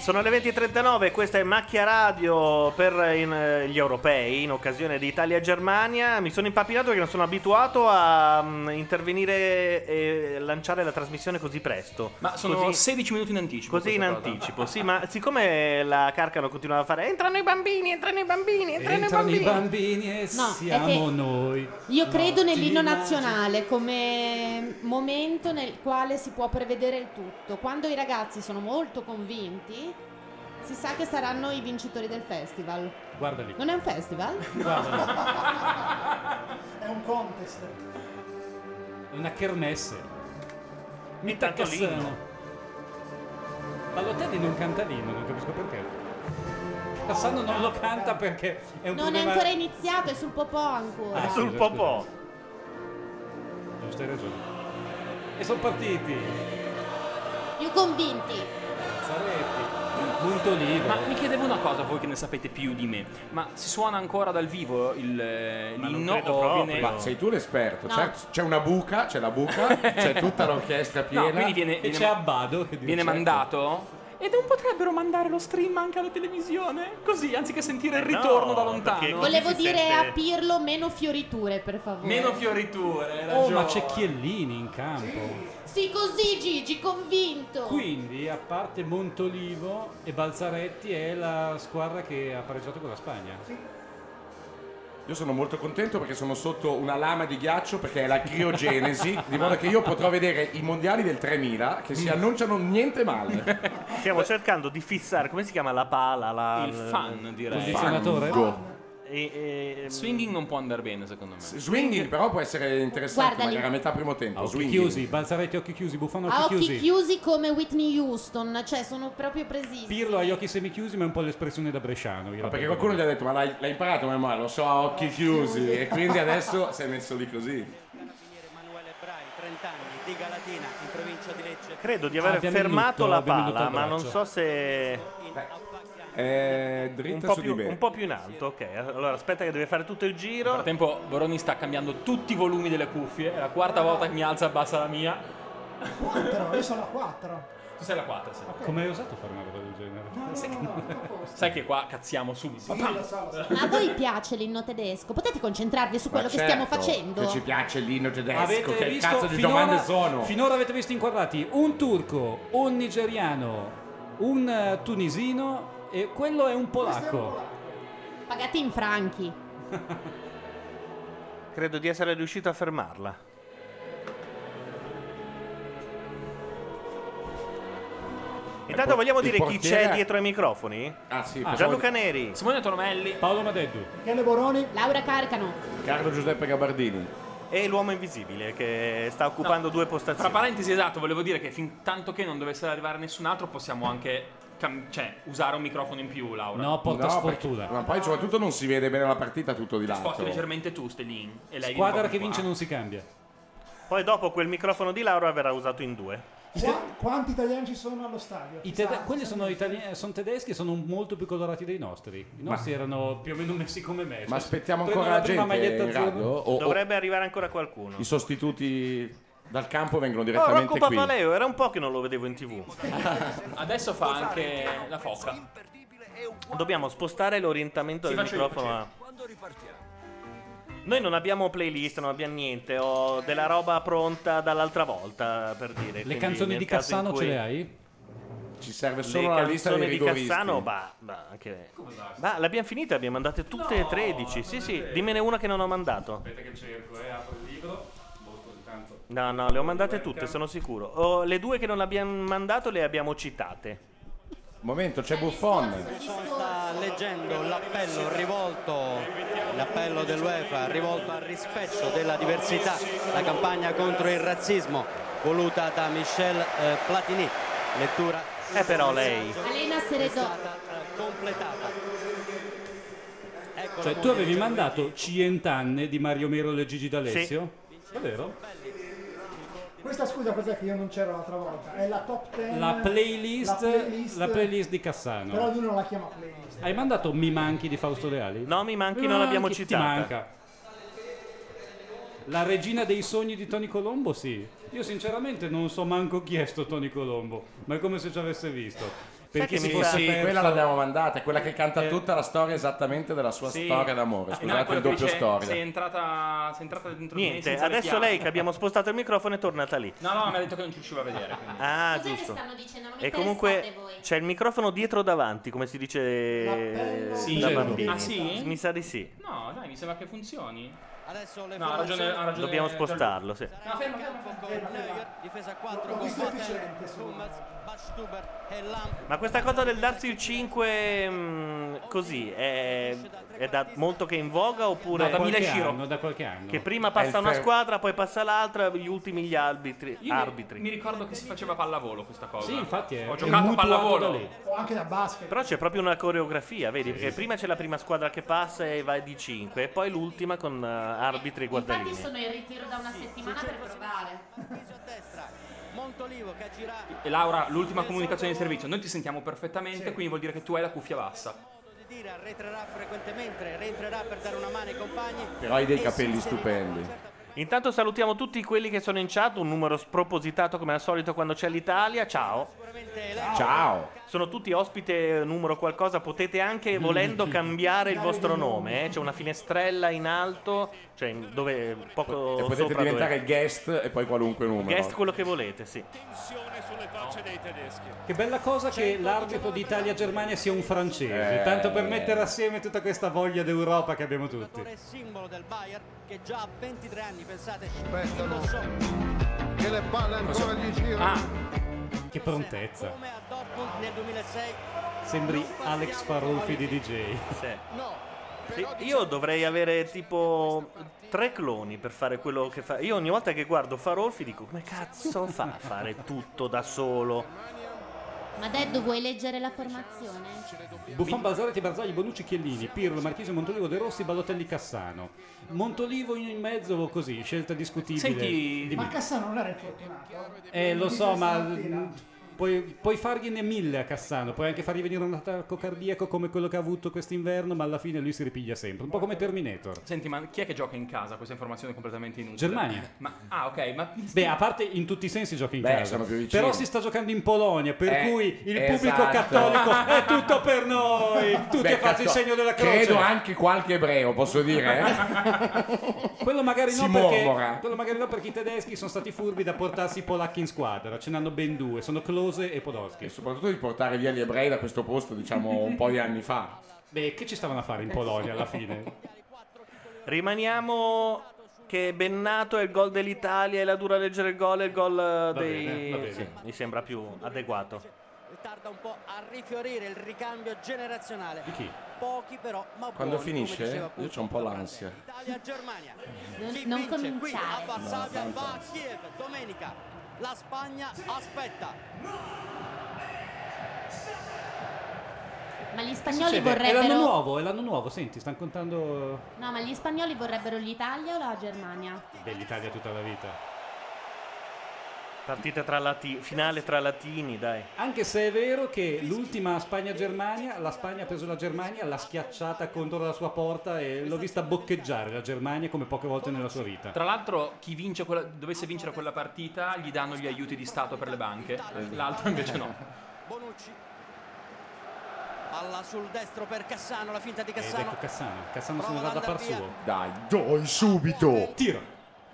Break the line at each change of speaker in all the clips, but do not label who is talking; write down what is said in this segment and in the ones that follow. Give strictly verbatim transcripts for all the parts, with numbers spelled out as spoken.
Sono le venti e trentanove, questa è Macchia Radio per in, eh, gli europei in occasione di Italia-Germania. Mi sono impappinato perché non sono abituato a um, intervenire e lanciare la trasmissione così presto.
Ma sono
così,
sedici minuti in anticipo.
Così in
cosa.
anticipo, sì, ma siccome la Carcano continuava a fare entrano i bambini, entrano i bambini, entrano,
Entrano
i
i
bambini.
bambini e
No,
siamo
è che
noi.
Io credo
No,
nell'inno
ti
nazionale come momento nel quale si può prevedere il tutto. Quando i ragazzi sono molto convinti, si sa che saranno i vincitori del festival.
Guarda lì.
Non è un festival?
Guarda
È un contest.
lì. Una kermesse. Mita
Intanto
Cassano.
l'inno.
Balotelli non canta l'inno, non capisco perché. Cassano non lo canta perché è un
Non è
problema...
ancora iniziato, è sul popò ancora.
Ah,
Sul
scusa,
popò.
Giusto, hai ragione. E sono partiti.
Più convinti.
Zaretti. Montolivo.
Ma mi chiedevo una cosa, voi che ne sapete più di me. Ma si suona ancora dal vivo il, eh,
Ma non
l'inno
credo
o
proprio.
viene...
Ma sei tu l'esperto?
No.
C'è, c'è una buca, c'è la buca, c'è tutta l'orchestra piena.
No, quindi viene,
E
viene,
c'è Abbado che dice,
viene
certo.
mandato? E non potrebbero mandare lo stream anche alla televisione? Così, anziché sentire il ritorno
No,
da lontano.
perché-
Volevo
si
dire
sente-
a Pirlo meno fioriture, per favore.
Meno fioriture, hai
Oh, ma
ragione.
c'è Chiellini in campo.
Sì, così Gigi, convinto.
Quindi, a parte Montolivo e Balzaretti, è la squadra che ha pareggiato con la Spagna.
Io sono molto contento perché sono sotto una lama di ghiaccio perché è la criogenesi, di modo che io potrò vedere i mondiali del tremila che si annunciano niente male.
Stiamo cercando di fissare, come si chiama la pala? La,
Il fan, direi.
Condizionatore?
Fango.
E, e-
Swinging non può andare bene, secondo me.
Swinging però può essere interessante,
Guarda lì.
magari a metà primo tempo.
A occhi
swinging.
chiusi, Balzaretti occhi chiusi, Buffon occhi
A occhi
chiusi.
chiusi come Whitney Houston, cioè sono proprio presissimi.
Pirlo ha gli occhi semichiusi, ma è un po' l'espressione da bresciano. io
Ma
la
perché
prendo.
qualcuno gli ha detto ma l'hai, l'hai imparato ma lo so a occhi chiusi e quindi adesso si è messo lì così.
Emanuele Brai, trenta anni, di Galatina, in provincia di Lecce.
credo di aver
Abbiamo il
fermato
lutto,
la
abbiamo il lutto
pala,
al
ma non
braccio.
so se
È
un
dritta
po,
su di
più,
me.
un po' più in alto. Ok, allora aspetta che deve fare tutto il
Nel
giro.
frattempo Boroni sta cambiando tutti i volumi delle cuffie. È la quarta volta che mi alza e abbassa la mia.
quattro, io sono a quattro.
Tu sei la quarta, sì.
Come hai osato fare una roba del genere?
No, no, no, no, no,
Sai che qua cazziamo subito.
Sì, lo so, lo so.
Ma a voi piace l'inno tedesco? Potete concentrarvi su
Ma
quello che stiamo
certo,
facendo?
Che ci piace l'inno tedesco,
Avete
che
visto
cazzo di
finora,
domande sono?
finora avete visto inquadrati un turco, un nigeriano, un eh, tunisino e quello è un polacco.
Pagati in franchi.
Credo di essere riuscito a fermarla. Intanto
por-
vogliamo
il
dire chi
portiere-
c'è dietro ai microfoni?
Ah sì,
Ah,
pensavo
Gianluca Neri
Simone Tolomelli.
Paolo Madeddu.
Michele Boroni.
Laura Carcano.
di Carlo Giuseppe Gabardini.
e l'uomo invisibile che sta occupando due
Tra
postazioni.
parentesi, esatto, volevo dire che fin tanto che non dovesse arrivare nessun altro possiamo anche cam- cioè, usare un microfono in più, Laura.
No, porta
No,
sfortuna.
perché- ma poi soprattutto non si vede bene la partita tutto di
Sposti
lato.
leggermente tu, Stelin. E lei
Squadra
viene
che
proprio
vince
qua.
non si cambia.
Poi dopo quel microfono di Laura verrà usato in due.
Qua- quanti italiani ci sono allo stadio?
I
Si
tede-
sa-
quelli
si sa
sono,
niente.
itali- sono tedeschi e sono molto più colorati dei nostri. I nostri erano più o meno messi come me.
Ma
Cioè,
aspettiamo
prendono
ancora
la prima
gente
maglietta
in
azzurra.
radio? O, o
Dovrebbe arrivare ancora qualcuno.
i sostituti dal campo vengono
Oh,
direttamente
Rocco
qui?
Papaleo, era un po' che non lo vedevo in tv.
Adesso fa anche la foca.
Dobbiamo spostare l'orientamento
Sì,
del
faccio io,
microfono.
faccio
a-
Quando ripartiamo?
Noi non abbiamo playlist, non abbiamo niente. Ho della roba pronta dall'altra volta, per dire.
Le
Quindi
canzoni
nel
di
caso in
Cassano
cui-
ce le hai?
Ci serve
Le
solo la lista dei
canzoni di
rigoristi.
Cassano, bah, bah, anche... bah, l'abbiamo finita, abbiamo mandate tutte e tredici. Sì, sì, dimmene una che non ho mandato.
Aspetta che cerco, eh, apro il libro. Molto intanto.
No, no, le ho mandate tutte, sono sicuro. Oh, le due che non abbiamo mandato le abbiamo citate.
Momento, c'è Buffon.
Sta leggendo l'appello rivolto, l'appello dell'UEFA rivolto al rispetto della diversità, la campagna contro il razzismo voluta da Michel eh, Platini. Lettura.
Eh, però lei...
Elena
È
Seredò.
stata eh, completata. Ecco
Cioè,
la
tu avevi
musica.
mandato Cientanne di Mario Merolo e Gigi D'Alessio? È vero?
Questa scusa cos'è che io non c'ero l'altra volta? È la top dieci.
La playlist,
la playlist,
la playlist di Cassano.
Però lui non la chiama playlist.
Hai mandato Mi manchi di Fausto Leali?
No, mi manchi,
Mi
non l'abbiamo
manchi,
citata.
Ti manca. La regina dei sogni di Tony Colombo, sì. Io sinceramente non so manco chi è sto Tony Colombo, ma è come se ci avesse visto. perché
Sai
si
che mi
fosse
Sì,
perso-
quella l'abbiamo mandata, è quella che canta
Eh.
tutta la storia esattamente della sua
Sì.
storia d'amore.
No,
Scusate
quello
il
che
doppio
dice,
storia.
Sei entrata, sei entrata dentro di me
Niente,
senza le
adesso
chiavi.
lei che abbiamo spostato il microfono è tornata lì.
No, no, mi ha detto che non ci riusciva a vedere. quindi.
Ah,
Cos'è che
giusto.
stanno dicendo? Non mi
E comunque
interessate voi.
c'è il microfono dietro o davanti, come si dice
L'appello
Sì.
da
Certo.
bambini.
Ah, sì?
Mi sa di sì.
No, dai, mi sembra che funzioni.
Adesso le
No, ha ragione, ha ragione.
Dobbiamo spostarlo, sì.
No, fermo, fermo, fermo.
difesa a quattro
L'ho
con
visto
Boateng,
efficiente, sì.
Hummels, Bachstuber e Lam.
Ma questa cosa del darsi il cinque mh, così è, è da molto che è in voga oppure
da
da
qualche
Mila Shiro.
anno, da qualche anno.
che prima
È
passa
il
una
fer-
squadra, poi passa l'altra, gli ultimi gli arbitri?
Io mi-
arbitri.
Mi ricordo che si faceva pallavolo questa cosa.
Sì, infatti è,
Ho
è
giocato a
mutuato
pallavolo.
da lì.
O anche da basket.
Però c'è proprio una coreografia, vedi? Perché prima c'è la prima squadra che passa e va di cinque, e poi l'ultima con eh, arbitri e guardalini.
Infatti sono in ritiro da una settimana per provare.
A destra, Montolivo che ha girato.
E Laura, l'ultima comunicazione di servizio. Noi ti sentiamo perfettamente,
Sì.
quindi vuol dire che tu hai la cuffia bassa.
Modo di dire, arretrerà frequentemente, rientrerà per dare una mano ai compagni.
Però hai dei
E
capelli
si inserirà
stupendi.
con certa
Intanto salutiamo tutti quelli che sono in chat, un numero spropositato come al solito quando c'è l'Italia. Ciao.
sicuramente eletto.
Ciao.
Sono tutti ospite numero qualcosa, potete anche volendo cambiare il vostro nome, eh? C'è una finestrella in alto, cioè in- dove poco
E potete
sopra
diventare
dove...
guest e poi qualunque numero.
guest quello che volete, sì.
Che bella cosa che l'arbitro di Italia-Germania sia un francese,
Eh.
tanto per mettere assieme tutta questa voglia d'Europa che abbiamo tutti.
giocatore simbolo del Bayern che già a ventitré anni, pensate,
Aspettano.
lo so,
Che le palle ancora gli girano.
Ah, che prontezza.
come a Dortmund nel duemilasei.
Sembri Alex Farolfi di D J.
Sì.
No.
Sì, io dovrei avere tipo tre cloni per fare quello che fa. Io ogni volta che guardo Farolfi dico come cazzo fa a fare tutto da solo?
Ma Deddo, vuoi leggere la formazione?
Buffon, Balzaretti, Barzagli, Bonucci, Chiellini, Pirlo, Marchese, Montolivo, De Rossi, Balotelli, Cassano. Montolivo in mezzo così, scelta discutibile.
Senti,
Dimmi.
Ma Cassano non era infortunato?
Eh, lo so, ma
Stamattina.
mh, puoi, puoi fargliene mille a Cassano, puoi anche fargli venire un attacco cardiaco come quello che ha avuto quest'inverno, ma alla fine lui si ripiglia sempre, un po' come Terminator.
Senti, ma chi è che gioca in casa? Questa informazione è completamente inutile.
Germania.
Ma, ah, ok, ma
Beh, a parte in tutti i sensi gioca in
Beh,
casa,
sono più vicini.
però si sta giocando in Polonia, per
Eh,
cui il
esatto.
pubblico cattolico è tutto per noi, tutti
Beh,
a farci il
cazzo,
segno della croce.
Credo anche qualche ebreo, posso dire. eh?
Quello magari,
Si
no perché,
mormora.
quello magari no perché i tedeschi sono stati furbi da portarsi i polacchi in squadra, ce n'hanno ben due, sono Klose e Podolski.
E soprattutto di portare via gli ebrei da questo posto, diciamo, un po' di anni fa.
Beh, che ci stavano a fare in Polonia alla fine?
Rimaniamo che Bennato è il gol dell'Italia e la dura a leggere il gol è il gol eh, dei...
bene, va bene.
Sì, mi sembra più adeguato.
Tarda un po' a rifiorire il ricambio generazionale.
Di chi?
Pochi però, ma
Quando
buoni, come
finisce?
diceva
Io
appunto
c'ho un po' l'ansia.
Italia-Germania.
Non-
Chi
non
vince qui
cominciare.
a Varsavia
No,
va a
tanto.
Kiev domenica. La Spagna aspetta.
Ma gli
Che
spagnoli
succede? È l'anno
vorrebbero...
nuovo, è l'anno nuovo, senti, stanno contando
No, ma gli spagnoli vorrebbero l'Italia o la Germania?
dell'Italia tutta la vita.
Partita tra lati... finale tra latini, dai.
Anche se è vero che l'ultima Spagna-Germania, la Spagna ha preso la Germania, l'ha schiacciata contro la sua porta e l'ho vista boccheggiare la Germania come poche volte nella sua vita.
Tra l'altro, chi vince quella, dovesse vincere quella partita, gli danno gli aiuti di Stato per le banche. L'altro invece no.
Bonucci. Palla sul destro per Cassano, la finta di
Ed
Cassano.
ecco Cassano, Cassano se ne
Prova
va da
ad
par
andar via.
suo.
Dai, dai, subito!
Tiro.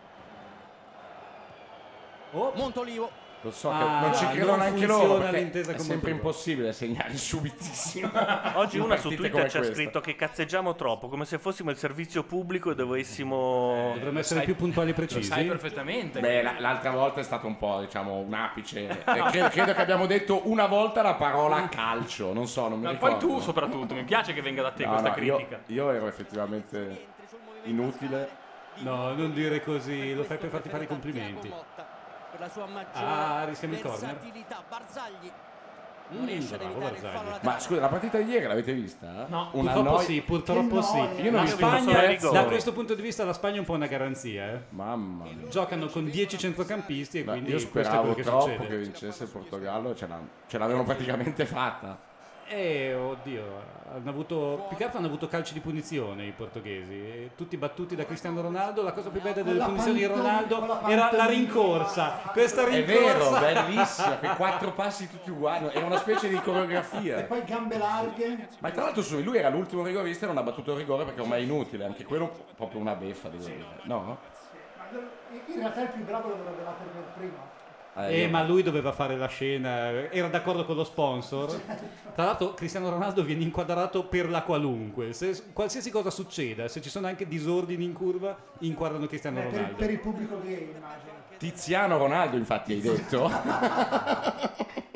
Oh,
Montolivo.
Lo so che
Ah,
non ci
no,
credono
non
neanche
funziona
loro, perché
l'intesa
è
con
sempre
Montolivo.
impossibile segnare subitissimo.
Oggi
in
una su
partite
Twitter
come
ci ha
questa.
scritto che cazzeggiamo troppo, come se fossimo il servizio pubblico e dovessimo...
dovremmo essere
sai-
più puntuali e
Lo sai
precisi.
perfettamente.
Beh, la- l'altra volta è stato un po', diciamo, un apice. E credo, credo che abbiamo detto una volta la parola calcio, non so, non mi
Ma
ricordo.
poi tu soprattutto, mi piace che venga da te
No,
questa
no, io-
critica.
Io, ero effettivamente inutile.
No, non dire così, lo fai per farti fare i complimenti.
Per la sua maggiore
Ah, rischiamo il corner.
versatilità. Barzagli non
Mm,
riesce ad
bravo
evitare il
Barzagli.
fallo laterale.
Ma scusa, la partita di ieri l'avete vista?
No,
Una
Purtroppo
noia-
sì, purtroppo
Che
sì.
noia.
Io non
La
ho visto
solo i
Spagna,
rigori.
da questo punto di vista, la Spagna è un po' una garanzia. Eh.
Mamma mia.
Giocano con dieci centrocampisti e
Beh,
quindi
io
questo è
speravo
quello che
troppo
succede.
che vincesse il Portogallo, ce, l'ha- ce l'avevano praticamente fatta.
Eh, oddio, hanno avuto, più che altro hanno avuto calci di punizione i portoghesi, e tutti battuti da Cristiano Ronaldo. La cosa più bella delle
la
punizioni di
pantomima,
Ronaldo
con la
era la
pantomima.
rincorsa. Questa
È
rincorsa.
vero, bellissima, quei quattro passi tutti uguali, era una specie di
E
coreografia.
poi gambe larghe.
Ma tra l'altro su- lui era l'ultimo rigorista e non ha battuto il rigore perché ormai è inutile, anche quello proprio una beffa, devo dire. No?
In realtà il più bravo lo dovrebbe battere per prima.
Eh, ma lui doveva fare la scena, era d'accordo con lo sponsor. Tra l'altro Cristiano Ronaldo viene inquadrato per la qualunque. Se qualsiasi cosa succeda, se ci sono anche disordini in curva, inquadrano Cristiano
Eh, per,
Ronaldo.
per il pubblico gay, immagino.
Tiziano Ronaldo, infatti, hai detto.
Una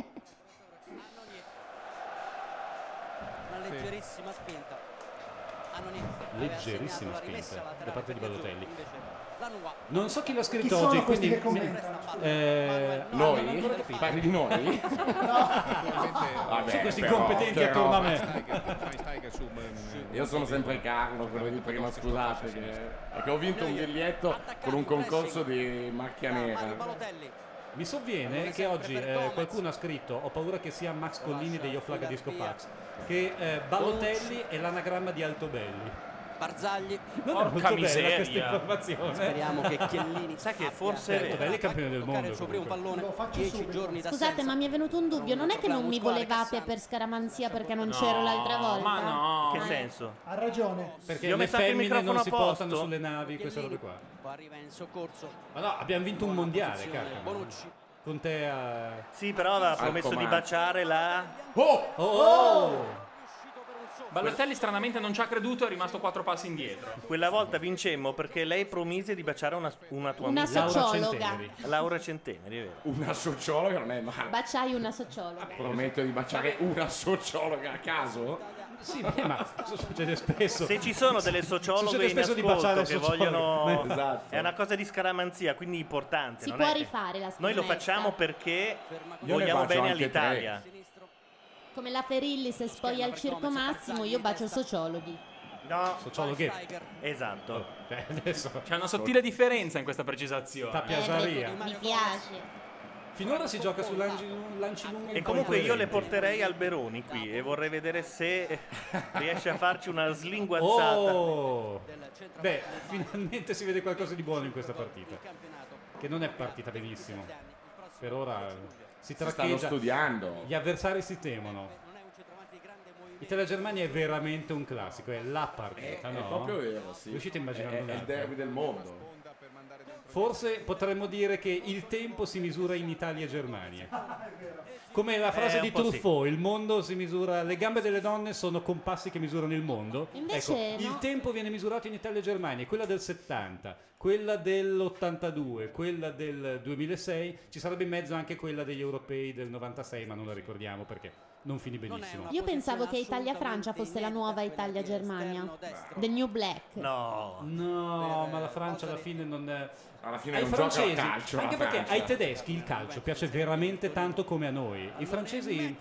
leggerissima spinta. Annoni aveva
Leggerissima
segnato la rimessa
spinta
laterale
da parte di
per
Balotelli.
Piazzurri, invece Lanua.
Non so chi l'ha scritto
Chi sono
oggi,
questi
quindi
che commentano?
eh,
Noi? Parli di noi? Vabbè,
sono questi
però,
competenti
però.
attorno a me.
Io sono sempre Carlo, quello di prima, scusate, che, perché ho vinto un biglietto con un concorso di macchia nera.
Mi sovviene che oggi eh, qualcuno ha scritto, ho paura che sia Max Collini degli Oflaga Disco Pax, che eh, Balotelli è l'anagramma di Altovelli.
Barzagli.
Non
Porca
è molto
miseria.
bella questa informazione.
Speriamo che Chiellini
Sai che
abbia
forse-
per
Altovelli è campione del
toccare
mondo,
il suo primo
comunque.
pallone.
Lo faccio
dieci
subito.
giorni da
Scusate, ma mi è venuto un dubbio. Non è che non mi volevate per scaramanzia perché non c'ero l'altra volta?
Ma no.
Che senso?
Ha ragione.
Perché
Io ho
le
messo anche il
femmine non
microfono
si
a posto.
portano sulle navi, queste robe qua.
Poi arriva in soccorso.
Ma no, abbiamo vinto un mondiale, cacchio.
Bonucci.
Con te a...
Sì, però aveva promesso di
comando.
baciare la...
Oh!
Oh! oh!
Balotelli stranamente non ci ha creduto e è rimasto quattro passi indietro.
Quella volta vincemmo perché lei promise di baciare una, una tua
Una
amica.
Laura
sociologa.
Centeneri.
Laura Centeneri, è vero.
Una sociologa non è male.
Baciai una sociologa.
Prometto di baciare una sociologa a caso?
Sì, beh, ma succede spesso.
Se ci sono delle sociologhe
Succede
in
spesso di
ascolto
baciare
che
sociologhe.
vogliono...
Esatto.
È una cosa di scaramanzia, quindi importante.
Si
non
può
è che-
rifare la
Noi lo
schermezza.
facciamo perché
Io ne
vogliamo
bacio
bene
anche
all'Italia.
Come la Ferilli se spoglia il Circo Massimo, io bacio sociologhi.
No,
Sociologhe.
esatto.
Beh, adesso
C'è una sottile differenza in questa precisazione.
Tappiasaria.
Mi piace.
Finora si gioca su lanci, lanci lunghi.
E comunque io le porterei al Beroni qui e vorrei vedere se riesce a farci una slinguazzata.
Oh! Beh, finalmente si vede qualcosa di buono in questa partita. Che non è partita benissimo. Per ora si
Si stanno
traccheggia.
studiando.
Gli avversari si temono. Italia-Germania è veramente un classico, è la
È,
partita,
è
no?
proprio vero, sì.
Riuscite a immaginare
È, è il
un'altra?
derby del mondo.
Forse potremmo dire che il tempo si misura in Italia e Germania. Come la frase
Eh, un
di
po' sì.
Truffaut, il mondo si misura, le gambe delle donne sono compassi che misurano il mondo.
Invece
ecco,
no.
il tempo viene misurato in Italia e Germania, quella del settanta, quella dell'ottantadue, quella del duemilasei, ci sarebbe in mezzo anche quella degli europei del novantasei, ma non la ricordiamo perché non finì benissimo.
Io pensavo che Italia-Francia fosse la nuova Italia-Germania. The New Black.
No.
No, ma la Francia alla fine non è...
Alla fine
Ai
non gioca a
francesi,
calcio.
anche
la
perché
Francia.
ai tedeschi il calcio piace veramente tanto come a noi. I francesi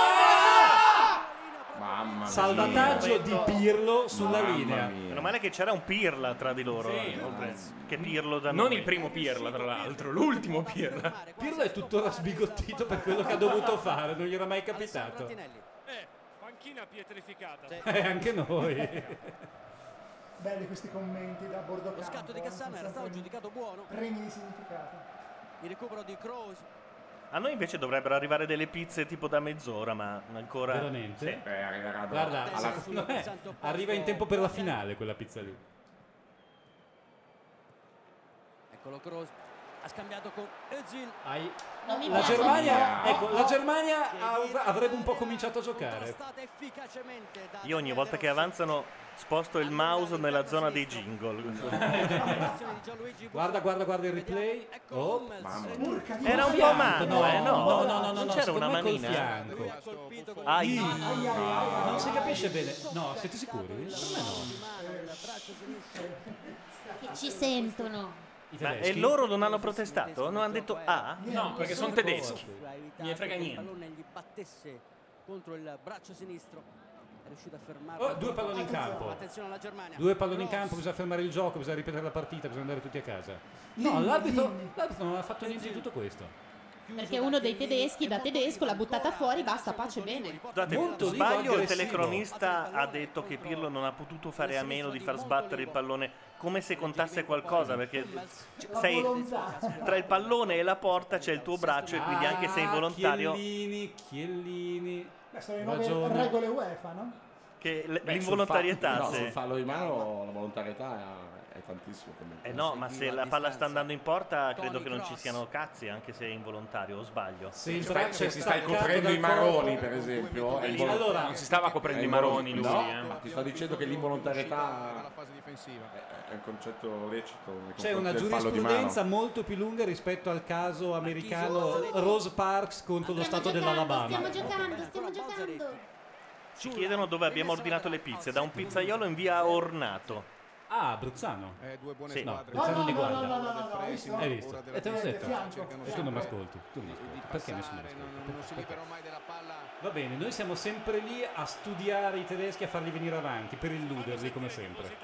Mamma mia.
salvataggio di Pirlo sulla
Mamma
linea.
mia.
Meno male che c'era un Pirla tra di loro.
Sì.
oltre che Pirlo da
Non
noi.
il primo Pirla, tra l'altro, l'ultimo Pirla.
Pirlo è tuttora sbigottito per quello che ha dovuto fare, non gli era mai capitato.
Panchina pietrificata.
Eh, anche noi.
Belli questi commenti da bordo campo.
Lo scatto di Cassano era stato giudicato buono.
Regni di significato.
Il recupero di Kroos.
A noi invece dovrebbero arrivare delle pizze tipo da mezz'ora, ma ancora...
Veramente?
Sì.
Eh, arriverà dopo.
Guarda,
Alla-
secondo me arriva in tempo per la finale quella pizza lì.
Eccolo Kroos. Ha scambiato con Özil.
Hai-
Non mi
La
piace
Germania,
più.
ecco, la Germania av- avrebbe un po' cominciato a giocare.
Contrastata efficacemente da
Io ogni volta che avanzano sposto il mouse nella zona dei jingle.
Guarda, guarda, guarda il replay. Oh,
Mamma mia.
Porca di
Era un po'
fianco,
mano,
no,
eh, no?
no, no, no, no,
Non
no,
c'era
secondo
una
me col
manina?
fianco.
Ai.
Non si capisce bene. No, siete sicuri? Per me no.
Che ci sentono.
I
Ma
tedeschi?
e loro non hanno protestato? Non hanno detto ah?
No, perché sono tedeschi.
Mi
Ne frega niente.
Il pallone gli battesse contro il braccio sinistro. È riuscito a fermarlo.
Oh, due palloni in campo.
Attenzione alla Germania.
Due palloni in campo, bisogna fermare il gioco, bisogna ripetere la partita, bisogna andare tutti a casa. No, l'arbitro, l'arbitro non ha fatto niente di tutto questo.
Perché uno dei tedeschi, da tedesco, l'ha buttata fuori, basta, pace bene.
Scusate,
Molto
sbaglio,
vivo,
il
aggressivo.
telecronista ha detto che Pirlo non ha potuto fare a meno di far sbattere il pallone, come se contasse qualcosa, perché sei tra il pallone e la porta c'è il tuo braccio e quindi anche se involontario
Chiellini, Chiellini.
Beh, sono le nuove
Ragione.
regole UEFA, no?
che l-
Beh, sul
l'involontarietà
fa- no,
se-
sul fallo di mano la volontarietà è, è tantissimo comunque.
Eh no, ma se la palla sta andando in porta credo che non ci siano cazzi, anche se è involontario, o sbaglio?
Se il
Cioè,
braccio
se
è
si stai
staccato
coprendo
dal
i maroni,
corpo-
per esempio, è
Lì-
involo-
allora, non si stava coprendo
è
i
involo-
maroni lui,
no,
eh.
ma ti sto dicendo che l'involontarietà è, è un concetto lecito nei
C'è
confronti
una
del fallo di mano.
giurisprudenza molto più lunga rispetto al caso americano Rose Parks contro lo stato dell'Alabama.
Stiamo giocando, stiamo giocando.
Ci chiedono dove abbiamo ordinato le pizze, da un pizzaiolo in via Ornato.
Ah, Bruzzano.
Eh, due buone
Sì.
No,
squadre.
Bruzzano
No,
di
no, no,
guarda.
no, no, no, no, hai visto?
Hai visto? E te l'ho detto.
Fianco,
E tu non mi ascolti. Tu non mi ascolti. Perché nessuno mi ascolta?
Non, non si liberano mai della palla.
Va bene, noi siamo sempre lì a studiare i tedeschi, a farli venire avanti, per illuderli come sempre.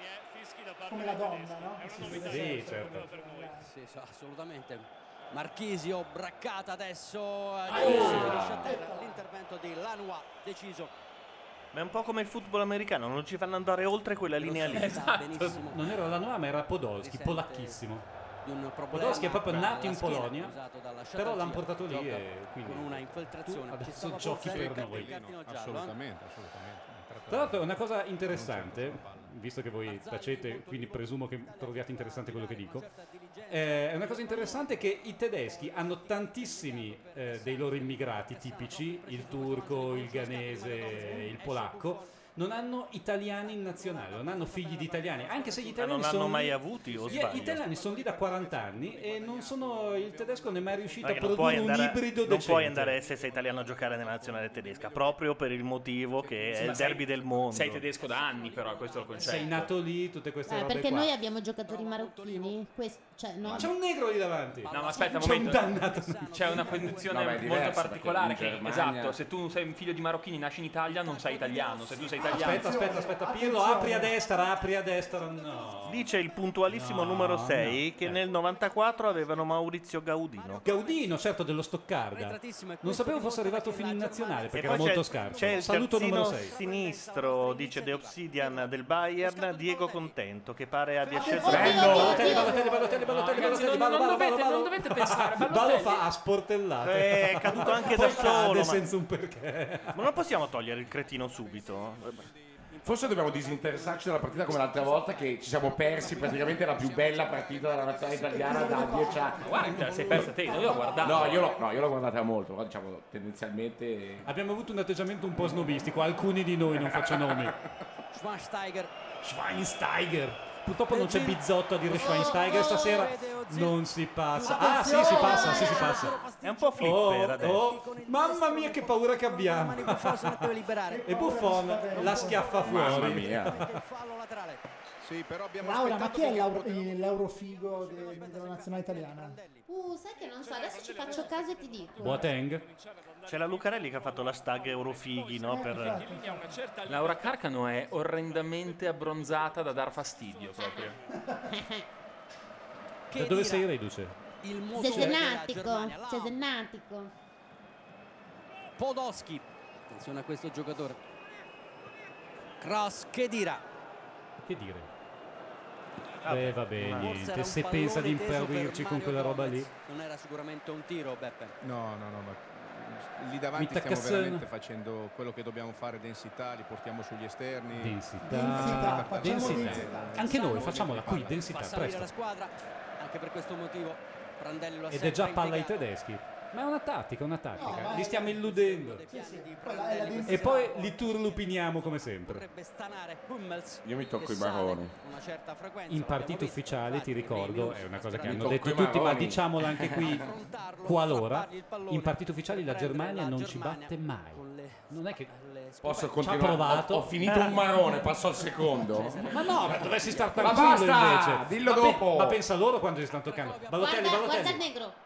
Come la donna, no? Che si vede
Sì,
sempre.
certo.
Sì, sì, assolutamente. Marchisio, braccata adesso,
Oh!
finisce a terra l'intervento di Lanois, deciso.
Ma è un po' come il football americano, non ci fanno andare oltre quella linea lì.
Benissimo.
Non era la Noa, ma era Podolski, polacchissimo.
Di un problema
Podolski è proprio nato in
alla schiena
Polonia,
causato dalla
però
sciatalgia.
l'hanno portato lì
Gioca
e quindi
con una infiltrazione.
tu adesso
Ci stava
giochi
forse
per
il
noi.
cartellino giallo, eh?
Assolutamente, assolutamente.
Tra l'altro una cosa interessante, visto che voi tacete, quindi presumo che troviate interessante quello che dico, eh, è una cosa interessante che i tedeschi hanno tantissimi eh, dei loro immigrati tipici, il turco, il ghanese, il polacco, non hanno italiani in nazionale, non hanno figli di italiani, anche se gli italiani
non l'hanno
sono
mai
lì-
avuti, o
gli
sbaglio?
italiani sono lì da quaranta anni e non sono, il tedesco non è mai riuscito
Perché
a
non puoi
produrre un
andare,
ibrido
non
decente.
puoi andare se sei italiano a giocare nella nazionale tedesca, proprio per il motivo che è
Sì,
il
ma sei-
derby del mondo.
Sei tedesco da anni, però questo è il concetto.
Sei nato lì, tutte queste
Eh,
robe
perché
qua.
noi abbiamo giocatori marocchini. Quest- cioè, no.
C'è un negro lì davanti.
No, ma aspetta un
C'è un
momento.
dannato.
C'è una condizione
No, ma è
molto
diverso,
particolare
perché
che,
in Germania-
esatto, se tu sei un figlio di marocchini nasci in Italia non sei italiano, se tu sei italiano
Aspetta, aspetta, aspetta, Pirlo, apri a destra, apri a destra, no.
Dice il puntualissimo
No,
numero sei
no,
che
eh.
nel novantaquattro avevano Maurizio Gaudino.
Gaudino, certo, dello Stoccarda. Non sapevo fosse arrivato fino in nazionale
E
perché
poi
era molto
c'è,
scarso.
c'è il
Saluto numero
terzino
sei.
sinistro, dice The Obsidian del Bayern, Diego Contento, che pare abbia scelto...
Oddio, oddio,
Balotelli,
oddio.
Balotelli, Balotelli,
No,
Balotelli,
ragazzi,
Balotelli,
non-
Balo,
non
Balo,
dovete-
Balo,
non
Balo.
dovete pensare,
Balo
Balotelli-
fa a sportellate.
Eh, è caduto anche
Poi
da solo,
cade
ma-
senza un perché.
Ma non possiamo togliere il cretino subito?
Forse dobbiamo disinteressarci dalla partita come l'altra volta che ci siamo persi praticamente la più bella partita della nazionale italiana da dieci anni.
guarda, te la sei persa te, io l'ho guardato.
No, io l'ho, no, io l'ho guardata molto, però diciamo tendenzialmente...
Abbiamo avuto un atteggiamento un po' snobistico, alcuni di noi, non faccio nomi.
Schweinsteiger.
Schweinsteiger. Purtroppo non c'è Bizzotto a dire Schweinsteiger stasera. Non si passa. Ah, sì, si passa, sì, si passa.
È un po' flipper
Oh,
adesso.
oh, mamma mia che paura che abbiamo. E Buffon la schiaffa
Mamma
fuori.
mia.
Fallo laterale.
Sì, però abbiamo
Laura, ma
aspettato
chi è
finché-
l'euro, eh, l'eurofigo de- della nazionale italiana?
Uh, sai che non so, adesso ci faccio caso e ti dico.
Boateng.
C'è la Lucarelli che ha fatto la stag Eurofighi, no? Per...
Laura Carcano è orrendamente abbronzata da dar fastidio proprio.
Da dove sei reduce?
Il motore della
Cesenatico,
Germania. Lau.
Cesenatico.
Podolski. Attenzione a questo giocatore. Cross, Khedira.
Che dire? Beh, vabbè,
Forse
niente.
era un
Se
pallone
pensa di
teso per
imperrirci con
Mario
quella roba
Gomez.
lì.
Non era sicuramente un tiro, Beppe.
No, no, no, ma lì davanti
Mitta
stiamo
Cassano.
veramente facendo quello che dobbiamo fare, densità, li portiamo sugli esterni.
Densità.
Densità, facciamo
Densità.
densità.
Anche noi facciamola qui, densità,
Fa salire la
presto.
squadra. Anche per questo motivo Prandelli lo ha
Ed è
sempre
già palla ai
impiegato.
tedeschi. Ma è una tattica, una
No,
tattica.
ma
Li
è-
stiamo illudendo.
Dei piani di
Quella è la
Prandelli.
densità.
E poi li turlupiniamo come sempre.
Potrebbe stanare Hummels.
Io mi tocco
che
i
sale
maroni.
una certa frequenza,
In
l'abbiamo
partite
visto,
ufficiali,
infatti,
ti
nei primi
ricordo,
minuti
è una cosa che
Mi
hanno
tocco
detto
i
tutti, ma
maroni.
diciamolo anche qui
affrontarlo,
qualora.
strappargli il pallone,
In partite ufficiali la
prendere
Germania
la
non ci
Germania
batte mai.
con le-
Non è che...
le
Posso
scoperte.
Ci ha
continuare?
provato.
Ho, ho finito un marone, passo al secondo.
Ma no, ma dovessi star
Ma
tranquillo
basta!
invece.
Dillo
ma pe-
dopo!
ma pensa loro quando si stanno toccando. Balotelli,
Guarda, guarda il
Balotelli.
negro.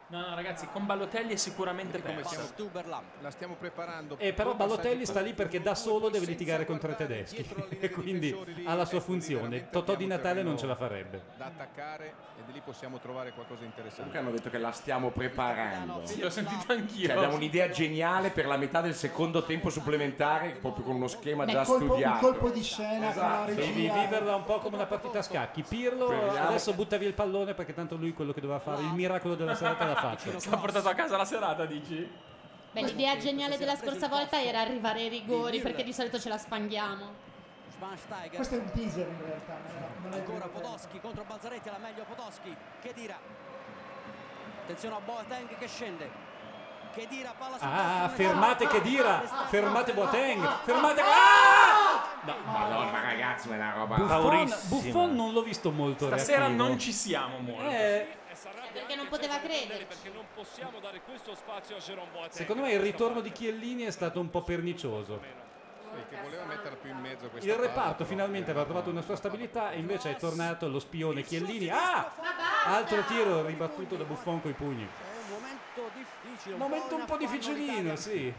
No, no, ragazzi, con Balotelli è sicuramente
Come
persa.
stiamo, la stiamo preparando.
E però
con
Balotelli
passaggi
sta lì perché da solo deve litigare contro i tedeschi e quindi ha la sua funzione. Totò di Natale non ce la farebbe.
da attaccare e di lì possiamo trovare qualcosa di interessante.
Comunque hanno detto che la stiamo preparando.
Sì, l'ho sentito anch'io.
Cioè, abbiamo un'idea geniale per la metà del secondo tempo supplementare, proprio con uno schema
Beh,
già
colpo- un
studiato.
colpo di scena con la regia.
Devi viverla un po' come una partita a scacchi. Pirlo
Speriamo.
adesso butta via il pallone perché tanto lui quello che doveva fare, il miracolo della serata l'ha fatto.
Si è portato a casa la serata, dici?
Beh, l'idea geniale della scorsa volta era arrivare ai rigori, perché di solito ce la spanghiamo.
Questo è un teaser in realtà. non è- non è
Ancora
vero.
Podolski contro Balzaretti, alla meglio Podolski. Khedira. Attenzione a Boateng che scende. Khedira, palla sul
Ah,
posto,
fermate
ah,
che
ah,
dira,
ah,
fermate
ah,
Boateng,
ah,
fermate.
ah,
Ah! No,
Madonna, ma ragazzi, ma è una roba
Buffon,
paurissima.
Buffon non l'ho visto molto
Stasera
reattivo.
non ci siamo molto.
Eh,
Perché non poteva credere.
Perché non possiamo dare questo spazio a Jerome Boateng.
secondo me il ritorno di Chiellini è stato un po' pernicioso.
Sì, che voleva metterla più in mezzo questa
Il
palla,
reparto
però-
finalmente aveva trovato una sua stabilità e invece è tornato lo spione Chiellini. Ah! Altro tiro ribattuto da Buffon coi pugni.
È un momento difficile.
Un momento un po' difficilino, sì.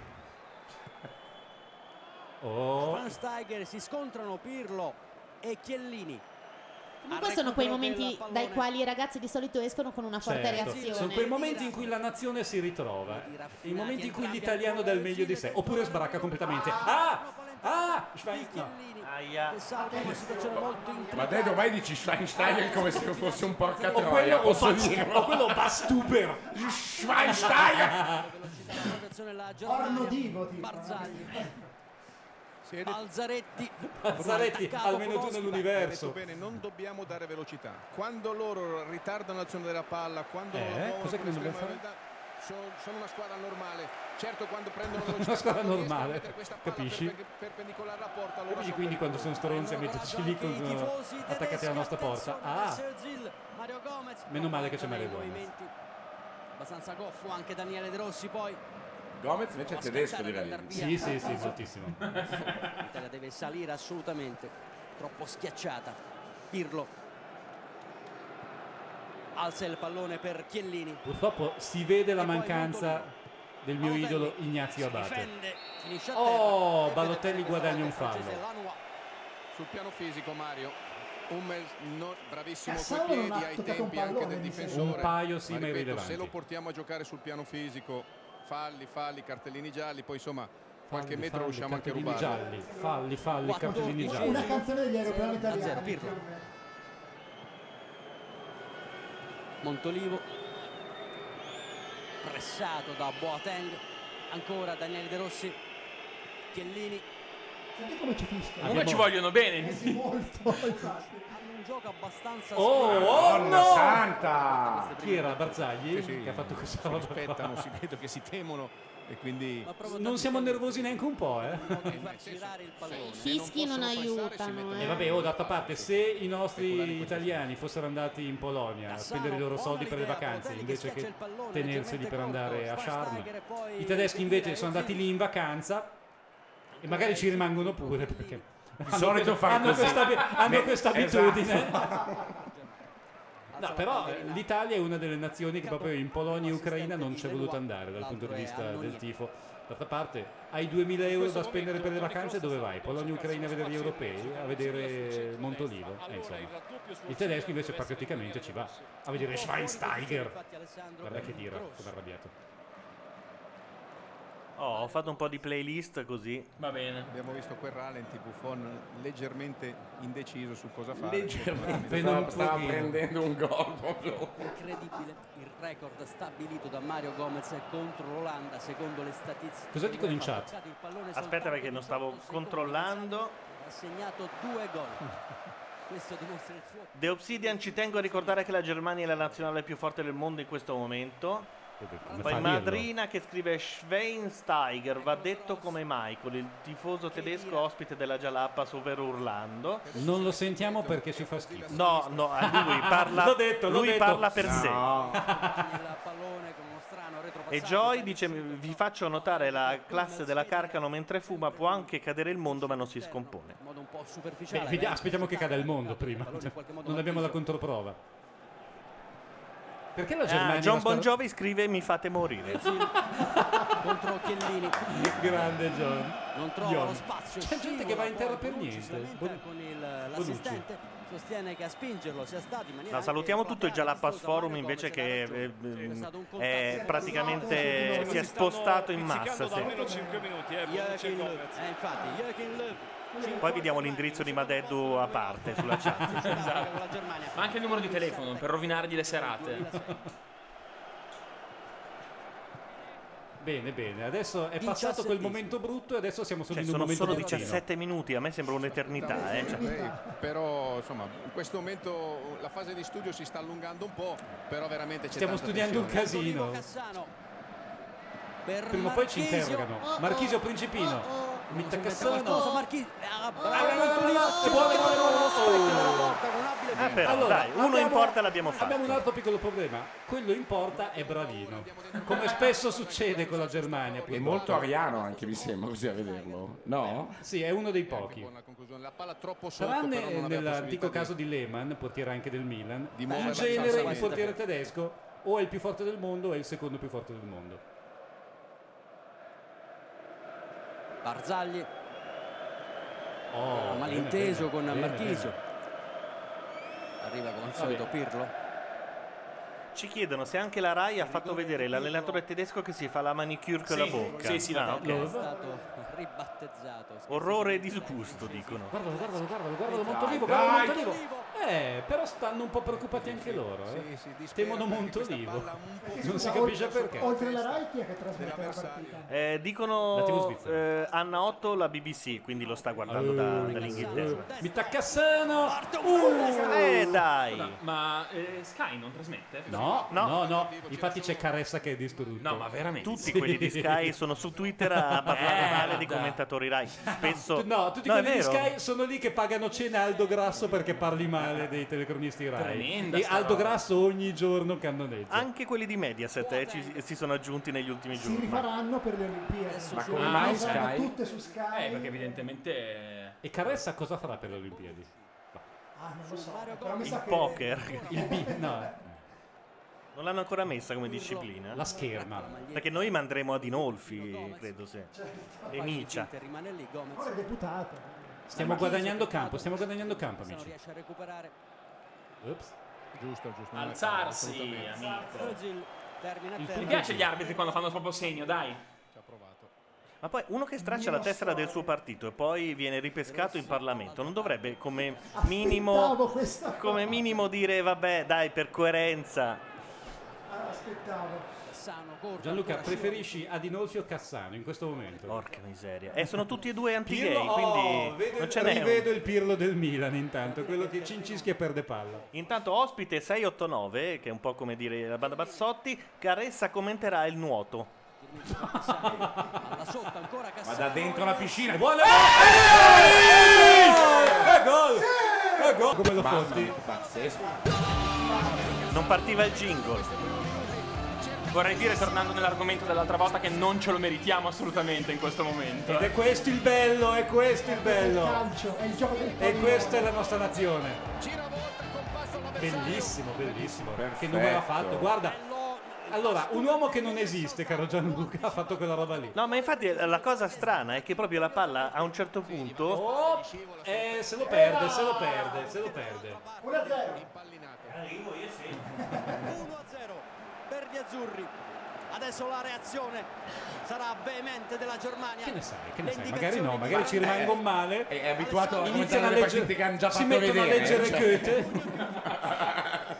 Oh.
Schweinsteiger, si scontrano Pirlo e Chiellini.
Comunque sono quei momenti dai quali i ragazzi di solito escono con una forte
Certo,
reazione.
sono quei momenti in cui la nazione si ritrova, i momenti in cui l'italiano dà il meglio di sé, oppure sbaracca completamente. Ah! Ah! Schwein- no.
Aia.
Una situazione molto
Ma te ormai dici Schweinsteiger come se fosse un porca
O quello
troia,
o,
posso
Bas-
dirlo?
o quello Bastuber.
Schweinsteiger!
Orno divo, tipo.
Barzagli.
Sì,
Balzaretti.
Bazzaretti,
Attaccato
almeno tu
Podolski.
nell'universo.
Hai detto bene, non dobbiamo dare velocità. Quando loro ritardano l'azione della palla, quando
Eh,
non la muovono
cos'è che
con
non dobbiamo
estrema
fare?
velocità, sono, sono una squadra normale. Certo, quando prendono velocità,
Una squadra
quando riescono a
normale,
mettere questa palla
capisci?
per- perpendicolare alla porta, allora
Capisci
sono
quindi quando sono stronzi a metterci lì con, attaccati alla nostra porta? Ah!
Mario Gomez.
Meno male che c'è Mario
Nei
Gomez.
movimenti. Abbastanza goffo anche Daniele De Rossi poi.
Gomez invece è tedesco, direi.
Sì, sì, sì, moltissimo.
L'Italia deve salire assolutamente. Troppo schiacciata. Pirlo. Alza il pallone per Chiellini.
Purtroppo si vede la mancanza del mio idolo Ignazio Abate.
Difende, finisce a terra.
Oh,
E
Balotelli
vede
guadagna un
francese
fallo.
Lanois.
sul piano fisico Mario. Hummels non, bravissimo
Cassano
coi
non
piedi
ha
ai
toccato un
tempi anche
pallone,
del
mi sembra.
difensore.
Un paio sì, ma
ripeto,
irrilevanti.
se lo portiamo a giocare sul piano fisico, falli, falli, cartellini gialli, poi insomma qualche
Falli,
metro
falli,
riusciamo anche a
cartellini
rubarlo.
gialli, falli, falli, cartellini
Una
gialli.
canzone degli aeroplani
a zero,
italiani.
Pirlo. Montolivo pressato da Boateng, ancora Daniele De Rossi, Chiellini.
Senti come ci fischia.
Comunque ci vogliono bene.
Eh sì, molto, infatti.
Hanno un gioco abbastanza
Oh, oh
Madonna
no!
santa!
Chi era Barzagli
Sì, sì,
che ha fatto questa
si
roba?
rispettano,
qua?
si vedo che si temono e quindi
Ma proprio
Non siamo nervosi neanche un po', eh?
modo di far girare il pallone.
I fischi non aiutano.
E
Eh.
vabbè, oh, d'altra parte, se i nostri italiani fossero andati in Polonia a spendere i loro soldi per le vacanze invece che tenerseli per andare a Sharm, i tedeschi invece sono andati lì in vacanza e magari ci rimangono pure perché
Di solito fanno
hanno
così.
questa, abi- hanno
Ne-
questa
esatto.
abitudine. No, però eh, l'Italia è una delle nazioni che proprio in Polonia e Ucraina non c'è voluto andare dal punto di vista del tifo. D'altra parte, hai duemila euro da spendere per le vacanze, dove vai? Polonia e Ucraina a vedere gli europei? A vedere Montolivo? Eh, insomma. Il tedesco invece praticamente ci va a vedere Schweinsteiger. Guarda che tira, come arrabbiato.
Oh, ho fatto un po' di playlist così.
Va bene.
abbiamo visto quel rallenti, Buffon leggermente indeciso su cosa fare.
Leggermente
Appena un
stava, stava
pochino.
prendendo un gol proprio.
Incredibile il record stabilito da Mario Gomez contro l'Olanda secondo le statistiche.
Cosa dicono in chat?
Il pallone
Aspetta
soltanto
perché non stavo
diciotto secondi.
controllando.
Ha segnato due gol. Questo dimostra il suo.
The Obsidian, ci tengo a ricordare che la Germania è la nazionale più forte del mondo in questo momento.
Come
Poi
fa a dirlo?
Madrina che scrive Schweinsteiger, va detto come Michael, il tifoso tedesco ospite della Jalapas, ovvero Urlando.
Non lo sentiamo perché ci fa schifo.
No, no, a lui parla,
L'ho detto, l'ho
lui
detto.
parla per sé.
No.
Il pallone con uno strano retropassaggio.
E Joy dice: vi faccio notare la classe della Carcano mentre fuma, può anche cadere il mondo ma non si scompone.
In modo un po'
Beh,
superficiale.
vediamo- aspetiamo che cada il mondo prima.
Il pallone in qualche modo
Non abbiamo la
l'ha preso.
controprova. Perché la
Ah,
Germania
John
non spara-
Bon Jovi scrive mi fate morire.
contro Chiellini.
Grande John.
Non trova
John.
lo spazio.
C'è gente che va in terra per
Bonucci
niente.
si lamenta
Bon-
con il-
Bonucci.
l'assistente sostiene che a spingerlo sia stato in maniera
No, salutiamo
anche
tutto il
plateale,
Jalapas
vistosa
Forum
Mario
invece
Gomez,
che
ha ragione.
eh,
È stato un
è
contatto
praticamente si è spostato in massa.
Pizzicando da
sì.
almeno cinque minuti, eh, Bonucci e
Joachim Löw.
Gomez.
Eh, infatti, Joachim Löw.
Poi vi diamo l'indirizzo di Madeddu a parte sulla chat.
Esatto. Ma anche il numero di telefono per rovinargli le serate.
Bene, bene. Adesso è passato quel momento brutto e adesso siamo solo
Cioè,
in un
sono
momento
solo
bruttino.
diciassette minuti, a me sembra un'eternità. Eh. Cioè.
Eh, però insomma in questo momento la fase di studio si sta allungando un po', però veramente c'è
Stiamo
tanta
studiando un
tensione.
casino. Prima o poi ci interrogano. Marchisio Principino. Mitta Cassano.
Marchisio.
Ah, però,
Allora,
dai, uno
abbiamo-
in porta l'abbiamo fatto.
Abbiamo un altro piccolo problema. Quello in porta è bravino. Come spesso succede con la Germania.
È molto ariano anche, mi sembra, così a vederlo. No?
Sì, è uno dei pochi.
La palla troppo sotto, però
Tranne
non aveva
nell'antico
possibilità
caso di Lehmann, portiere anche del Milan,
Di
in
muovere
genere
abbastanza
il
bene.
portiere tedesco o è il più forte del mondo o è il secondo più forte del mondo.
Barzagli.
Oh,
malinteso
bene,
con
bene,
Marchisio.
bene.
Arriva come al solito
Vabbè.
Pirlo.
Ci chiedono se anche la Rai ha fatto vedere l'allenatore tedesco che si fa la manicure con
Sì,
la bocca.
sì, sì,
Ah,
l'ha
ok.
È stato ribattezzato.
Orrore e disgusto, dicono.
Guardalo, guardalo, guardalo, guardalo
Dai,
Montolivo,
dai.
guardalo Montolivo. Eh, però stanno un po' preoccupati anche loro, eh. Temono Montolivo. Non si capisce perché.
Oltre la Rai chi è che trasmette la partita?
Eh,
La
dicono
tivù svizzera.
eh, Anna otto la B B C, quindi lo sta guardando da- dall'Inghilterra.
Mitta Cassano.
Eh dai!
Ma eh, Sky non trasmette?
No, no, no, infatti c'è Caressa che è distrutto.
No, ma veramente?
Tutti quelli di Sky sono su Twitter a parlare
Eh,
male dei
dai.
commentatori Rai. Spesso.
No, tutti
No, è
quelli di
vero.
Sky sono lì che pagano cena a Aldo Grasso perché parli male dei telecronisti Rai.
Tremenda
E
sta
Aldo
roba.
Grasso ogni giorno cannoneggia.
Anche quelli di Mediaset eh, ci, si sono aggiunti negli ultimi
Si
giorni.
rifaranno per le Olimpiadi.
Ma
Sì,
come
sì,
mai
saranno
Sky?
tutte su Sky.
Eh, perché evidentemente...
E Caressa cosa farà per le Olimpiadi?
Ah, non lo so. Però mi sa
Il
che-
poker.
Il B, no.
Non l'hanno ancora messa come disciplina?
La scherma.
Perché noi mandremo Adinolfi, credo, sì. E Micia.
Rimane lì Gomez.
Ora è deputato.
Stiamo guadagnando campo, stiamo guadagnando campo,
Non
amici.
riesce a recuperare.
Ops.
Giusto, giusto.
Alzarsi,
Assolutamente.
amico.
Özil termina a
Mi
terra.
piace gli arbitri quando fanno proprio segno, dai.
Ma poi uno che straccia la tessera del suo partito e poi viene ripescato in Parlamento, non dovrebbe come minimo,
Aspettavo questa cosa.
come minimo dire vabbè dai per coerenza.
Ah, aspettavo.
Cassano, corto,
Gianluca,
ancora
preferisci Adinolfi o Cassano in questo momento?
Porca miseria. E sono tutti e due anti-gay,
Pirlo,
quindi
oh, vedo,
non ce n'è un-
rivedo il Pirlo del Milan intanto, quello che cincischia e perde palla.
Intanto ospite sei otto nove, che è un po' come dire la banda Bassotti, Caressa commenterà il nuoto.
alla sotto ancora
Ma
Cassano.
da dentro la piscina.
Buona È gol! È gol! Come lo
Mamma
fotti?
mia, pazzesco.
Non partiva il jingle.
Vorrei dire, tornando nell'argomento dell'altra volta, che non ce lo meritiamo assolutamente in questo momento.
Ed è questo il bello, è questo il
Il
bello.
calcio, è il gioco del
E
pallone.
questa è la nostra nazione. Bellissimo, bellissimo. Che numero ha fatto? Guarda. Allora, un uomo che non esiste, caro Gianluca, ha fatto quella roba lì.
No, ma infatti la cosa strana è che proprio la palla a un certo punto
Oh, eh, se lo perde, se lo perde, se lo perde.
uno a zero.
uno a zero per gli azzurri. Adesso la reazione sarà veemente della Germania.
Che ne sai, che ne
Le
sai?
indicazioni
Magari no,
di
magari ci
Varane.
rimangono male.
È, è abituato a
Iniziano
commentare
a
le
leggere,
partite che hanno già
si
fatto
mettono
vedere.
a leggere
cioè.
Goethe.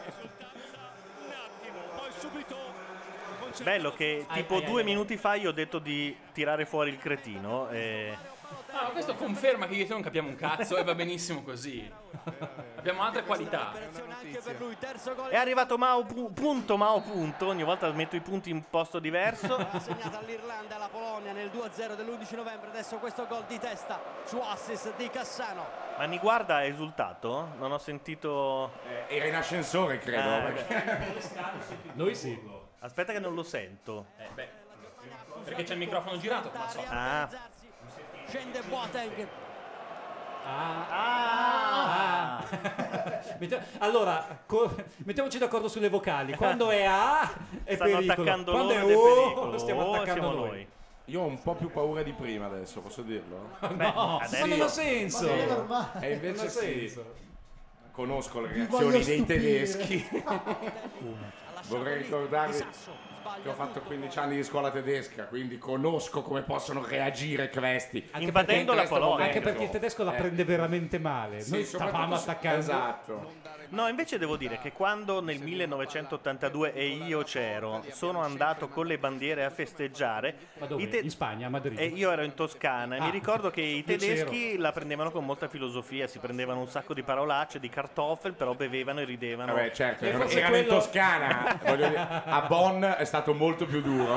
bello che
Ai,
tipo
ai,
due
ai,
minuti fa io ho detto di tirare fuori il cretino e...
No, ma questo conferma che io e te non capiamo un cazzo e va benissimo così. Abbiamo altre qualità.
Anche per lui, terzo gol.
È arrivato Mao pu- punto Mao punto, ogni volta metto i punti in un posto diverso.
Ha segnato all'Irlanda e alla Polonia nel due a zero dell'undici novembre. Adesso questo gol di testa su assist di Cassano.
Ma Niguarda ha esultato? Non ho sentito...
Eh, Era in ascensore, credo.
Ah,
perché-
Noi sì.
Aspetta che non lo sento.
Eh, beh, perché c'è il microfono girato, come al solito.
Ah,
Scende Boateng.
Ah. Metti- Allora, co- mettiamoci d'accordo sulle vocali. Quando è A è
Stanno
pericolo.
attaccando
Quando
loro
è
ed è
O
pericolo.
stiamo
O
attaccando
siamo
noi.
noi.
Io ho un po' più paura di prima adesso, posso dirlo?
No,
adesso-
ma non ha senso.
Ma non è normale.
E invece
Non ha
sì.
senso.
Conosco le
Vi
reazioni
voglio
dei
stupire.
tedeschi. Vorrei ricordarvi che ho fatto quindici anni di scuola tedesca, quindi conosco come possono reagire questi.
Invadendo la Polonia.
Anche perché il tedesco la
Eh.
prende veramente male.
Sì,
Noi
soprattutto
stavamo
se-
attaccando.
Esatto.
No, invece devo dire che quando nel millenovecentottantadue, e io c'ero, sono andato con le bandiere a festeggiare.
Ma dove?
i te-
In Spagna, a Madrid.
E io ero in Toscana e
Ah,
mi ricordo che i
io
tedeschi la prendevano con molta filosofia, si prendevano un sacco di parolacce, di kartoffel, però bevevano e ridevano.
Vabbè, certo,
E
erano,
forse
erano in
quello-
Toscana, voglio dire, a Bonn è stato molto più duro.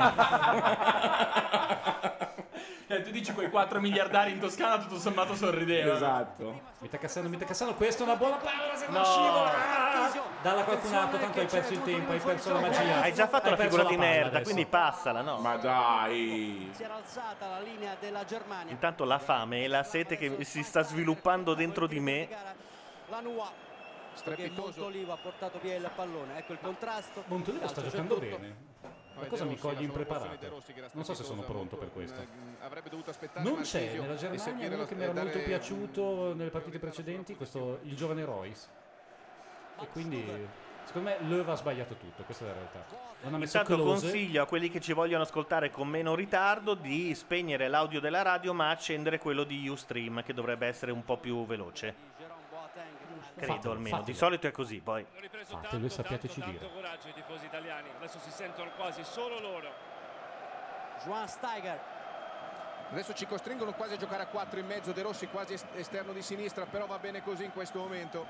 Eh, tu dici quei quattro miliardari in Toscana tutto sommato sorridevano.
Esatto.
Mette Cassano, mette Cassano, questa è una buona palla, se non
No.
scivola. Ah! Dalla a qualcun altro, tanto hai perso il tempo, hai perso la magia.
Hai già fatto
Hai
la
perso
figura di
palla
merda,
adesso.
quindi passala, no?
Ma dai.
Si era alzata la linea della Germania.
Intanto la fame e la sete che si sta sviluppando dentro di me.
La Nua. Perché Montolivo ha portato via il pallone. Ecco il contrasto.
Montolivo sta
Calcio
giocando
c'è tutto.
bene. Ma cosa mi coglie impreparato? Non so se sono pronto per questo.
Avrebbe dovuto aspettare
Non c'è
Marchisio
nella
e
Germania
seguire
uno
lo-
che mi era
e dare-
molto piaciuto nelle partite precedenti, questo, il giovane Royce. E quindi, secondo me, Löw ha sbagliato tutto, questa è la realtà. Non ha messo
Intanto
Klose.
consiglio a quelli che ci vogliono ascoltare con meno ritardo di spegnere l'audio della radio ma accendere quello di Ustream, che dovrebbe essere un po' più veloce. Credo
Fatelo,
almeno,
fatelo.
di solito è così poi.
Hanno ripreso
Fatelo
tanto,
e sappiateci
tanto,
dire.
tanto coraggio i tifosi italiani. Adesso si sentono quasi solo loro.
Juan Steiger.
Adesso ci costringono quasi a giocare a quattro in mezzo, De Rossi quasi est- esterno di sinistra, però va bene così in questo momento.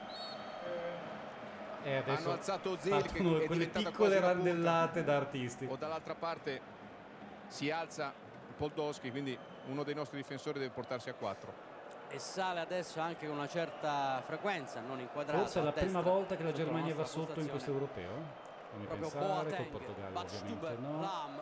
E adesso
Hanno alzato Zil,
fatto
che
uno-
è
quelle
diventata
piccole
quasi una punta.
randellate da artisti.
O dall'altra parte si alza Poldowski, quindi uno dei nostri difensori deve portarsi a quattro.
E sale adesso anche con una certa frequenza, non inquadrato.
Forse è
a
la
destra,
prima volta che la
sotto
Germania va
nostra
sotto in questo
postazione.
europeo? Fammi
Proprio
pensare, col
Boateng,
Portogallo
Badstuber,
ovviamente no.
Lahm.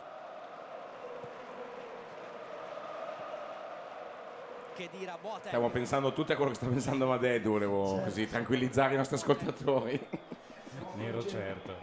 Che dirà Boateng.
Stiamo pensando tutti a quello che sta pensando Madeddu, volevo così tranquillizzare i nostri ascoltatori.
Nero certo.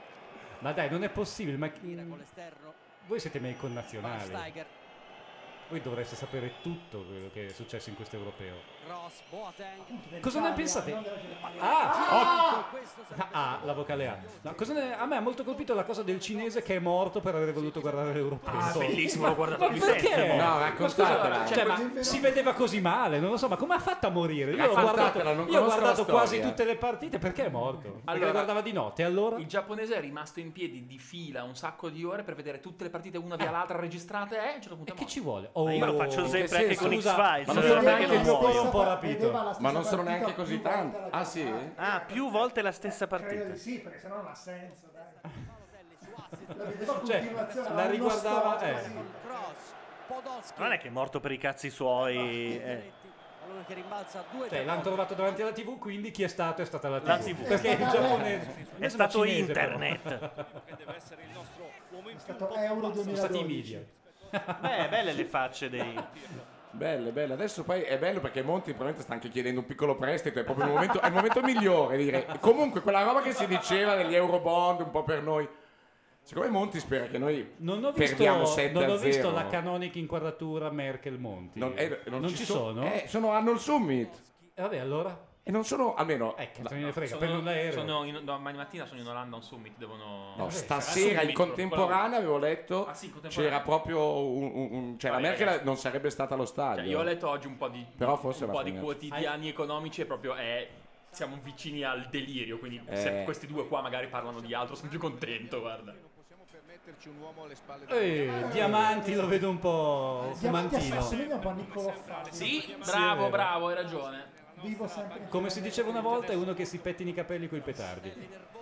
Ma dai, non è possibile, ma chi-
Con l'esterno.
voi siete miei
Van
connazionali.
Steiger.
Voi dovreste sapere tutto quello che è successo in questo europeo.
Ross, Boateng.
Cosa ne pensate?
Non della Germania.
Ah!
Questo sarebbe
Ah, la vocale A. No, cosa ne- a me ha molto colpito la cosa del cinese che è morto per aver voluto guardare l'europeo.
Ah, bellissimo, l'ho guardato
Ma
di
perché?
senso.
No, raccontatela.
Cioè, ma si vedeva così male, non lo so, ma come ha fatto a morire? Io ho
Raccontatela,
guardato,
non
io ho
conosco
guardato
la
quasi
storia.
tutte le partite, perché è morto? Perché
Allora-
le guardava di notte, e allora?
Il giapponese è rimasto in piedi di fila un sacco di ore per vedere tutte le partite una via l'altra registrate e a un certo punto
E
è
che
morto.
ci vuole?
Ma io lo faccio
Oh,
sempre
che
anche
senso?
con
Scusa,
X-Files.
ma non
eh,
sono
perché
neanche
non
io
muoio.
un po' rapito.
Vedeva la stessa
Ma non sono
partita
neanche così
più volte
tanti.
alla
Ah sì?
Germania.
Ah, più volte la stessa
Credo
partita.
di sì, perché sennò non ha senso, dai. La vedevo a
Cioè,
continuazione,
la
ma uno
riguardava,
storto,
eh.
sì.
Cross, Podolski.
Non è che è morto per i cazzi suoi. eh.
Pallone che rimbalza a due.
Cioè, l'hanno trovato davanti alla tivù, quindi chi è stato è stata la tivù.
La tivù.
Perché il giapponese
È stato
cinese, però.
internet.
Che deve essere il nostro uomo in
È
più.
stato Euro
Sono stati i
duemiladodici.
media.
Beh, belle le facce dei.
Belle, belle. Adesso poi è bello perché Monti probabilmente sta anche chiedendo un piccolo prestito, è proprio il momento, è il momento migliore di dire. Comunque quella roba che si diceva degli Eurobond un po' per noi. Secondo me Monti spera che noi
Non ho
perdiamo
visto,
sette
non ho
a
visto
zero.
la canonica inquadratura Merkel-Monti.
Non, eh,
non ci
so-
sono?
eh, sono hanno il summit.
E vabbè, allora?
E non sono, almeno.
Eh, cazzo me ne frega,
Sono,
prendo l'aereo.
sono in, domani mattina sono in Olanda a un summit, devono...
No,
Eh,
stasera in
summit,
contemporanea avevo letto
Ah, sì, in contemporanea.
c'era proprio un, un- un- cioè la
Vabbè,
Merkel
ragazzi.
non sarebbe stata allo stadio.
Cioè, io ho letto oggi un po' di,
Però forse
un
va
po' di
finito.
quotidiani economici e proprio è... Siamo vicini al delirio, quindi se
Eh.
questi due qua magari parlano di altro sono più contento, guarda.
Non possiamo permetterci un uomo alle spalle
Eh, Diamanti lo vedo un po'
Diamanti
fumantino.
assomiglia un po' a Niccolò Fabio.
Sì,
è
bravo,
vero.
bravo, hai ragione.
Vivo sempre in
Come si diceva una volta, è uno che si pettina i capelli coi petardi.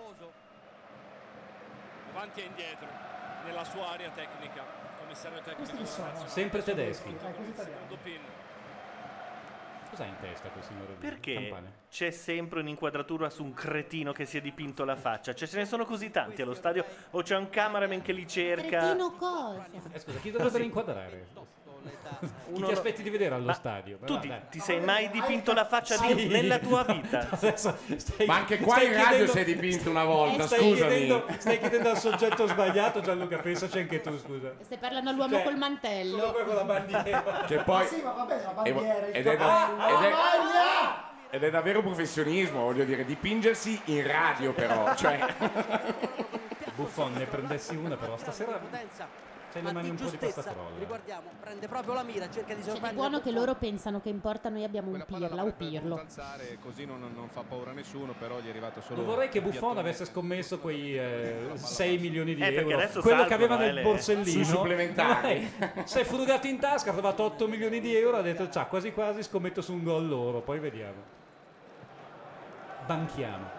Avanti e indietro nella sua area tecnica. Commissario tecnico.
Questi chi
della
sono?
nazionale.
Sempre tedeschi.
Eh, così italiano.
Secondo pin.
Cos'ha in testa quel signore? lì?
Perché
Campane.
c'è sempre un'inquadratura su un cretino che si è dipinto la faccia? Cioè, ce ne sono così tanti allo stadio? O c'è un cameraman che li cerca?
Cretino cosa?
Eh, scusa, chi dovrebbe inquadrare? Chi ti aspetti di vedere allo
Ma
stadio?
Tu
Però,
ti,
dai.
ti sei mai dipinto la faccia
Sì.
di, nella tua vita?
Adesso stai-
Ma anche qua
stai
in radio
chiedendo-
si è dipinto una volta,
stai
scusami.
Chiedendo, stai chiedendo al soggetto sbagliato, Gianluca, pensaci anche tu, scusa.
Stai parlando all'uomo
Cioè,
col mantello.
con la bandiera.
Che poi...
Ma sì, ma vabbè, la
e-
bandiera, il
ed, è da-
cappello,
ed è-
la maglia!
ed è davvero professionismo, voglio dire, dipingersi in radio però, cioè...
Buffon, ne prendessi una però stasera c'hai le mani un po' di pastatrolla.
Ricordiamo, prende proprio la mira, cerca di
C'è di
sorprendere.
buono che loro pensano che importa noi abbiamo un pirla o pirlo.
alzare, così non, non fa paura a nessuno, però gli è arrivato solo
Non vorrei che
un
Buffon
piattone.
avesse scommesso quei eh, sei milioni di
Eh, perché
euro.
adesso
Quello che
salgono,
aveva
eh,
nel
le-
borsellino.
Su supplementari.
Eh, si è frugato in tasca, ha trovato otto milioni di euro, ha detto ciao, quasi quasi scommetto su un gol loro, poi vediamo. Banchiamo.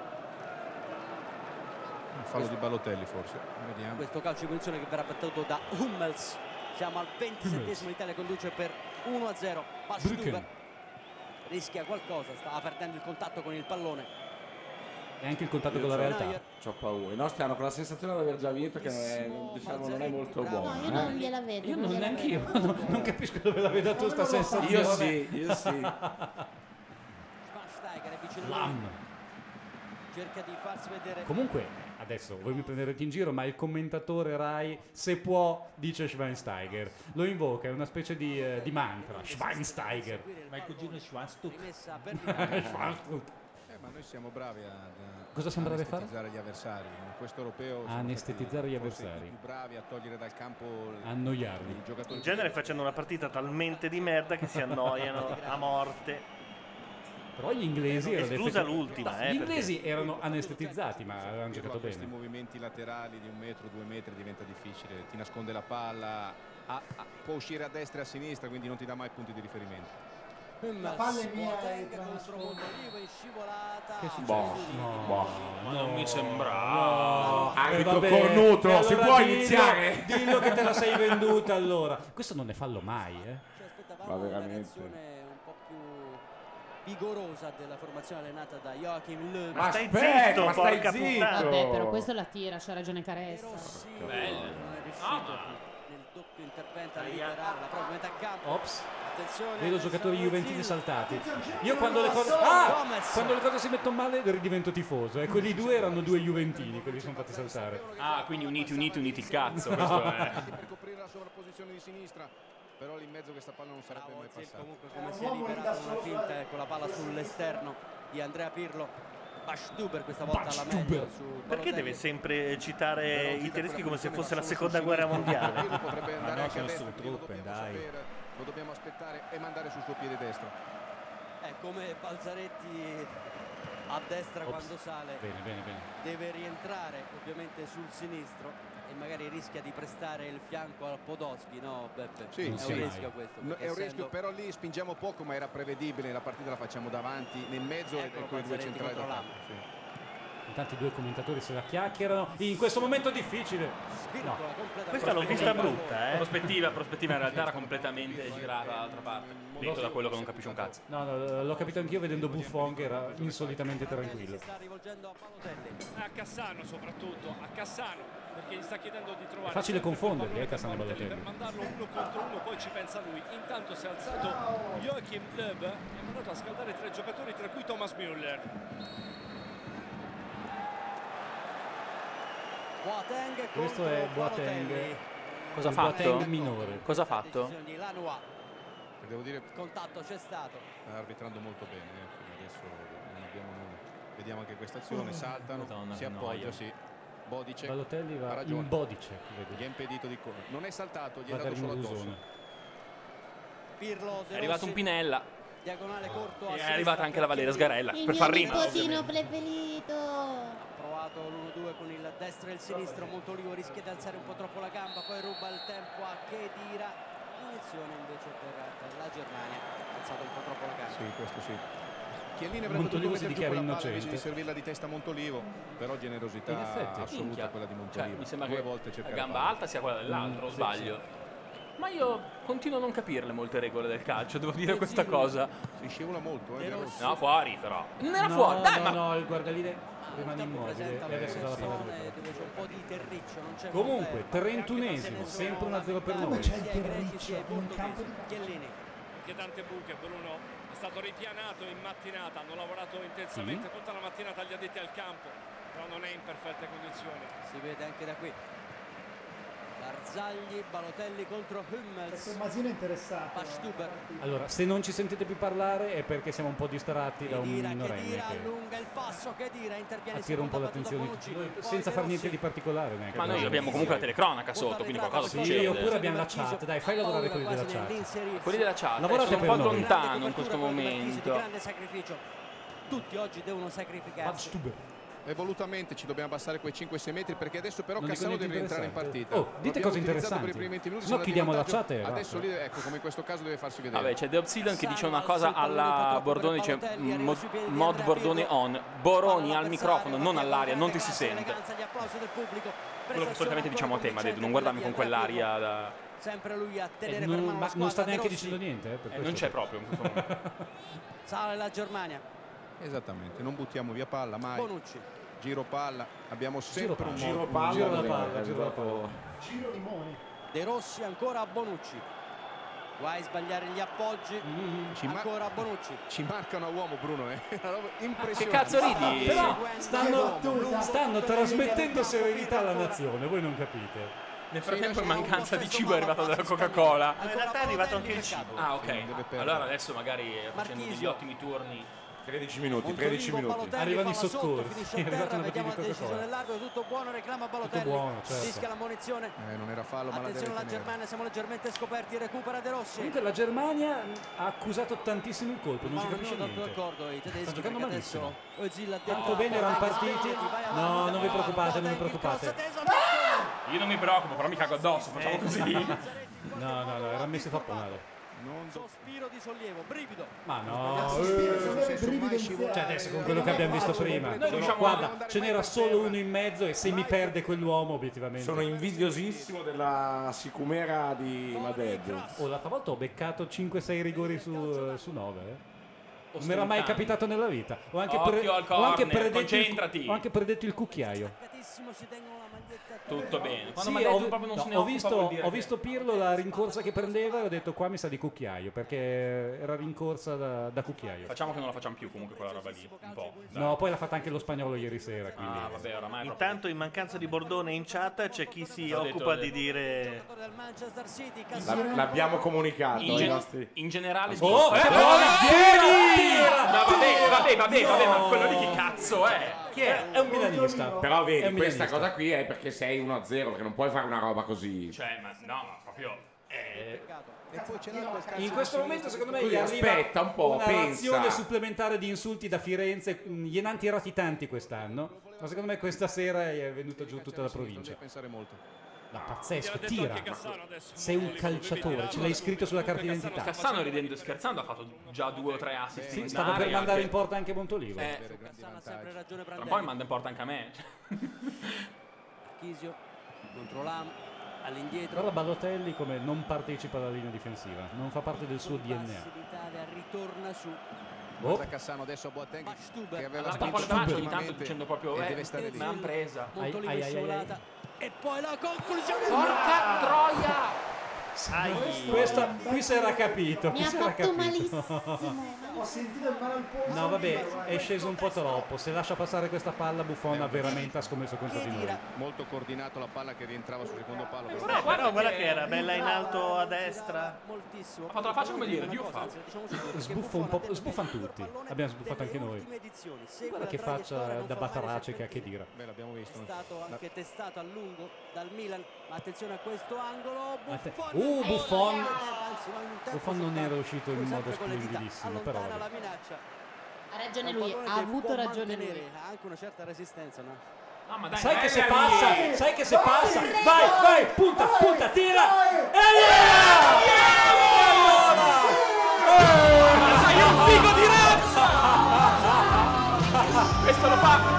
Un fallo di Balotelli forse, vediamo.
Questo calcio di punizione che verrà battuto da Hummels. Siamo al ventisettesimo, l'Italia conduce per uno a zero. Baststuber
Brücken.
rischia qualcosa, stava perdendo il contatto con il pallone.
E anche il contatto
Io
con la
c'ho-
realtà.
C'ho paura. I nostri hanno quella sensazione di aver già vinto che non è, diciamo, non è molto
No,
buona.
io
eh.
non gliela vedo.
Io non
gliela
neanche
vedo.
io, non, non capisco dove la veda tu sta sensazione.
Io sì, io sì.
Schweinsteiger è vicino a lui,
Lam.
cerca di farsi vedere.
Comunque, adesso voi mi prenderete in giro, ma il commentatore Rai, se può, dice Schweinsteiger. Lo invoca, è una specie di, eh, di mantra. Schweinsteiger.
Ma il cugino è Schwanstuck.
Rimessa per l'Italia.
Schweinsteiger.
Eh, ma noi siamo bravi a, a
Cosa siamo bravi a fare?
anestetizzare gli avversari. In questo europeo siamo
Anestetizzare
stati
gli
forse
avversari.
i più bravi a togliere dal campo il-
Annoiarli.
i giocatori.
In genere facendo una partita talmente di merda che si annoiano a morte.
Però gli inglesi erano
Esclusa
effetti-
l'ultima,
No,
eh,
Gli
perché-
inglesi erano anestetizzati, ma avevano
Però
giocato
questi
bene.
movimenti laterali di un metro, due metri diventa difficile. Ti nasconde la palla, ha- ha- può uscire a destra e a sinistra, quindi non ti dà mai punti di riferimento.
La palla è mia,
Boateng
è
contro Montolivo in scivolata.
Che succede?
Boh,
No,
boh.
Ma non mi sembra.
No.
Arbitro
Eh, vabbè,
cornuto,
e allora
si può
dillo-
iniziare?
Dillo che te la sei venduta allora. Questo non ne fallo mai, eh.
Ci aspettavamo
Ma
una
veramente.
reazione un po' più vigorosa della formazione allenata da Joachim Löw.
Ma
stai
aspetta,
zitto,
ma stai
porca
zitto.
puttana.
Vabbè, però questo la tira, c'ha ragione
De
Caressa.
Rossi
Bella.
non è riuscito
Ah, ma-
nel doppio intervento a liberare la propria metà campo.
Ops.
Attenzione,
Vedo giocatori
Samuel
juventini
Zil.
saltati. Io quando le cose ah!
Gomez.
Quando le cose si mettono male ridivento tifoso. E quelli due erano due juventini, quelli sono fatti saltare.
Ah, quindi uniti, uniti, uniti il cazzo. Questo è.
Per coprire la sovrapposizione di sinistra, però lì in mezzo questa palla non sarebbe mai
Zil
passata.
comunque come si è liberato una finta con la palla sull'esterno di Andrea Pirlo. Baststuber questa volta alla meglio su
Perché
Balotelli.
deve sempre citare i tedeschi come se fosse la seconda guerra mondiale?
Pirlo potrebbe andare
no,
anche a
sono
destra,
sul
quindi lo
truppe,
dobbiamo
dai.
sapere, lo dobbiamo aspettare e mandare sul suo piede destro.
È come Balzaretti a destra
Ops.
quando sale.
Bene, bene, bene.
Deve rientrare ovviamente sul sinistro e magari rischia di prestare il fianco al Podolski, no Beppe?
Sì,
è
non
un
sia mai.
rischio questo.
No,
perché
è un
essendo-
rischio, però lì spingiamo poco, ma era prevedibile. La partita la facciamo davanti, nel mezzo e
Eccolo
con i due
Balzaretti
centrali
contro
d'attacco. Sì.
Intanto i due commentatori se la chiacchierano in questo momento difficile.
Svirgola completamente.
Questa l'ho vista brutta, eh.
Prospettiva, prospettiva in realtà era completamente girata dall'altra parte. Detto da quello che non capisce un cazzo.
No, no, l'ho capito anch'io vedendo Buffon che era insolitamente
Si
tranquillo.
sta rivolgendo a Balotelli.
A Cassano soprattutto, a Cassano, perché gli sta chiedendo di trovare
È facile
sempre
confonderli,
più
eh, Cassano e
Balotelli.
Balotelli.
Per mandarlo uno contro uno, poi ci pensa lui. Intanto si è alzato Joachim Löw e ha mandato a scaldare tre giocatori, tra cui Thomas Müller.
Boateng
Questo
contro
è Boateng.
Balotelli.
Cosa ha
Il
fatto?
Boateng minore.
Cosa ha fatto?
Decisione di Lanois.
E devo dire,
Contatto c'è stato.
sta arbitrando molto bene. eh, quindi adesso non abbiamo nulla. Vediamo anche questa azione. Saltano,
Madonna,
si
che
appoggia,
noia.
sì. Bodicek
Balotelli
ha
va
ragione.
in bodicek,
Gli
vedi.
è impedito di correre. Non è saltato, gli è
Va da
dato solo addosso.
rimorusone.
Pirlo, De
È arrivato
Rossi,
un Pinella.
diagonale corto a
E è
sinistra
arrivata anche la
per
Valeria
Chiellini.
Sgarella
Il
per
mio
far rima.
nipotino preferito.
Ha provato l'uno due con il destro e il sinistro. Montolivo rischia di alzare un po' troppo la gamba, poi ruba il tempo a Khedira. Punizione invece per la Germania. Ha alzato un po' troppo la gamba.
Sì, questo sì. Chiellini avrebbe
Montolivo
potuto
si
mettere giù
dichiara
quella palla invece
innocente.
di servirla di testa a Montolivo, però generosità
In effetti.
assoluta
Minchia.
quella di
Cioè,
Montolivo.
mi sembra
Due
che
volte
la
cerca la
gamba
palla.
alta sia quella dell'altro, o
Mm, sì,
sbaglio? Ma io continuo a non capirle molte regole del calcio, devo dire questa cosa.
Si scevola molto, eh, De Rossi.
No, fuori però. Non era
No,
fuori, dai,
no,
ma
no, il guardaline. rimane
campo
immobile
presenta
e adesso dà la palla
un'azione
dove
dove c'è un po' di terriccio, non c'è
Comunque,
molta erba.
trentunesimo, sempre uno a zero per
Come
noi.
c'è il terriccio in un campo di
Chiellini.
Che Dante Buche, Bruno è stato ripianato in mattinata, hanno lavorato intensamente tutta la mattinata gli addetti al campo, però non è in perfette condizioni.
Si vede anche da qui. Barzagli, Balotelli contro Hummels.
Tommasino è interessato.
Bastüber.
Allora, se non ci sentite più parlare è perché siamo un po' distratti da un
Che
minorenne
dira,
che
allunga il passo, che dira, interviene
attira un po'
seconda battuta
l'attenzione di tutti
Bonucci,
noi,
poi
senza
De
far niente
Rossi.
di particolare neanche.
Ma noi abbiamo comunque la telecronaca sotto, quindi qualcosa
Sì,
succede.
oppure abbiamo la chat, dai, fai lavorare quelli della chat.
Quelli della chat eh,
Lavorate
sono un
per
po'
noi.
lontano in questo
Di
momento.
grande sacrificio. Tutti oggi devono sacrificarsi.
E volutamente ci dobbiamo abbassare quei cinque sei metri perché adesso però
Non dico
Cassano
niente
deve entrare in
interessante.
partita.
Oh,
Lo
dite
abbiamo
cose
utilizzato
interessanti.
per i primi venti minuti,
Se no
sono
chiudiamo la
andati in
chat e
vantaggio. Adesso
basta.
lì, ecco, come in questo caso deve farsi vedere.
Vabbè, c'è The Obsidian che dice una cosa
Cassano,
alla
troppo
Bordone,
per
dice
Balotelli, arriva
mod,
sui piedi di
mod
Andrea
Bordone
Pirlo.
on, Boroni
Palla
al microfono, non all'aria, non ti si sente.
Eleganza, gli applausi del pubblico.
Quello che solitamente diciamo a te, ma detto, non guardarmi con quell'aria da...
Sempre lui a
Eh,
tenere per
non,
mano
ma
la
non sta
squadra,
neanche
De Rossi.
dicendo niente. Eh, per
Eh,
questo.
non c'è proprio in questo momento.
Sale la Germania.
Esattamente, non buttiamo via palla mai.
Bonucci.
Giro palla, abbiamo
Giro
sempre
palla.
un
Giro
modo.
palla,
Giro la
dove-
palla, giro la palla.
Giro Limoni.
De Rossi ancora a Bonucci. Guai sbagliare gli appoggi.
Ci, ma-
Ancora a Bonucci.
ci marcano a uomo Bruno, eh. Una roba
Che
impressionante.
cazzo ridi?
Però stanno,
battuta.
stanno trasmettendo serenità alla nazione, voi non capite.
Nel frattempo in mancanza di cibo è arrivata della Coca-Cola.
Ma in realtà è arrivato anche il cibo.
Ah,
Sì, non deve
ok.
perdere.
Allora adesso magari eh, facendo degli
Marchisio.
ottimi turni.
tredici minuti,
Montolivo,
tredici minuti.
Balotelli,
Arrivano i
palla sotto,
soccorsi.
finisce
È
a
arrivata
terra,
una
vediamo la
bottiglia di
decisione
Coca-Cola.
dell'arbitro, tutto buono, reclama Balotelli.
buono, certo.
Fischia la munizione.
Eh, non era fallo, ma la deve
Attenzione alla
tenere.
Germania, siamo leggermente scoperti, recupera De Rossi.
Comunque la Germania ha accusato tantissimo il colpo, non
Ma
si
non
capisce
sono
niente.
d'accordo i tedeschi,
Sta giocando
perché
malissimo.
adesso Özil ha detto
Tanto bene erano
vai,
partiti.
vai, vai, vai,
No,
vai,
non vi
vai,
preoccupate, non vi
vai,
preoccupate.
cross teso, attenzione!
Io non mi preoccupo, però mi cago addosso, facciamo così.
No, no, no, era messo troppo male.
Non do-
Sospiro di sollievo, brivido.
Ma no,
Sospiro,
eh.
sollievo,
senso mai
brivido
scivolato.
iniziale.
Cioè adesso con quello che abbiamo visto prima.
Noi
Sono-
diciamo-
guarda, ce n'era solo uno in mezzo e se mi perde quell'uomo obiettivamente.
Sono invidiosissimo della sicumera di Maded.
Oh, l'altra volta ho beccato cinque sei rigori su, su nove. Eh. Non mi era mai
Ostentando.
capitato nella vita. Ho anche,
Occhio al
ho anche
corner,
predetto il,
concentrati.
ho anche predetto il cucchiaio.
Staccatissimo, si tengono la maglietta.
Tutto bene. Quando
Sì,
mi ha detto
ho,
proprio non
no,
se ne
ho
occupa,
visto,
vuol dire
ho
che-
visto Pirlo la rincorsa che prendeva e ho detto qua mi sa di cucchiaio perché era rincorsa da, da cucchiaio.
Facciamo che non la facciamo più comunque quella roba lì. Un po'. dai.
No, poi l'ha fatta anche lo spagnolo ieri sera. Quindi...
Ah, vabbè, oramai proprio-
Intanto in mancanza di Bordone in chat c'è chi si
Ho detto-
occupa
ho
di
detto.
dire
Giocatore del Manchester City,
La-
Cassano.
l'abbiamo comunicato
in,
ai
gen-
nostri...
in generale
Oh,
eh,
eh,
vieni!
tira!
No, vabbè, vabbè, vabbè,
No!
vabbè, ma quello lì che cazzo è? Chi è?
È un milanista.
Però
È un
vedi, questa
milanista.
cosa qui è perché sei uno a zero, perché non puoi fare una roba così.
Cioè, ma no, ma proprio eh,
E poi c'è l'altro calcio
In
di
questo
sinistra.
momento secondo me
Scusi,
gli arriva
aspetta un po',
una
pensa.
razione supplementare di insulti da Firenze. Mm, Gliene hanno tirati tanti quest'anno, ma secondo me questa sera è venuta giù tutta la
Non
provincia.
devi pensare molto.
Ma pazzesco,
Gliel'ha detto
tira.
anche Cassano adesso.
Sei un
Montolivo, devi
calciatore,
tirare.
ce l'hai scritto sulla carta
Comunque
d'identità.
Cassano ridendo e scherzando ha fatto già due o tre assist
Sì,
in
stava per
aria,
mandare
che-
in porta anche Montolivo.
Eh,
Cassano ha sempre ragione
tra un
Prandelli.
po' mi manda in porta anche a me.
Marchisio contro Lam all'indietro.
Guarda Balotelli come non partecipa alla linea difensiva, non fa parte del suo D N
Bassi d'Italia ritorna su.
A.
Guarda
Oh,
Cassano adesso a Boateng
Bastüber.
che aveva
La
spinto
tappa davanti ogni
ultimamente
tanto dicendo proprio
e
eh,
deve stare lì.
mi han presa.
Montolivo
Ai, ai, ai,
scivolata. E poi la conclusione.
Porca troia!
questa qui si era capito.
Mi
qui
ha
si era
fatto
capito.
malissimo.
Ho sentito il male al polso.
No vabbè, è sceso un po' troppo. Se lascia passare questa palla Buffon veramente ha scommesso contro di noi.
Molto coordinato la palla che rientrava sul secondo palo.
Beh, però guarda che era bella in alto a destra.
Moltissimo.
Ha fatto la faccia come dire, Dio fa.
Sbuffa un po', sbuffano tutti. Abbiamo sbuffato anche noi. Guarda che faccia da Batarace che ha che dire.
Beh, l'abbiamo visto.
È stato anche testato a lungo dal Milan, ma attenzione a questo angolo. Buffon.
Uh, Buffon.
Anzi, no, in un tempo
Buffon non
soltanto,
era uscito in
sempre
modo
con le dita,
splendidissimo, però
allontana
vabbè.
la minaccia.
Ha ragione
Un
lui,
pallone
ha
che
avuto
può
ragione
mantenere
lui.
anche una certa resistenza, no?
No, ma dai,
Sai che se
bella
passa,
lì!
sai che se passa. Vai, vai, punta, punta, tira. E via!
Ma sei un figo di razza! Questo lo fa.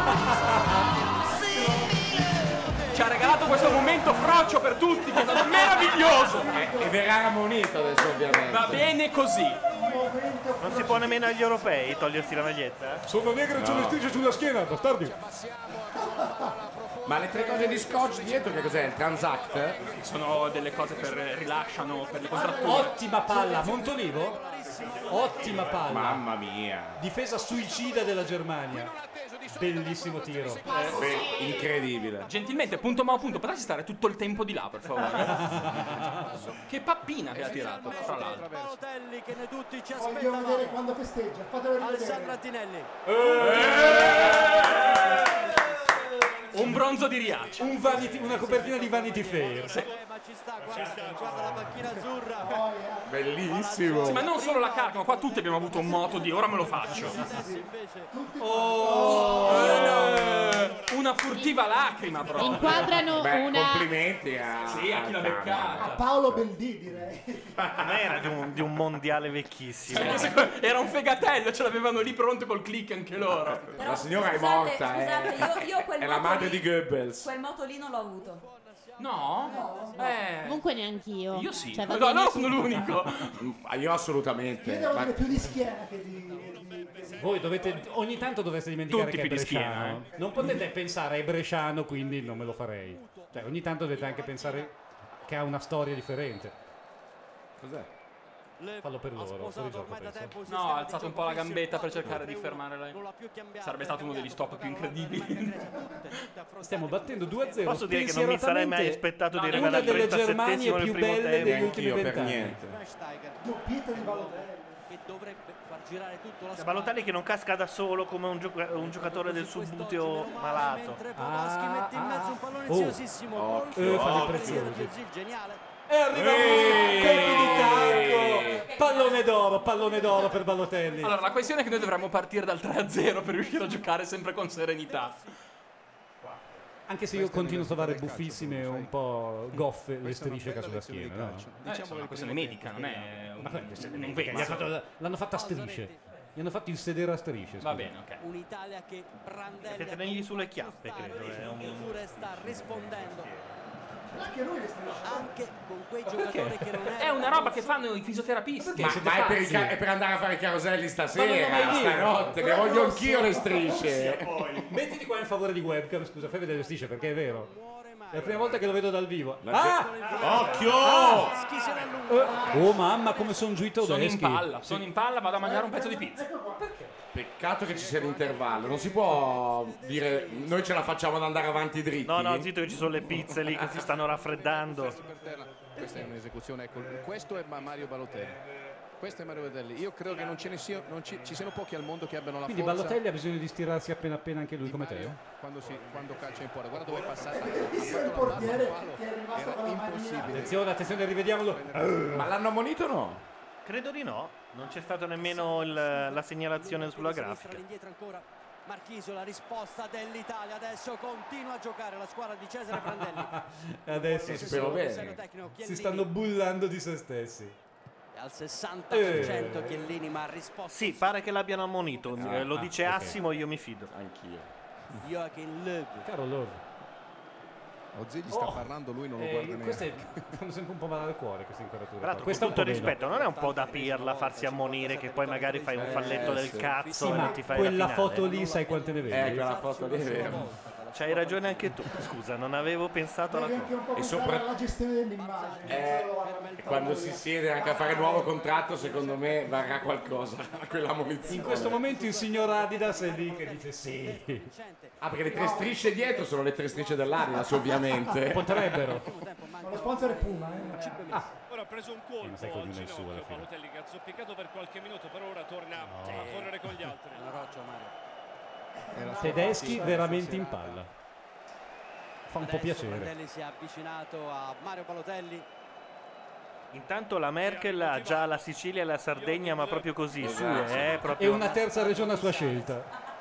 Ci ha regalato questo momento frocio per tutti che è stato meraviglioso.
E verrà ammonito adesso ovviamente.
Va bene così.
Non si può nemmeno agli europei togliersi la maglietta?
Sono negro e c'è
No.
le strisce sulla schiena, bastardi.
Ma le tre cose di scotch dietro che cos'è? Il Transact?
Sono delle cose per rilasciano per le contratture.
Ottima palla, Montolivo. Ottima palla.
Mamma mia.
Difesa suicida della Germania. Bellissimo tiro.
Beh, incredibile.
Gentilmente, punto ma punto, potresti stare tutto il tempo di là, per favore? Che pappina che ha tirato, tra l'altro.
Balotelli che ne tutti ci
Voglio vedere
aspettavamo.
quando festeggia, fatelo
Alessandro
rivedere.
Attinelli.
Un bronzo di Riace.
Un Vanity- una copertina di Vanity Fair.
Eh, ma ci sta, guarda, guarda la panchina azzurra.
Bellissimo.
Sì, ma non solo la carta, ma qua tutti abbiamo avuto un moto di ora me lo faccio.
Invece
Oh, eh, una furtiva lacrima proprio.
Inquadrano
Beh,
una.
complimenti a,
Sì, a chi l'ha
a-
beccata.
Paolo Beldì, direi.
Non era di un, di un mondiale vecchissimo.
Era un fegatello, ce l'avevano lì pronto col click anche loro.
La signora è
Scusate,
morta,
scusate,
eh.
io- io quel
è la
moto
madre
lì-
di Goebbels.
Quel moto lì non l'ho avuto.
No? Eh.
Comunque neanch'io.
Io sì.
Cioè, va
No,
bene
no,
su-
sono l'unico.
Ah, Io assolutamente.
Io devo
Ma-
dire più di schiena che di... di- di-
Voi dovete, ogni tanto dovreste dimenticare
Tutti
che è
più di schiena,
bresciano. Non potete pensare è bresciano, quindi non me lo farei. Cioè, ogni tanto dovete anche pensare che ha una storia differente.
Cos'è?
Fallo per loro, fuori gioco, penso.
No, ha alzato un po' la gambetta per cercare di fermare lei. Sarebbe stato uno degli stop più incredibili.
Stiamo battendo due a zero.
Posso dire che non mi sarei mai aspettato di arrivare
una
al
delle
trentasettesimo
Germanie
del
più
primo
belle
tempo.
degli ultimi
Anch'io, per
vent'anni.
niente.
Doppietta di Balotelli.
che dovrebbe far girare tutto la
Cioè,
squadra.
Balotelli che non casca da solo come un, gioca- un giocatore del subbuteo malato.
Mentre Podolski mette in mezzo un pallone
oh.
ziosissimo.
Occhio,
Eh, fanno
occhio.
preziosi.
Geniale.
E arriva
Eeeh.
colpi di tacco. Pallone d'oro, pallone d'oro per Balotelli.
Allora, la questione è che noi dovremmo partire dal tre a zero per riuscire a giocare sempre con serenità.
Anche se io continuo a trovare buffissime e un po' goffe le strisce che ha sulla schiena. No?
Eh, insomma, una questione medica, non è un,
Ma
non
Gli ha
penso.
fatto- l'hanno fatta a strisce. Gli hanno fatto il sedere a strisce.
Va
scusa.
bene, ok.
Un'Italia che Prandelli
Deve tenergli sulle chiappe, credo. È un...
Chiusure sta rispondendo
Anche lui le strisce.
anche con quei giocatori che non
È una roba che fanno i fisioterapisti.
Ma,
siete
ma è, per i
pazzi?
ca- è per andare a fare i caroselli
Ma non
stasera,
lo mai dire.
stanotte, le voglio anch'io le strisce.
Mettiti qua in favore di webcam, scusa, fai vedere le strisce perché è vero. È la prima volta che lo vedo dal vivo.
La
Ah!
Occhio!
Schi se ne allunga.
Oh mamma, come sono giù i
Sono in
tedeschi.
palla, sono in palla, vado a mangiare un pezzo di pizza.
Peccato che ci sia l'intervallo, non si può dire noi ce la facciamo ad andare avanti dritti.
No, no, zitto che ci sono le pizze lì che si stanno raffreddando.
Per terra. Questa è un'esecuzione, ecco, questo è Ma- Mario Balotelli. Questo è Mario Balotelli. Io credo che non ce ne sia, non ci, ci siano pochi al mondo che abbiano la
Quindi
forza.
Balotelli ha bisogno di stirarsi appena appena anche lui
di
come
Mario
te?
Quando, si, quando calcia in porta, guarda dove è passata. Ha
Il
fatto la
portiere
barba al palo.
che è rimasto
Era
con la
impossibile.
Attenzione, attenzione, rivediamolo.
Ma l'hanno ammonito o no?
Credo di no. Non c'è stata nemmeno il- la segnalazione sulla grafica.
Indietro ancora Marchisio, la risposta dell'Italia adesso continua a giocare la squadra di Cesare Prandelli.
Adesso
Eh,
si,
spero
sono-
bene.
si stanno bullando di se stessi.
Al sessanta per cento
Eh.
Chiellini, ma ha risposto
Sì, pare che l'abbiano ammonito. Eh, Lo
ah,
dice
ok.
Assimo, io mi fido.
Anch'io.
Joachim Löw.
Caro Love.
Ozzy gli sta
Oh.
parlando, lui non lo
Eh,
guarda neanche.
queste fanno sempre un po' male al cuore queste inquadrature.
Tra l'altro,
qua. Questa
con
un
tutto
po'
il
meno.
rispetto, non è un po' da pirla farsi ammonire che poi magari fai un falletto del
sì.
cazzo
Sì,
e
ma
non ti fai
quella
la finale.
foto lì sai quante ne vedi?
Eh, quella foto lì è vero.
C'hai ragione anche tu. Scusa, non avevo pensato alla
Devi anche
cosa.
un po'
E
pensare
sopra-
alla gestione dell'immagine.
Eh,
non solo alla mentalità.
Quando si siede anche a fare il nuovo contratto, secondo me varrà qualcosa quella munizione.
In questo momento il signor Adidas è lì che dice sì.
Ah, perché le tre strisce dietro sono le tre strisce dell'Adidas, ovviamente.
Potrebbero.
Ma lo sponsor è Puma, eh.
Ora ha preso un colpo
ma sai che
al
ognuno è il suo alla
ginocchio
fine.
Balotelli che ha zoppicato per qualche minuto, per ora torna a correre con gli altri.
Una roccia, Mario.
Era solo-
Tedeschi
sì,
veramente
sì,
in
sì.
palla. Fa un po'
Adesso
piacere.
Prandelli si è avvicinato a Mario Balotelli.
Intanto la Merkel ha già la Sicilia e la Sardegna, ma proprio così, sue, eh,
E
proprio.
una terza regione a sua scelta.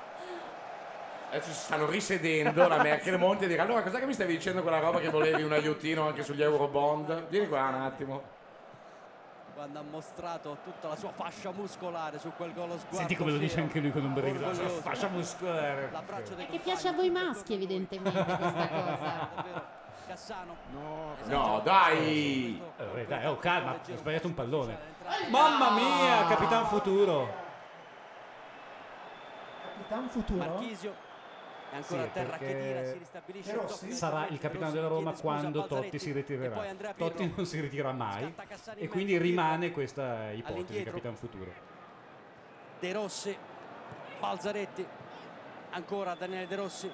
Adesso si stanno risedendo la Merkel e Monti e dire allora cos'è che mi stavi dicendo quella roba che volevi un aiutino anche sugli Eurobond? Vieni qua un attimo.
Quando ha mostrato tutta la sua fascia muscolare su quel gol sguardo.
Senti come lo dice
fiero,
anche lui con un brivido.
orgoglioso.
Fascia muscolare.
L'abbraccio dei
È che
compagni.
piace a voi maschi, evidentemente, questa cosa.
Davvero Cassano.
No,
No, dai!
Eh, dai, oh, calma, ho sbagliato un pallone. Mamma mia, Capitan Futuro.
Capitan Futuro?
Marchisio. E ancora
Sì,
a terra
perché
che tira, si ristabilisce il doppio.
sarà il capitano della Roma quando Totti si ritirerà. Totti non si ritira mai e quindi rimane questa ipotesi, Capitan Futuro.
De Rossi, Balzaretti, ancora Daniele De Rossi,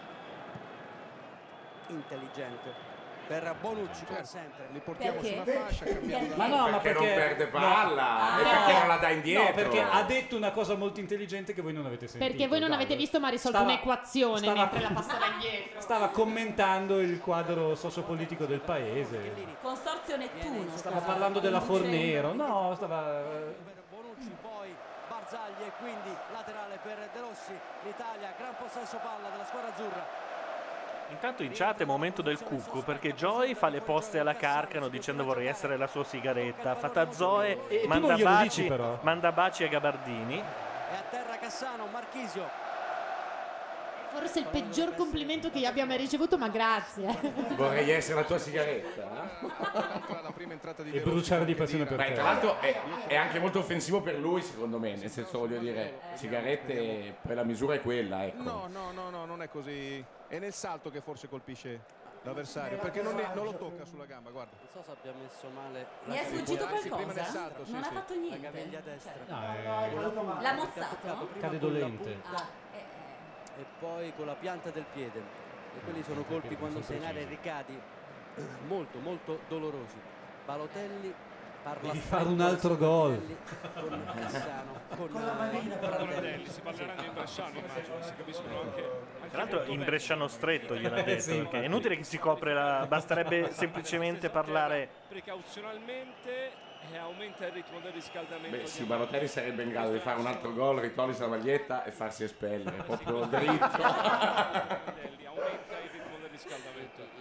intelligente per Bonucci come sempre.
Li portiamo
Perché?
sulla fascia, cambiamo la
Ma no, ma
Perché
perché
non perde palla,
no,
e perché non la dà indietro.
No, perché ha detto una cosa molto intelligente che voi non avete sentito.
Perché voi non
Dai.
avete visto, ma ha risolto
Stava-
un'equazione
stava-
mentre la passava indietro.
Stava commentando il quadro sociopolitico del paese.
Consorzio Nettuno.
Stava parlando della Fornero. No, stava
Bonucci, poi Barzagli e quindi laterale per De Rossi. L'Italia, gran possesso palla della squadra azzurra.
Intanto in chat è momento del cucco perché Joy fa le poste alla Carcano dicendo vorrei essere la sua sigaretta. Fata Zoe
E tu
manda
non glielo
baci,
dici, però.
manda baci a Gabardini.
E a terra Cassano, Marchisio.
Forse il peggior complimento che io abbia mai ricevuto, ma grazie.
Vorrei essere la tua sigaretta.
la prima entrata di
e
De Rossi
bruciare di
che
passione
tira.
per
Beh,
te.
tra l'altro è, è anche molto offensivo per lui, secondo me, nel senso, voglio dire, sigarette, poi la misura è quella, ecco.
No, no, no, no, non è così. È nel salto che forse colpisce l'avversario, perché non, è- non lo tocca sulla gamba, guarda.
Non so se abbia messo male.
Mi è sfuggito
Sì, prima nel
qualcosa?
salto, sì,
Non ha
sì.
fatto
La
niente.
caviglia destra.
No, è-
L'ha mozzato?
Cade dolente.
Ah, eh, eh.
E poi con la pianta del piede. E quelli sono colpi quando sei in area e ricadi molto molto dolorosi. Balotelli parla
Devi fare un altro gol.
con Cassano, con,
Con la manina,
eh,
Prandelli, si parleranno in bresciano, immagino, si capiscono anche.
Tra l'altro in bresciano stretto gliel'ha detto,
Sì,
perché
infatti.
è inutile che si copre la... basterebbe semplicemente parlare.
Precauzionalmente e aumenta il ritmo del riscaldamento.
Beh,
di
sì, Balotelli sarebbe in grado di fare un altro gol, ritogliersi la maglietta e farsi espellere, proprio dritto.
Prandelli, aumenta il ritmo del riscaldamento.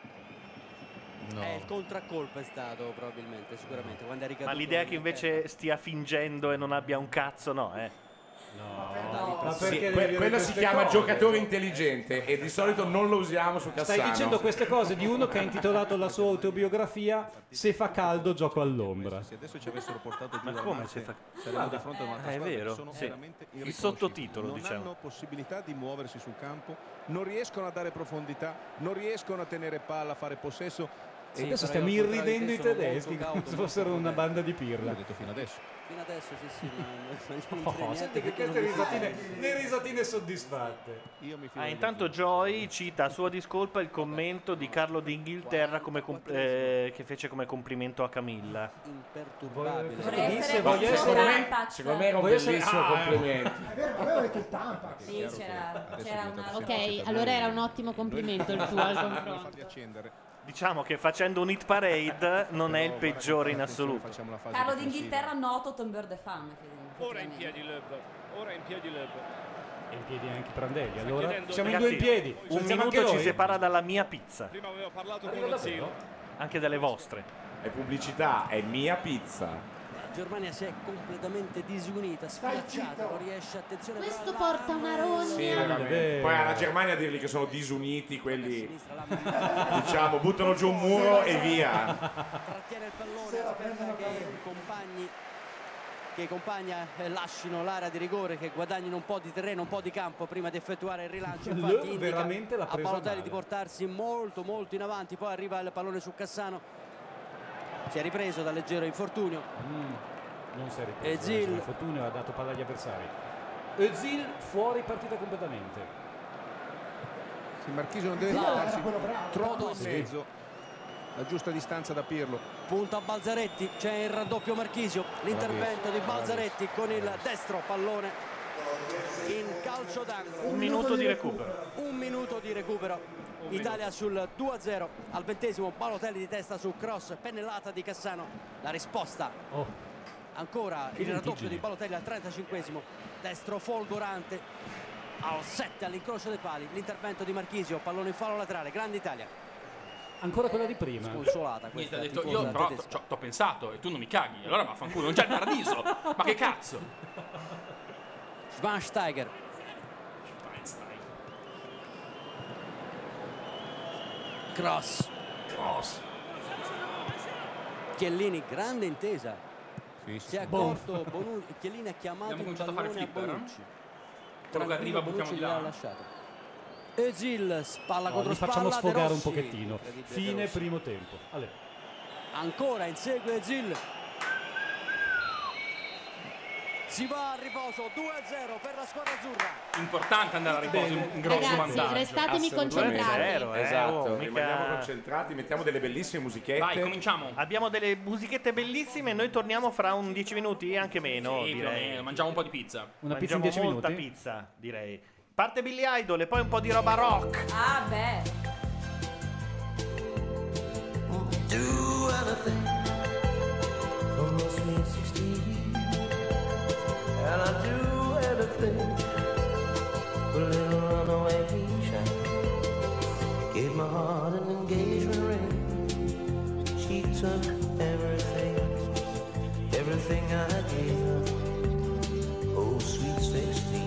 È il contraccolpo è stato probabilmente, sicuramente, quando è ricaduto.
Ma l'idea che
in
invece stia fingendo e non abbia un cazzo, no, eh.
Ma
Sì,
perché
que-
devi dire
quello si
queste
chiama
cose?
giocatore intelligente e di solito non lo usiamo su Cassano.
Stai dicendo queste cose di uno che ha intitolato la sua autobiografia Se fa caldo gioco all'ombra.
Se adesso ci avessero portato giù
Ma
la
come
Marche,
se fa-
saremmo di fronte a un'altra
Ah, è
squadra che
vero,
sono
sì.
veramente
Il
irriconoscibili.
sottotitolo,
non
diciamo.
hanno possibilità di muoversi sul campo, non riescono a dare profondità, non riescono a tenere palla, a fare possesso.
E adesso stiamo irridendo i tedeschi come se fossero una banda di pirla.
L'ho detto fino adesso.
Fino adesso sì sì, ma non, non c'è
Oh,
niente
senti che
che
queste
non-
risatine, le risatine soddisfatte.
Io mi fido
Ah,
degli
intanto Joy cita a sua discolpa il commento di Carlo d'Inghilterra come com- eh, che fece come complimento a Camilla.
Imperturbabile.
Vorrei
Disse,
essere
voglio
come
essere-
Tampax.
Secondo me era un
Voglio essere-
bellissimo
Ah,
complimento.
È vero, avevo detto il Tampax.
Sì, c'era, c'era una...
Ok, allora era un ottimo complimento il tuo al
Devo
confronto.
farli accendere.
Diciamo che facendo un hit parade non è il peggiore in assoluto.
Facciamo la fase
Carlo
difensiva.
d'Inghilterra, noto Tombeur de Femme.
Ora in piedi Löb, ora in piedi Löb.
E in piedi anche Prandelli. Allora
chiedendo-
siamo in
Ragazzi,
due in piedi.
Un
Alziamo anche
minuto ci
noi.
separa dalla mia pizza,
Prima aveva parlato
Arriva
con lo
davvero?
zio.
anche dalle vostre.
È pubblicità, è mia pizza.
La Germania si è completamente disunita, schiacciata, non riesce, attenzione.
Questo
però
porta una
Lahm-
rogna.
Sì, veramente. Poi alla Germania a dirgli che sono disuniti, quelli diciamo buttano giù un muro e via.
Trattiene il pallone, aspetta che i compagni che i compagni eh, lasciano l'area di rigore, che guadagnino un po' di terreno, un po' di campo prima di effettuare il rilancio. Infatti
Löw
indica
veramente l'ha
a
presa
Balotelli
male.
di portarsi molto molto in avanti, poi arriva il pallone su Cassano. Si è ripreso dal leggero infortunio.
Mm, non si è ripreso.
Özil.
L'infortunio ha dato palla agli avversari. Özil fuori partita completamente.
Sì, Marchisio non deve
Sì,
portarsi
era quello bravo.
troppo in
Sì.
mezzo. La giusta distanza da Pirlo.
Punta a Balzaretti, c'è il raddoppio Marchisio, l'intervento di Balzaretti con il destro pallone in calcio d'angolo.
Un minuto di recupero.
Un minuto di recupero. Italia sul due a zero al ventesimo. Balotelli di testa su cross, pennellata di Cassano. La risposta
Oh,
ancora
Che
il raddoppio
lentiggini.
di Balotelli al trentacinquesimo. Destro folgorante al sette all'incrocio dei pali. L'intervento di Marchisio, pallone in fallo laterale. Grande Italia.
ancora quella di prima.
Sconsolata
Niente,
questa
ha detto,
tifosa
io però
tedesca.
ci ho pensato e tu non mi caghi, allora vaffanculo, non c'è il paradiso. Ma che cazzo?
Schweinsteiger. Cross.
Cross.
Chiellini, grande intesa.
Sì, sì,
Si è
sì.
accorto Bonucci. Chiellini ha chiamato
Abbiamo
un
cominciato a fare
pallone a
flipper, eh?
Bonucci.
Quello che arriva buttiamo
Bonucci
di
gliel'ha
là.
lasciato. Özil, spalla
No,
contro
li
spalla.
facciamo
De
sfogare un
Rossi.
pochettino.
Incredibile, De
Fine
Rossi.
primo tempo. Ale.
Ancora insegue Özil. Si va a riposo, due a zero per la squadra azzurra.
Importante andare a riposo in grosso
Ragazzi,
vantaggio.
restatemi
Assolutamente.
concentrati.
Zero, eh,
Esatto,
oh, mica-
rimaniamo concentrati, mettiamo delle bellissime musichette.
Vai, cominciamo.
Abbiamo delle musichette bellissime e noi torniamo fra un dieci minuti, anche meno,
Sì, più o
direi.
meno. Mangiamo un po' di pizza.
Una pizza
Mangiamo
in dieci
molta
minuti?
pizza, direi. Parte Billy Idol e poi un po' di roba rock.
Ah, beh.
Do anything for my sweet sixteen, and I do anything for a little runaway child. Gave my heart an engagement ring. She took everything, everything I gave her. Oh, sweet sixteen.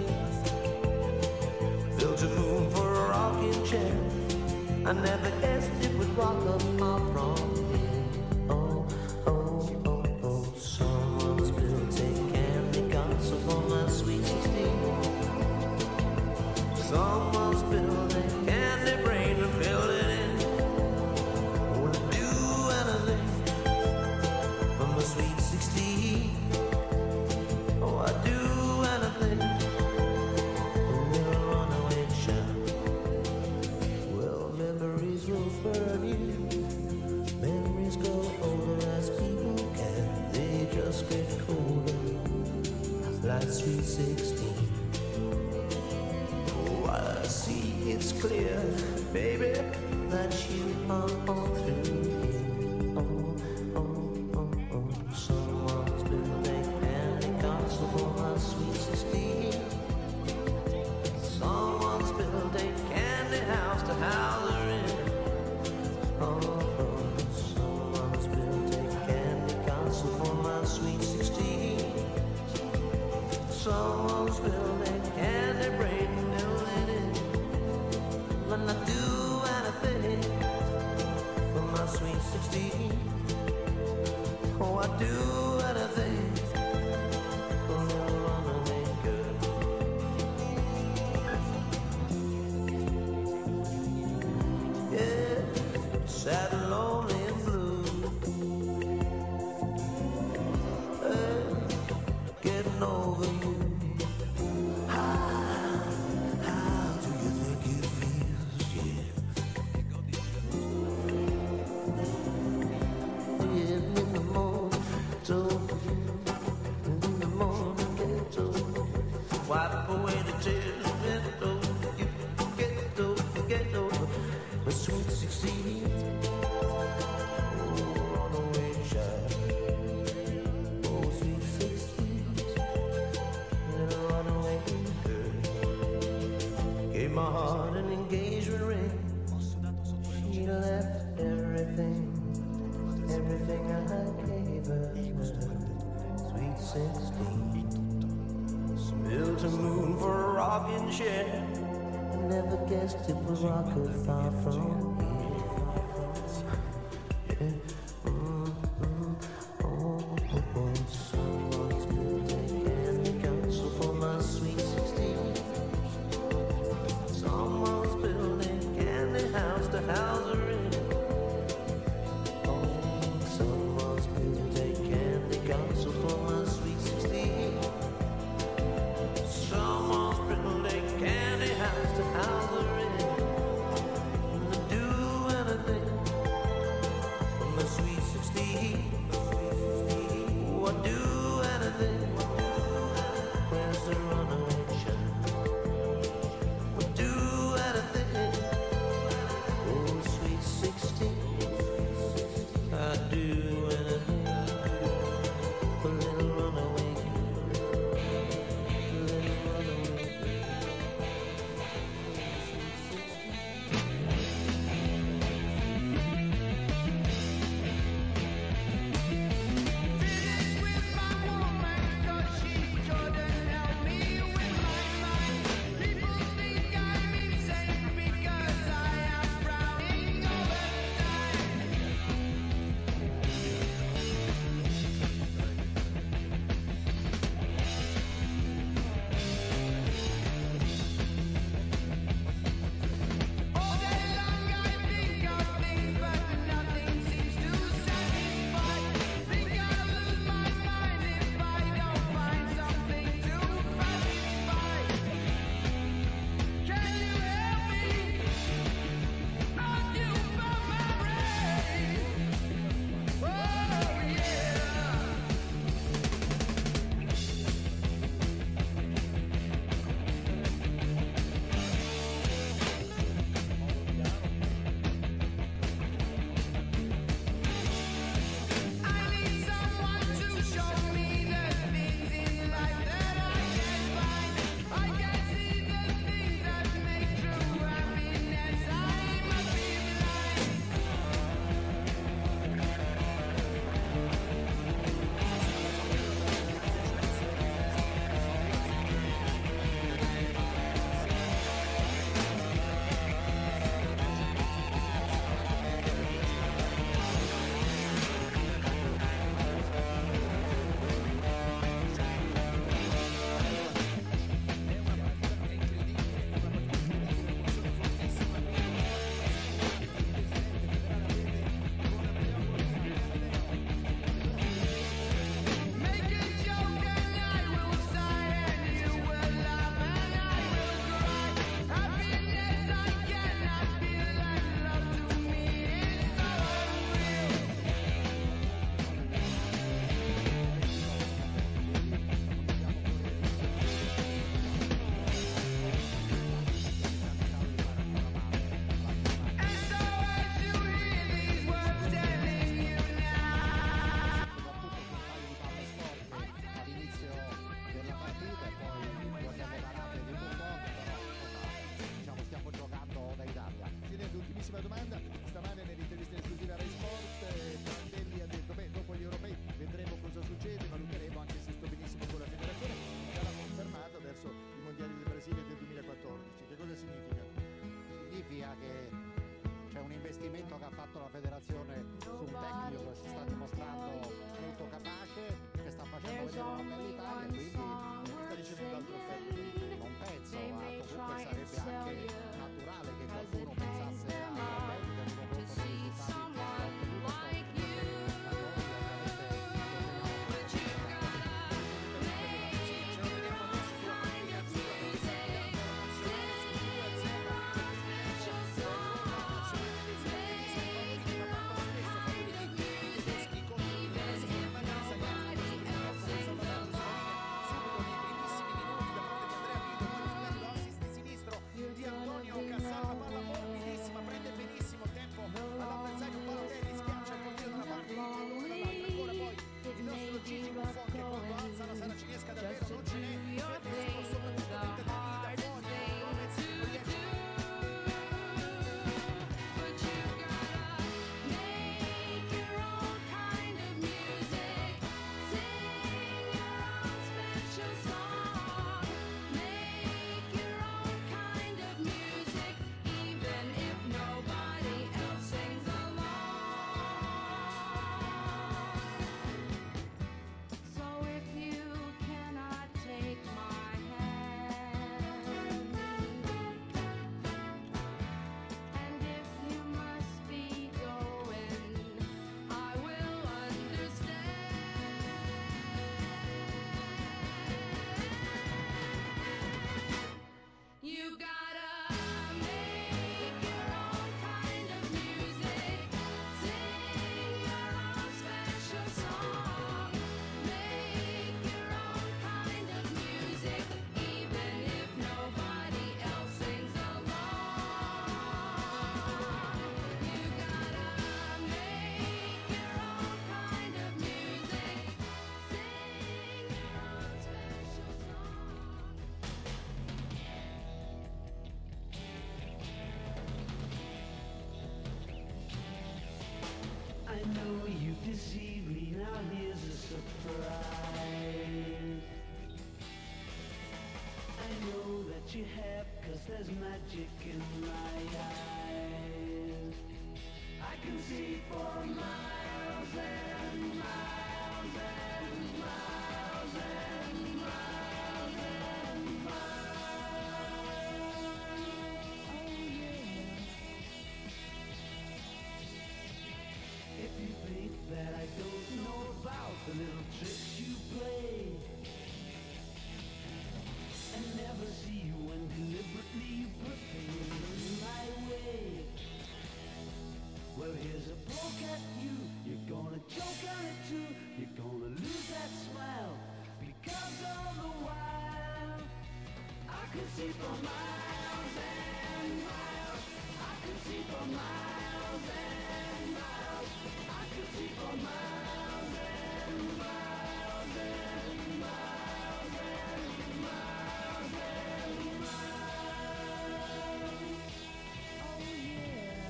Built a moon for a rocking chair. I never guessed it would rock up my prom. Oh, oh, oh, oh. Someone's built a candy castle for my sweet sixteen. Someone's built a candy brain to fill it in. Would I do anything for my sweet sixteen? Oh, I do anything. A little runaway child. Well, memories will burn you. Memories go older as people can. They just get colder, like sweet sixteen. Oh, I see it's clear, baby, that you are all through here. Oh, oh, oh, oh. Someone's built a candy castle for my sweet sixteen. Someone's built a candy house to house her in. Oh, oh, someone's built a candy castle for my sweet sixteen. Someone's built a candy brain to fill it in. When I do anything for my sweet sixteen. Oh, I do anything for a little runaway girl. Yeah, sad and lonely and blue. Hey, getting over you. How, how do you think it feels? Yeah. Yeah, in the morning, told you. In the morning, get over. Wipe away the tears, get over you. Get over, get over. My sweet sixteen. Oh, runaway child. Oh, sweet sixteen. Little runaway girl. Gave my heart an engagement ring. She left everything, everything I gave her. Sweet sixteen. Built a moon for a rocking chair. I never guessed it would rock her far from here. Yeah. Mm, mm, oh, oh, oh. Someone's built a candy castle for my sweet sixteen. Someone's built a candy house to house her in. Oh, someone's built a candy castle for my sweet sixteen. Someone's built a candy house to house her in. And to do anything for my sweet
l'investimento che ha fatto la federazione su un tecnico che si sta dimostrando molto capace, che sta facendo vedere una bella Italia, quindi sta ricevendo altro effetto. Non penso, ma comunque sarebbe anche naturale che qualcuno pensasse a vendere in confronto dei risultati che ha ottenuto
di Antonio Cassano, palla morbidissima, prende benissimo tempo all'avversario Balotelli, schiaccia il portiere da una parte, il pallone dall'altra, ancora poi il nostro Gigi Buffon che quando alza la saracinesca davvero non ce n'è, bellissimo soprattutto tentativi da fuori, Gomez non riesce.
I know you deceived me, now here's a surprise. I know that you have, cause there's magic in my eyes. I can see for miles and miles and miles and miles and miles. Oh yeah. If you think that I don't know about the little tricks you play, and never see you when deliberately you put things my way, well here's a poke at you, you're gonna choke on it too, you're gonna lose that smile, because all the while I could see for miles and miles, I could see for miles and miles, I could see for miles and miles and miles and miles and miles. Oh yeah.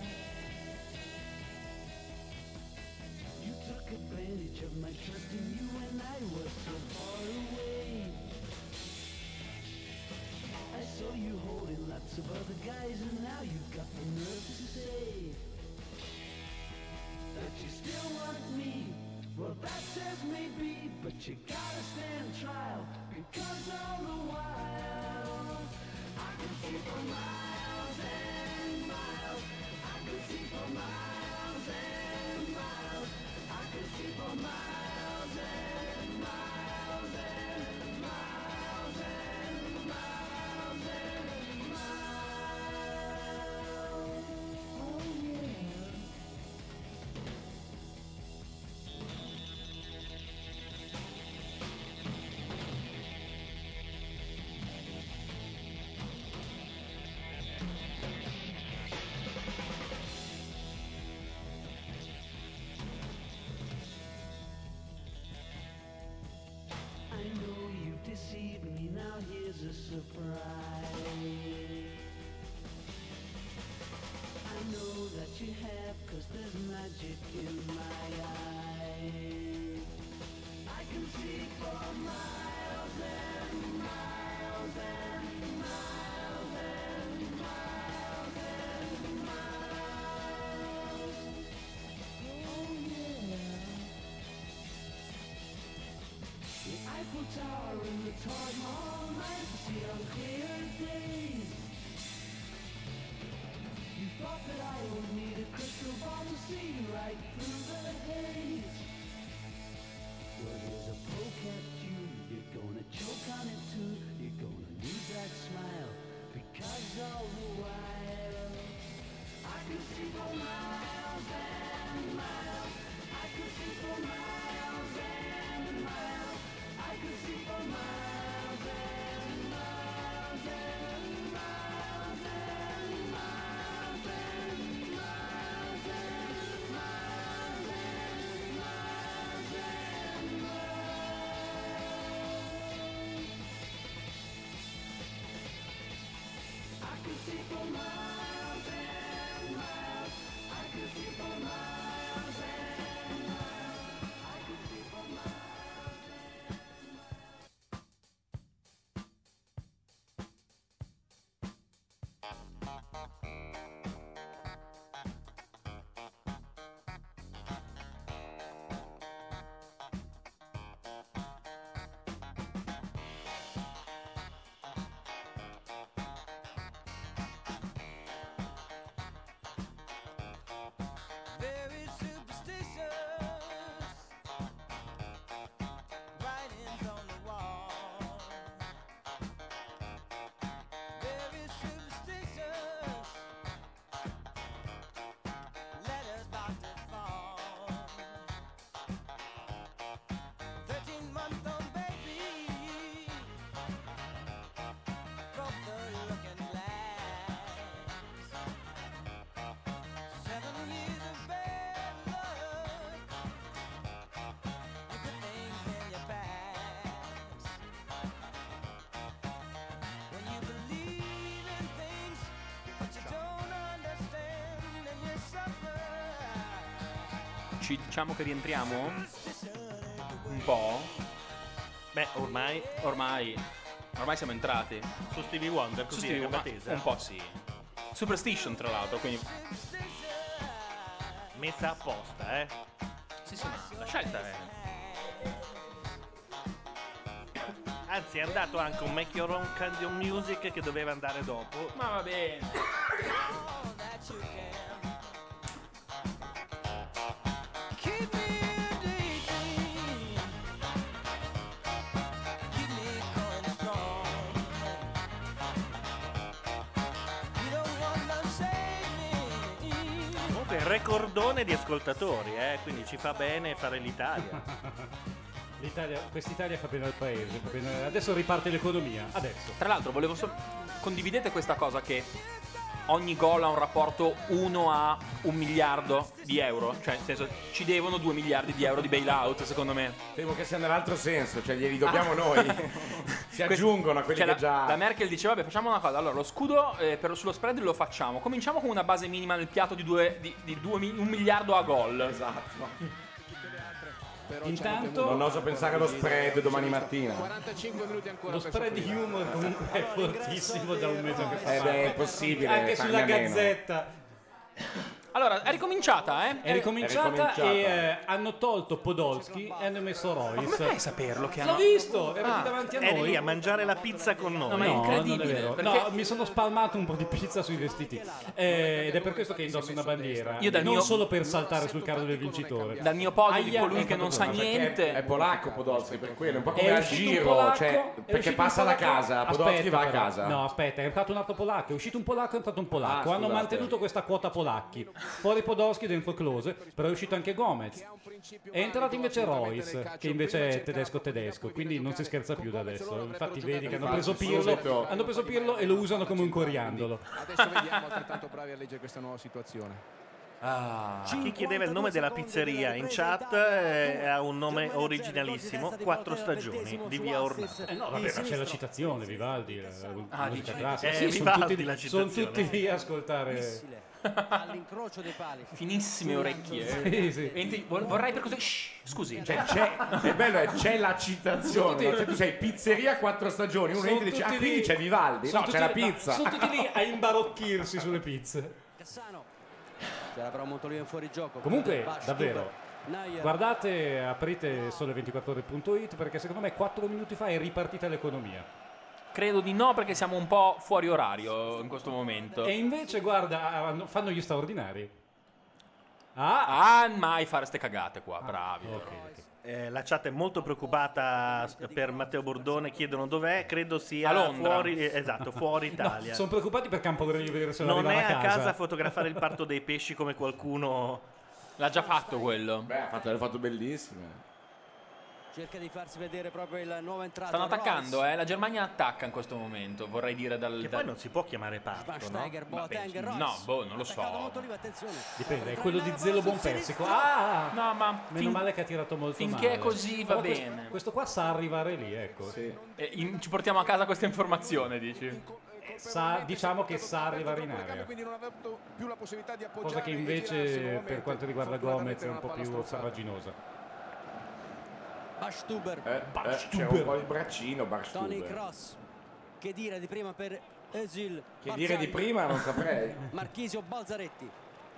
You took advantage of my trust in you when I was so far away. I saw you holding lots of other guys, and now you've got the nerve to say that you still want me. Well, that says maybe, but you gotta stand trial, because all the while I could see for miles and miles, I could see for miles and miles, I could see for miles and miles and miles and miles and miles. Oh yeah. I know you've deceived me, now here's a surprise. I know that you have, cause there's magic in my eyes. I can see for miles and miles and miles and miles and miles. torch all night to see on clear days. You thought that I would need a crystal ball to see right through the haze. Well, here's a poke at you. You're gonna choke on it too. You're gonna lose that smile because all the while I could see for miles and miles. I could see for miles and miles. I could see for miles and miles and miles and miles and miles and miles and miles and miles. I could see for miles and miles. I could see for miles and miles. I could see for miles. Very superstitious writings on the wall. Very superstitious letters about to fall. Thirteen month old baby broke the looking glass. Seven years of bad luck, you put things in your past. When you believe in things that you don't understand and you suffer.
Ci diciamo che rientriamo? Un po'?
Beh, ormai.
Ormai. Ormai siamo entrati.
Su Stevie Wonder,
Su
così
Stevie
a gamba
Wonder,
tesa?
un po' sì. Superstition, tra l'altro, quindi.
Messa apposta, eh.
Sì, sì, no, la scelta è.
Anzi, è andato anche un Make Your Own Kind of Music che doveva andare dopo.
Ma va bene.
Keep me in daydream. Keep me going strong. You don't wanna save me.
Comunque, recordone di ascoltatori, eh. Quindi ci fa bene fare l'Italia.
L'Italia, quest'Italia fa bene al paese, fa bene- adesso riparte l'economia, adesso.
Tra l'altro, volevo solo. Condividete questa cosa che ogni gol ha un rapporto uno a un miliardo di euro? Cioè, nel senso, ci devono due miliardi di euro di bailout, secondo me.
Temo che sia nell'altro senso, cioè glieli dobbiamo
Ah.
noi. Si aggiungono a quelli
Cioè,
che
la,
già.
la Merkel diceva, vabbè, facciamo una cosa. Allora, lo scudo eh, per, sullo spread lo facciamo. Cominciamo con una base minima nel piatto di, due, di, di due mi- un miliardo a gol.
Esatto.
Intanto
Non oso pensare allo spread domani mattina.
quarantacinque minuti ancora
lo
per
spread di
soffrire.
humor comunque è fortissimo da un mese che
Eh beh, è impossibile
anche
farne
sulla
a meno.
Gazzetta.
Allora, è ricominciata, eh?
È ricominciata,
È ricominciata.
e eh, hanno tolto Podolski e hanno messo Royce.
Ma come fai a saperlo che hanno-
L'ho visto, era
Ah,
qui davanti a
È
noi.
lì a mangiare la pizza con noi.
No, ma è incredibile,
Non è vero.
perché-
No, mi sono spalmato un po' di pizza sui vestiti. Eh, ed è per questo che indosso una bandiera.
Io dal
non
mio-
solo per saltare sul carro del vincitore.
Dal mio podio di
Aia,
colui
è
che non
stato
sa
quello.
niente.
È, è polacco Podolski, per quello, è un po'
È
come a
uscito un
giro,
polacco,
cioè,
è
perché
uscito
passa
un
da
polacco-
casa, Podolski
Aspetta,
va a
però.
casa.
No, aspetta, è entrato un altro polacco, è uscito un polacco, è entrato un polacco.
Ah,
Hanno
scusate.
mantenuto questa quota polacchi. Fuori Podolski, dentro Klose, però è uscito anche Gomez. È entrato invece Royce, che invece è tedesco-tedesco, quindi non si scherza più da adesso. Infatti vedi che hanno preso Pirlo, hanno preso Pirlo e lo usano come un coriandolo.
Adesso vediamo altrettanto bravi a leggere questa nuova situazione.
A chi chiedeva il nome della pizzeria in chat, eh, ha un nome originalissimo, Quattro Stagioni di via Ornata.
Eh no, vabbè, ma c'è la citazione, Vivaldi, la, la
Ah,
musica
dici?
classica.
Eh,
Sì, sono
Vivaldi
tutti,
la
sono
citazione.
tutti lì a ascoltare.
All'incrocio dei pali.
Finissime orecchie. eh.
Sì, sì.
Entri- vor- vorrei per così. Shh, scusi.
Cioè, c'è, è bello, è, c'è la citazione. no? Cioè, tu sei pizzeria quattro stagioni, uno
Sono
entra e dice, ah,
tutti
quindi
lì-
c'è Vivaldi.
sono
No, c'è
tutti
la
lì- no,
pizza.
sono tutti lì a imbarocchirsi sulle pizze.
Cassano. C'era però Montolivo in fuorigioco.
Comunque,
Bach,
davvero,
Stuber.
Guardate, aprite sole ventiquattro ore punto it perché secondo me quattro minuti fa è ripartita l'economia.
Credo di no perché siamo un po' fuori orario in questo momento.
E invece, guarda, fanno gli straordinari.
Ah, ah mai fare ste cagate qua, bravi.
Eh, la chat è molto preoccupata per Matteo Bordone, chiedono dov'è, credo sia
A Londra.
fuori, eh, esatto, fuori Italia.
No, sono preoccupati per Camporeale se
Non è
arriva
a
casa.
casa a fotografare il parto dei pesci come qualcuno
l'ha già fatto quello.
Beh, ha fatto, l'ha fatto bellissime.
Cerca di farsi vedere proprio il nuovo entrato.
Stanno attaccando, eh. La Germania attacca in questo momento, vorrei dire dal...
Che
dal-
poi non si può chiamare parto, no?
Schweinsteiger, Boateng,
Vabbè,
Royce.
no, boh, non lo so.
Molto vivo, attenzione.
Dipende, è quello di Zelo Bonpersico. Ah!
No, ma
Meno
fin-
male che ha tirato molto
finché
male.
è così va
Però questo-
bene.
Questo qua sa arrivare lì, ecco.
Eh, in- ci portiamo a casa questa informazione, dici?
Sa, diciamo che sa arrivare in area.
Quindi non aveva avuto più la possibilità di appoggiare.
Cosa che
e
invece
girarsi
per
nuovamente.
quanto riguarda Gomez è un po'
Fortunatamente
più
una palla
farraginosa.
Barstuber.
Eh, eh, c'era un po' il braccino,
Tony
Barstuber.
Cross. Che dire di prima per Özil.
Che dire di prima non saprei.
Marchisio Balzaretti.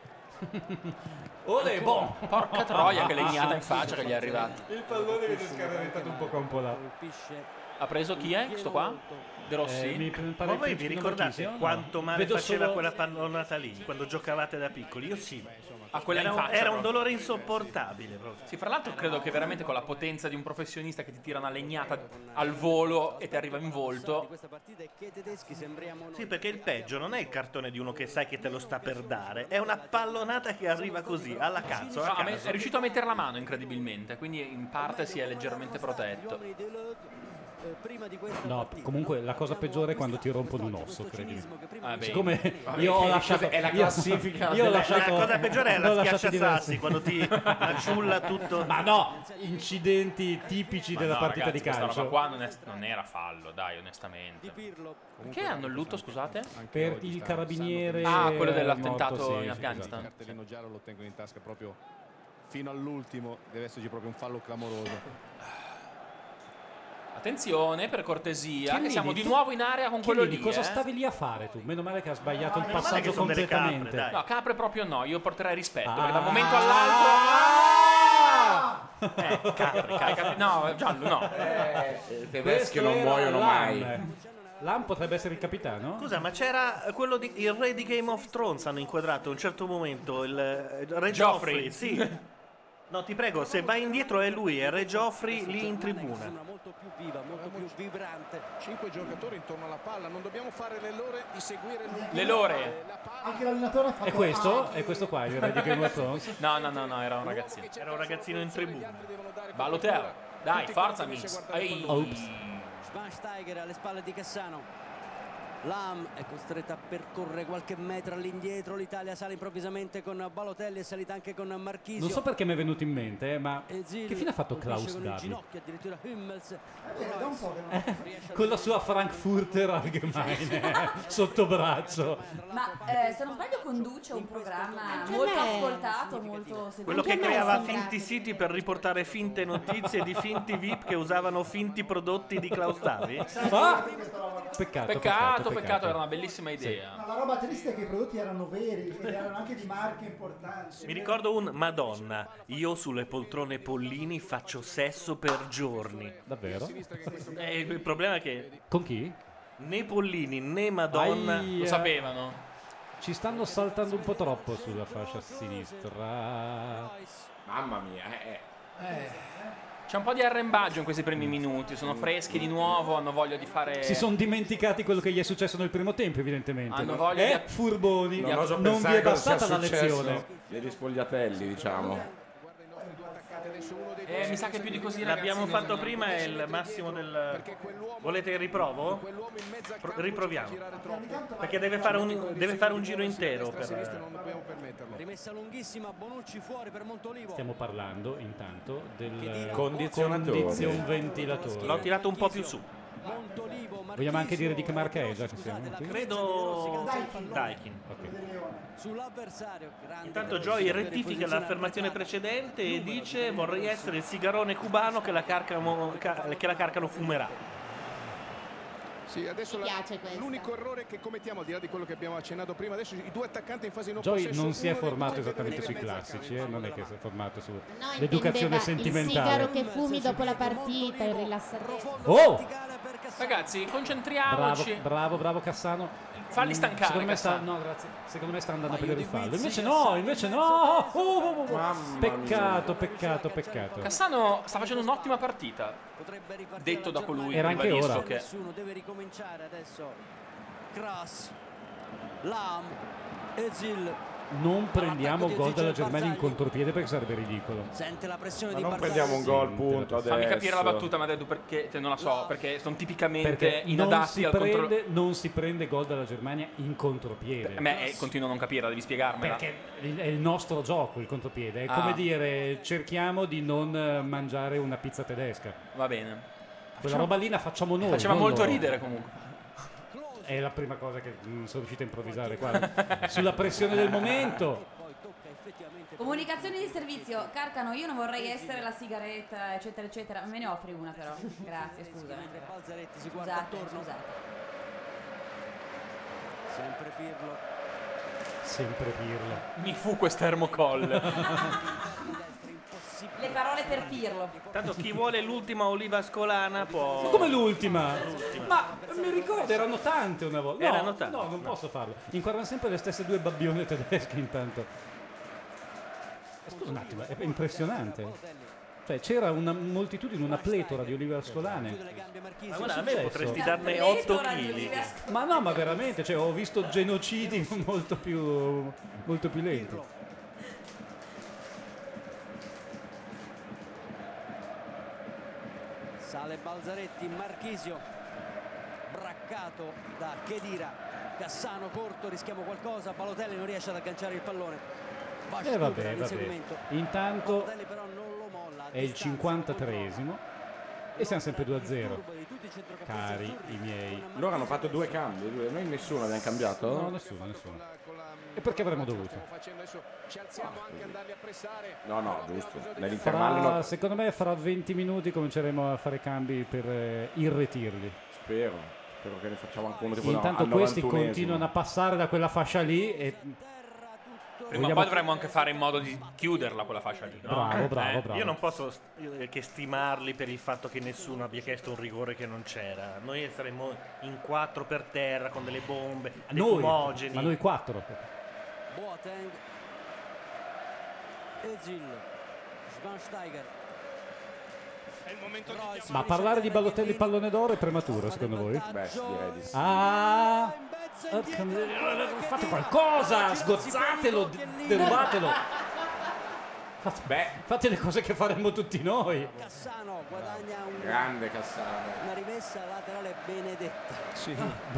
Ole, boh!
Porca troia che legnata in faccia che gli è arrivata.
Il pallone viene scarrentato un po' campola.
Ha preso chi è? Questo qua? De Rossi?
Eh, mi pare
Ma
il
voi vi
principe
ricordate
Marchisio, no?
quanto male
Vedo
faceva
solo-
quella pallonata lì quando giocavate da piccoli? Io sì.
Ah, quella
era,
in
un-
faccia,
era un
proprio.
dolore insopportabile proprio.
Sì, fra l'altro credo che veramente con la potenza di un professionista che ti tira una legnata al volo e ti arriva in volto.
Questa partita è che i tedeschi sembriamo noi.
Sì, perché il peggio non è il cartone di uno che sai che te lo sta per dare, è una pallonata che arriva così, alla cazzo,
No,
a
ha me-
caso.
è riuscito a mettere la mano incredibilmente, quindi in parte si è leggermente protetto.
Eh, prima di questo
No, comunque la cosa peggiore è quando ti rompono un osso, credimi.
Ah, beh.
Siccome
Vabbè,
io ho
che
lasciato
cos'è? È la
io-
classifica
Io ho
della-
lasciato
La cosa peggiore è la
l'ho lasciato
schiacciasassi,
diverse-
quando ti maciulla tutto.
Ma no, incidenti tipici
Ma
della
no,
partita
ragazzi,
di
questa
calcio.
roba qua non, è- non era fallo, dai, onestamente. Perché hanno il lutto, scusate?
Per il carabiniere
Ah, quello
eh,
dell'attentato
morto, sì,
in
sì,
Afghanistan.
Il cartellino giallo lo tengono in tasca proprio fino all'ultimo. Deve esserci proprio un fallo clamoroso.
Attenzione, per cortesia, che
Chiellini,
siamo di
tu-
nuovo in area con quello
Chiellini,
lì.
cosa
eh.
stavi lì a fare tu? Meno male che ha sbagliato il
meno male
passaggio
che sono delle capre,
completamente.
dai.
No, capre proprio no, io porterei rispetto,
Ah.
perché da un momento all'altro... Eh, capre, capre, capre. No, Giallo, no.
Eh, i tedeschi
Questo
non
era
muoiono
Lam.
mai.
Lam potrebbe essere il capitano?
Scusa, ma c'era quello di il re di Game of Thrones hanno inquadrato a un certo momento il, il re
Joffrey.
Joffrey, sì. No, ti prego, se vai indietro è lui, è re Joffrey lì in tribuna.
Sembra molto più viva, molto più vibrante.
Cinque giocatori intorno alla palla, non dobbiamo fare le lore di seguire l'ultimo.
Le lore.
Anche l'allenatore ha fatto
È questo?
ah,
È questo qua il re di Game of Thrones?
No, no, no, no, era un ragazzino.
Era un ragazzino in tribuna.
Balotelli, dai, forza, Miss. Ehi.
Ops.
Schweinsteiger alle spalle di Cassano. Lam è costretta a percorrere qualche metro all'indietro. L'Italia sale improvvisamente con Balotelli, è salita anche con Marchisio.
Non so perché mi è venuto in mente, eh, ma
Özil
che fine ha fatto
colpisce
Klaus
con il
Davi?
ginocchio, addirittura Hummels.
eh, da un po' che non-
Con la sua Frankfurter Allgemeine sotto braccio.
Ma eh, se non sbaglio conduce un programma
Anche a
molto
me.
ascoltato, molto seguito.
Quello che
Anche a me
creava
sembra.
finti siti per riportare finte notizie di finti V I P che usavano finti prodotti di Klaus Davi.
Ah! Peccato,
Peccato, peccato, era una bellissima idea.
Ma la roba triste è che i prodotti erano veri ed erano anche di marche importanti.
Mi ricordo un Madonna, io sulle poltrone Pollini faccio sesso per giorni.
Davvero?
E il problema è che
Con chi?
né Pollini né Madonna
Aia.
Lo sapevano.
Ci stanno saltando un po' troppo sulla fascia sinistra.
Mamma mia, eh, eh.
C'è un po' di arrembaggio in questi primi minuti, sono freschi di nuovo, hanno voglia di fare...
Si sono dimenticati quello che gli è successo nel primo tempo, evidentemente.
Hanno voglia
eh,
di-
furboni.
Non oso
Non vi
pensare
è
cosa sia
bastata la
successo
lezione.
degli spogliatelli, diciamo.
Eh, mi sa che più di così,
l'abbiamo
ragazzi,
fatto
non-
prima, è il massimo del... Volete il riprovo? Pro- riproviamo. Perché deve fare un, deve fare un giro intero per...
Rimessa lunghissima, Bonucci fuori per Montolivo.
Stiamo parlando intanto del
Condizionatore.
condizion ventilatore.
L'ho tirato un po' più su.
Montolivo,
Vogliamo anche dire di che marca è, già che siamo qui?
Credo Daikin.
sull'avversario. Grande
Intanto Joy rettifica l'affermazione precedente e dice vorrei essere il sigarone cubano che la, carcano, ca- che la Carcano fumerà.
Sì, adesso
Mi
la-
piace questa.
l'unico errore che commettiamo, al di là di quello che abbiamo accennato prima, adesso i due attaccanti in fase non
Joy
possesso,
non si è
uno dei
formato
due deve
esattamente sui
venire in mezzo al
classici, eh? non è che si è formato
No,
sull'educazione
intendeva
sentimentale.
il sigaro che fumi dopo la partita, il rilassamento.
Oh!
Ragazzi,
Bravo,
concentriamoci.
bravo, bravo Cassano.
Falli
Mm,
stancare,
Secondo me sta,
Cassano.
no, grazie. Secondo me sta andando a vedere il fallo. Invece no, invece no. Oh, oh, oh, oh.
Mamma
Peccato, peccato, peccato.
Cassano sta facendo un'ottima partita. Detto da colui,
Era anche
ribadisco
ora.
che
Nessuno deve ricominciare adesso. Cross, Lam, Ezil.
Non prendiamo gol dalla Germania in contropiede perché sarebbe ridicolo.
Sente la pressione
Ma
di
non
Barzagli.
prendiamo un gol, punto. Adesso.
fammi capire la battuta, Madedu, perché te non la so, perché sono tipicamente
Perché non
inadatti
si,
al controllo.
prende, non si prende gol dalla Germania in contropiede.
A me eh, continuo a non capire, devi spiegarmela.
Perché il- è il nostro gioco il contropiede. È come
Ah.
dire cerchiamo di non eh, mangiare una pizza tedesca.
Va bene.
Quella
Facciamo-
roba lì la facciamo noi.
Faceva
non
molto
loro.
ridere comunque.
È la prima cosa che mm, sono riuscito a improvvisare qua. Sulla pressione del momento.
Comunicazioni di servizio. Carcano, io non vorrei essere la sigaretta, eccetera, eccetera. Me ne offri una però. Grazie, scusami.
Balzaretti si guarda
Scusate,
attorno.
scusate.
Sempre Pirlo.
Sempre Pirlo.
Mi fu questo termocolle.
Le parole per Pirlo.
Tanto chi vuole l'ultima oliva ascolana può.
Ma come l'ultima?
L'ultima.
Ma mi ricordo, erano tante una volta. No,
Erano tante.
no, non posso farlo. Inquadrano sempre le stesse due babbione tedesche intanto. Scusa un attimo, è impressionante. Cioè c'era una moltitudine, una pletora di olive ascolane.
Ma guarda, a me potresti darne otto chili.
Ma no, ma veramente, cioè, ho visto genocidi molto più, molto più lenti.
Sale Balzaretti, Marchisio. Braccato da Khedira. Cassano corto, rischiamo qualcosa. Balotelli non riesce ad agganciare il pallone. Va
E eh, vabbè,
Stuttgart,
vabbè.
l'inseguimento.
Intanto
Balotelli però non lo molla. a
è il
distanza
cinquantatreesimo e siamo sempre due a zero. Cari i miei.
Loro hanno fatto due cambi, due- noi nessuno abbiamo cambiato?
No, nessuno, nessuno. E perché avremmo dovuto?
Ci alziamo anche andarli a pressare.
No, no, giusto. Nell'intervallo
Fra-
no.
secondo me fra venti minuti cominceremo a fare cambi per eh, irretirli.
Spero. Spero che ne facciamo anche uno tipo
Intanto
al
questi
novantunesimo.
continuano a passare da quella fascia lì e
Prima o
Vogliamo-
poi dovremmo anche fare in modo di chiuderla quella fascia lì. no?
Bravo, bravo,
Eh,
bravo.
Io non posso st- eh, che stimarli per il fatto che nessuno abbia chiesto un rigore che non c'era. Noi saremmo in quattro per terra con delle bombe, dei
noi,
fumogeni.
ma noi quattro.
Boateng. Ezil. Schweinsteiger.
È il momento di
Royce.
Ma parlare di Balotelli pallone d'oro è prematuro secondo voi?
Beh, direi di sì.
Ah, porca miseria, fate qualcosa, sgozzatelo, de- derubatelo. Fate,
Beh,
fate le cose che faremmo tutti noi.
Cassano guadagna un-
grande Cassano.
una rimessa laterale benedetta.
Sì.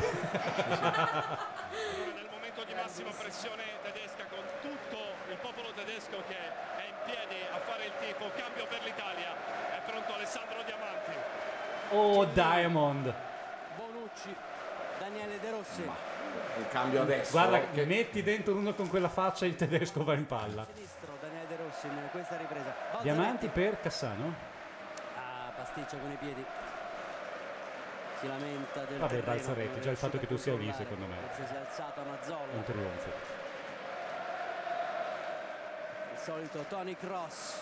nel momento di massima pressione tedesca con tutto il popolo tedesco che è in piedi a fare il tifo. Cambio per l'Italia. È pronto Alessandro Diamanti.
Oh, Diamond.
Bonucci. Daniele De Rossi.
Il cambio adesso.
Guarda,
che-
metti dentro uno con quella faccia e il tedesco va in palla.
Sinistro Daniele De Rossi in questa ripresa. Balzaretti.
Diamanti per Cassano?
Ah, pasticcia con i piedi. Si lamenta del
Vabbè,
terreno,
Balzaretti,
non
già il fatto
riuscito
che tu
a
sia lì,
controllare.
secondo me.
Forse si è alzato a
È un
Mazzola.
trionfo.
Il solito Tony Cross.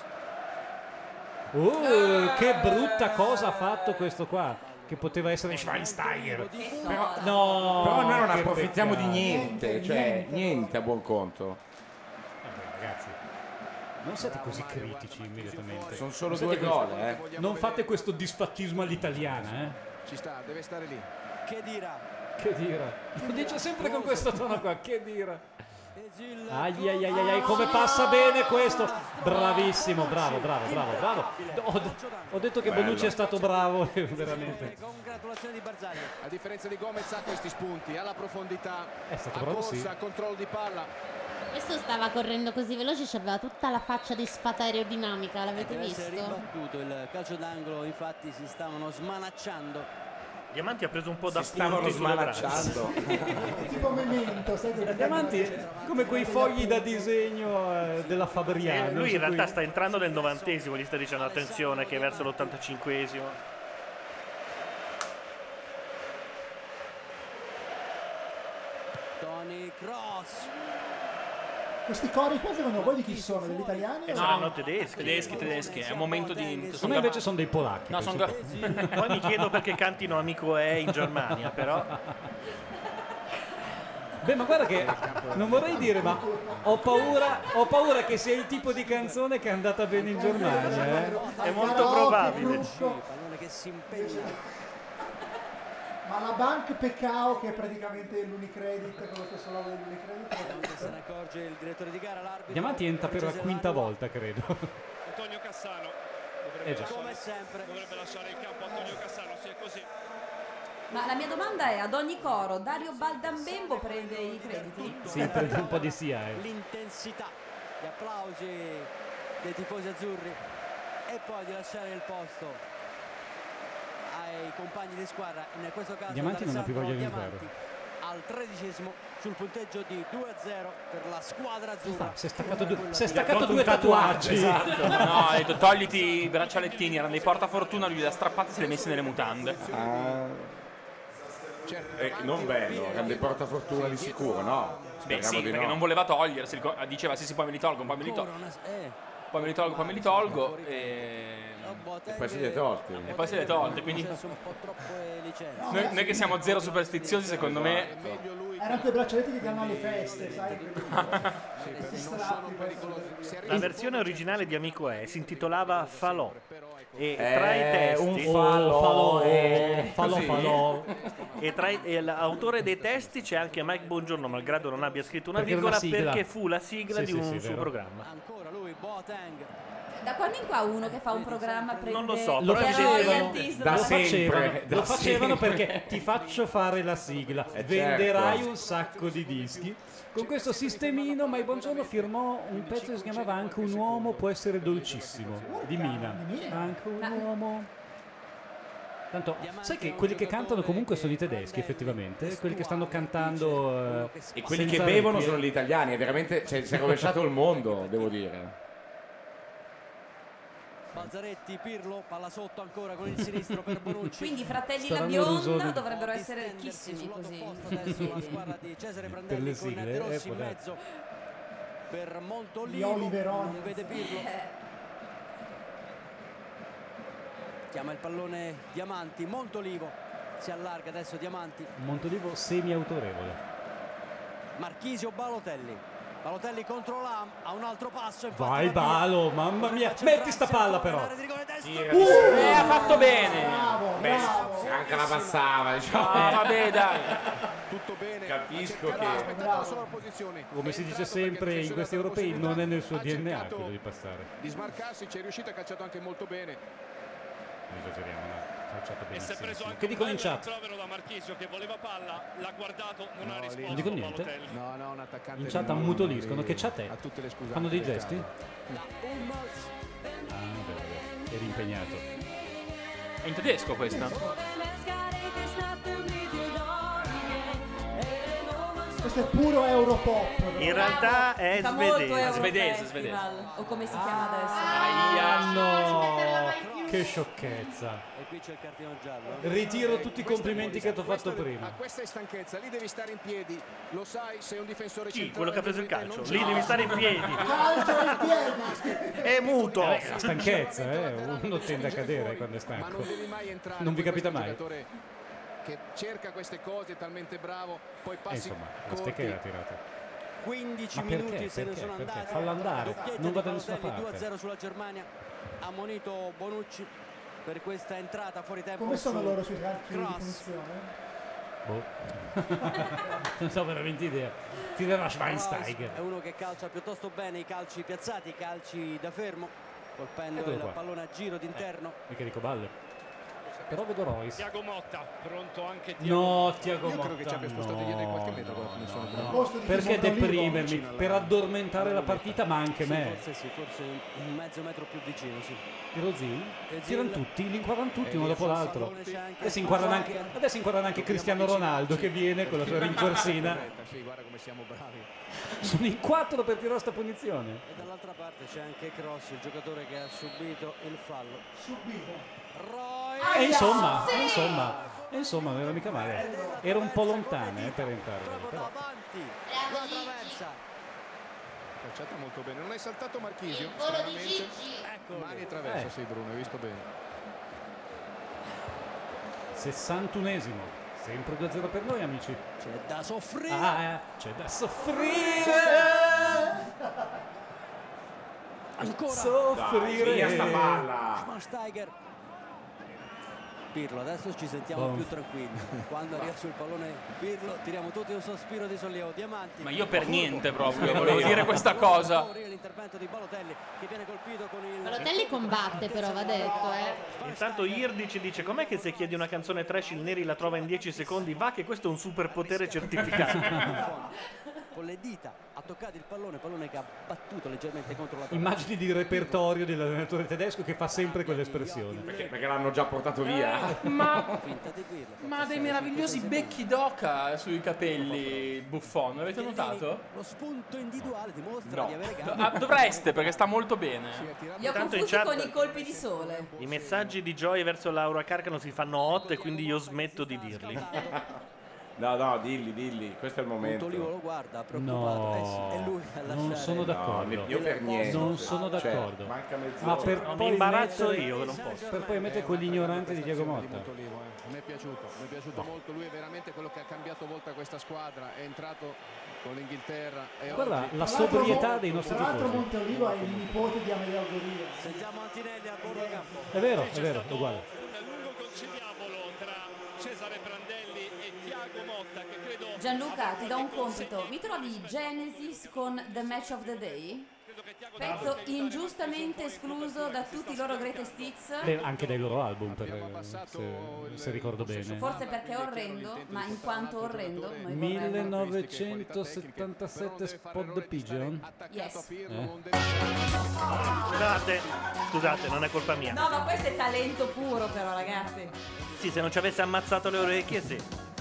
Oh, che brutta cosa ha fatto questo qua. Che poteva essere Schweinsteiger. Però, no,
Però noi non
che
approfittiamo di
peccato.
niente, cioè niente a buon conto.
Vabbè, ragazzi, non siate così critici immediatamente.
Sono solo
Non
due
siete
gol,
così-
eh.
Non fate questo disfattismo all'italiana, eh.
Ci sta, deve stare lì.
Che dirà?
Che dira. Lo dice sempre con questo tono qua, che dira.
Esil.
Ai ai ai ai, ai, come passa bene questo. Bravissimo, bravo, bravo, bravo, bravo. Ho, ho detto che
Bello.
Bonucci è stato bravo, veramente.
Congratulazioni di Barzagli.
A differenza di Gomez ha questi spunti, ha la profondità,
È stato
a
bravo,
corsa,
sì.
a controllo di palla.
Questo stava correndo così veloce, aveva tutta la faccia di sfata aerodinamica, l'avete
Deve essere
visto?
ribattuto il calcio d'angolo, infatti si stavano smanacciando.
Diamanti ha preso un po' da
Si stavano
sulle braccia.
smanacciando.
Tipo Memento, sai che
Diamanti come quei fogli da disegno eh, della
Eh,
Fabriano.
lui
su
in realtà
cui-
sta entrando nel novantesimo, gli sta dicendo attenzione che è verso l'ottantacinquesimo.
Questi cori qua secondo voi di chi sono? Degli italiani?
E
o-
saranno tedeschi.
Tedeschi, tedeschi. È un momento di.
Secondo me invece sono dei polacchi.
No, sono
penso.
Poi mi chiedo perché cantino Amico è in Germania, però.
Beh, ma guarda che non vorrei dire, ma ho paura, ho paura che sia il tipo di canzone che è andata bene in Germania. Eh.
È molto probabile.
Pallone che si impegna.
Ma la Bank Pecao, che è praticamente l'Unicredit, con lo stesso lavoro dell'Unicredit.
Se ne accorge il direttore di gara, l'arbitro.
Diamanti entra per la quinta volta, credo.
Antonio Cassano dovrebbe,
Eh già.
lasciare,
Come sempre.
dovrebbe lasciare il campo. Antonio Cassano, sì, è così.
Ma la mia domanda è, ad ogni coro Dario Baldambembo prende i crediti?
Sì, prende un po' di sia. Eh.
L'intensità, gli applausi dei tifosi azzurri e poi di lasciare il posto ai compagni di squadra, in questo caso
Diamanti non ha più voglia di
Diamanti,
entrare.
al tredicesimo sul punteggio di due a zero per la squadra azzurra.
Si è staccato due, si è
Gli ha
staccato
tolto
due
un tatuaggio,
tatuaggi.
esatto. No, ha detto togliti i braccialettini, erano dei portafortuna, lui li ha strappati e se li ha messi nelle mutande.
Ah. Eh, non bello, erano dei portafortuna di sicuro, no?
Beh
Speriamo
sì,
di
perché
no.
non voleva togliersi, rico- diceva sì sì poi me li tolgo, poi me li tolgo. Poi me li tolgo, poi me li tolgo e...
E poi se li è tolti.
E poi se li è tolte, quindi...
Un po' troppe licenze.
Noi, noi che siamo zero superstiziosi, secondo me...
Erano quei braccialetti che danno alle feste, sai? Questi strappi.
La versione originale di Amico è si intitolava Falò. E
Eh,
tra i testi
un falò,
falò,
eh,
falò,
così.
falò. E tra i- e l'autore dei testi c'è anche Mike Bongiorno, malgrado non abbia scritto una
Perché era
virgola,
una sigla.
perché fu la sigla
Sì,
di
sì,
un
sì,
suo
vero.
programma.
Ancora lui, Boateng.
Da quando in qua uno che fa un programma prende
Non lo so,
Lo
però
le
facevano,
royalties
da
lo
dopo-
facevano,
sempre, da
lo facevano
sempre.
perché ti faccio fare la sigla,
Eh,
venderai
certo.
un sacco di dischi. Con questo sistemino, ma Buongiorno firmò un pezzo che si chiamava Anche un uomo può essere dolcissimo, di Mina. Anche un uomo... Tanto, sai che quelli che cantano comunque sono i tedeschi, effettivamente? Quelli che stanno cantando... eh,
E quelli che
senza
bevono
requie.
sono gli italiani, è veramente, cioè, si è rovesciato il mondo, devo dire.
Balzaretti, Pirlo, palla sotto ancora con il sinistro per Bonucci.
Quindi fratelli la
Staranno
bionda
Rosoni.
dovrebbero essere ricchissimi così.
Adesso la squadra di Cesare
Per
Prandelli
le
con
sigle,
De
eh,
Rossi
può
in
darsi.
mezzo per
Gli
Montolivo,
Oliveroni.
non vede Pirlo. Chiama il pallone Diamanti, Montolivo si allarga adesso Diamanti,
Montolivo semi-autorevole.
Marchisio, Balotelli. Balotelli contro Lam, ha un altro passo. infatti
Vai
va via.
Balo, mamma mia, metti sta palla però.
Area di rigore destro.
Eh, ha fatto bene!
Bravo,
Beh,
bravo.
se anche la passava, diciamo.
Ah, vabbè, dai.
Tutto bene.
Capisco
Ha cercato,
che-
ha aspettato la sua posizione.
Come
È
si dice
entrato
sempre
perché
in
ha
questi
dato la
europei, non è nel suo
ha
D N A
cercato
quello di passare.
di smarcarsi, ci è riuscito, ha calciato anche molto bene.
Non esageriamo, no? Calciato
E si è preso
benissimo.
anche
Che
un
dicono in
bel
chat?
rimprovero da Marchisio che voleva palla, l'ha guardato, non ha
No, lì
risposto.
Non dico niente.
Balotelli.
No, no, un attaccante.
In chat
di-
ammutoliscono. Che chat è?
Ha tutte le scusate
Fanno dei
del
gesti?
caso.
Ah, vabbè, vabbè. Eri impegnato.
È in tedesco questa?
Questo è puro Europop.
In realtà è
Fa molto
svedese.
Euro
Svedese,
Festival, o come si chiama adesso.
Ah, no! Che sciocchezza.
E qui c'è il cartellino giallo.
Ritiro tutti i complimenti che ti ho fatto
Questa-
prima.
A questa è stanchezza, lì devi stare in piedi. Lo sai, sei un difensore
Chi?
centrale.
Quello che ha preso il
ovviamente
calcio.
non
Lì
c'è-
devi stare in piedi.
Calcio ai piedi.
È muto.
Vabbè, la stanchezza, eh. Uno tende a cadere quando è
Ma
stanco.
non devi mai entrare.
Non vi
Poi
capita
questo è un
mai?
giocatore che cerca queste cose, è talmente bravo, poi
E
passi
insomma, la
corti.
stecca era tirata.
quindici
Ma perché?
minuti se ne
Perché?
sono
Perché?
andati.
Fallo andare,
Doppietta
non
di
va da nessuna
Balotelli,
parte.
due a zero sulla Germania. Ha ammonito Bonucci per questa entrata fuori tempo.
Come sono
su
loro sui calci di
cross.
punizione?
Boh. Non so veramente idea. Tirerà
Royce
Schweinsteiger.
è uno che calcia piuttosto bene i calci piazzati, i calci da fermo, colpendo
Eccolo
il
qua.
pallone a giro d'interno.
Mica dico balle. Però vedo Royce.
Tiago Motta, pronto anche Tiago.
No, Tiago
Io
Motta.
credo che ci abbia spostato dietro di qualche metro con la punizione.
no.
Posto di
Perché
Montolivo.
deprimermi? Per addormentare la partita, ma anche
Sì,
me.
forse sì, forse un mezzo metro più vicino, sì.
Tirozzi?
E
Tirano
Zil-
tutti, li inquadrano tutti
E
uno
via
dopo
sul
l'altro.
pallone c'è anche
Adesso inquadrano anche,
Zucchi.
adesso inquadrano anche Cristiano Ronaldo che viene con la sua rincorsina.
Sì, guarda come siamo bravi.
Sono in quattro per tirare sta punizione.
E dall'altra parte c'è anche Cross, il giocatore che ha subito il fallo.
Subito.
Roy
E insomma, e insomma, e insomma, non era mica male. Era un po' lontana eh, per entrare.
proprio
Però.
davanti, la traversa.
intercetta molto bene. Non è saltato Marchisio,
Il volo di
stranamente.
Gigi.
Ecco, mani e traverso,
Eh.
sì Bruno, hai visto bene.
sessantunesimo. Sempre due a zero per noi, amici.
C'è da soffrire.
Ah, eh, c'è da soffrire.
Ancora.
Soffrire.
Dai, via sta palla.
Schweinsteiger. Pirlo, adesso ci sentiamo
Boh.
più tranquilli. Quando arriva sul pallone Pirlo, tiriamo tutti un sospiro di sollievo. Diamanti.
Ma io per niente proprio, volevo dire questa cosa.
L'intervento di Balotelli che viene colpito con il
Balotelli combatte però, va detto, eh.
Intanto Irdi ci dice: com'è che se chiedi una canzone trash il Neri la trova in dieci secondi? Va che questo è un superpotere certificato.
con le dita ha toccato il pallone, pallone che ha battuto leggermente contro la trave.
Immagini di repertorio dell'allenatore tedesco che fa sempre quell'espressione.
Perché, perché l'hanno già portato via.
Ma,
Finta di Pirlo.
ma ha dei meravigliosi becchi d'oca sui capelli, Buffon, avete notato?
Lo spunto individuale dimostra
No.
di avere gambe.
Ah, dovreste perché sta molto bene.
Li ho
Intanto in
confusi
chat-
con i colpi di sole.
I messaggi di Joy verso Laura Carcano si fanno hot e quindi io smetto di dirli.
No, no, dilli, dilli, questo è il momento.
Olivo lo guarda preoccupato.
No,
Eh, è lui a lasciare.
non sono d'accordo.
No, io per niente.
Non sono
Cioè,
d'accordo.
manca mezz'ora.
Ma per
No, mi
poi
imbarazzo
mettere-
io che non posso.
Per poi mettere quell'ignorante di Diego Motta.
Montolivo, eh. Mi è piaciuto, mi è piaciuto molto. Lui è veramente quello che ha cambiato volta questa squadra. È entrato con l'Inghilterra. E
Guarda
oggi-
la
Tra l'altro
sobrietà
Mo-
dei nostri
Tra l'altro
tifosi.
Monteolivo è il nipote di Amedeo Goria.
Sentiamo Antinelli a bordo campo.
È vero, è vero, è uguale.
Un lungo conciliabolo tra Cesare Prandelli e Thiago Motta che credo
Gianluca, ti do un compito. Mi trovi Genesis con The Match of the Day? Pezzo ingiustamente escluso da tutti i loro greatest hits.
Beh, anche dai loro album, per, se, se ricordo bene.
Forse perché è orrendo, ma in quanto orrendo noi vorremmo.
millenovecentosettantasette Spot the Pigeon.
Yes.
Eh?
Scusate, scusate, non è colpa mia.
No, ma questo è talento puro però, ragazzi.
Sì, se non ci avesse ammazzato le orecchie, sì.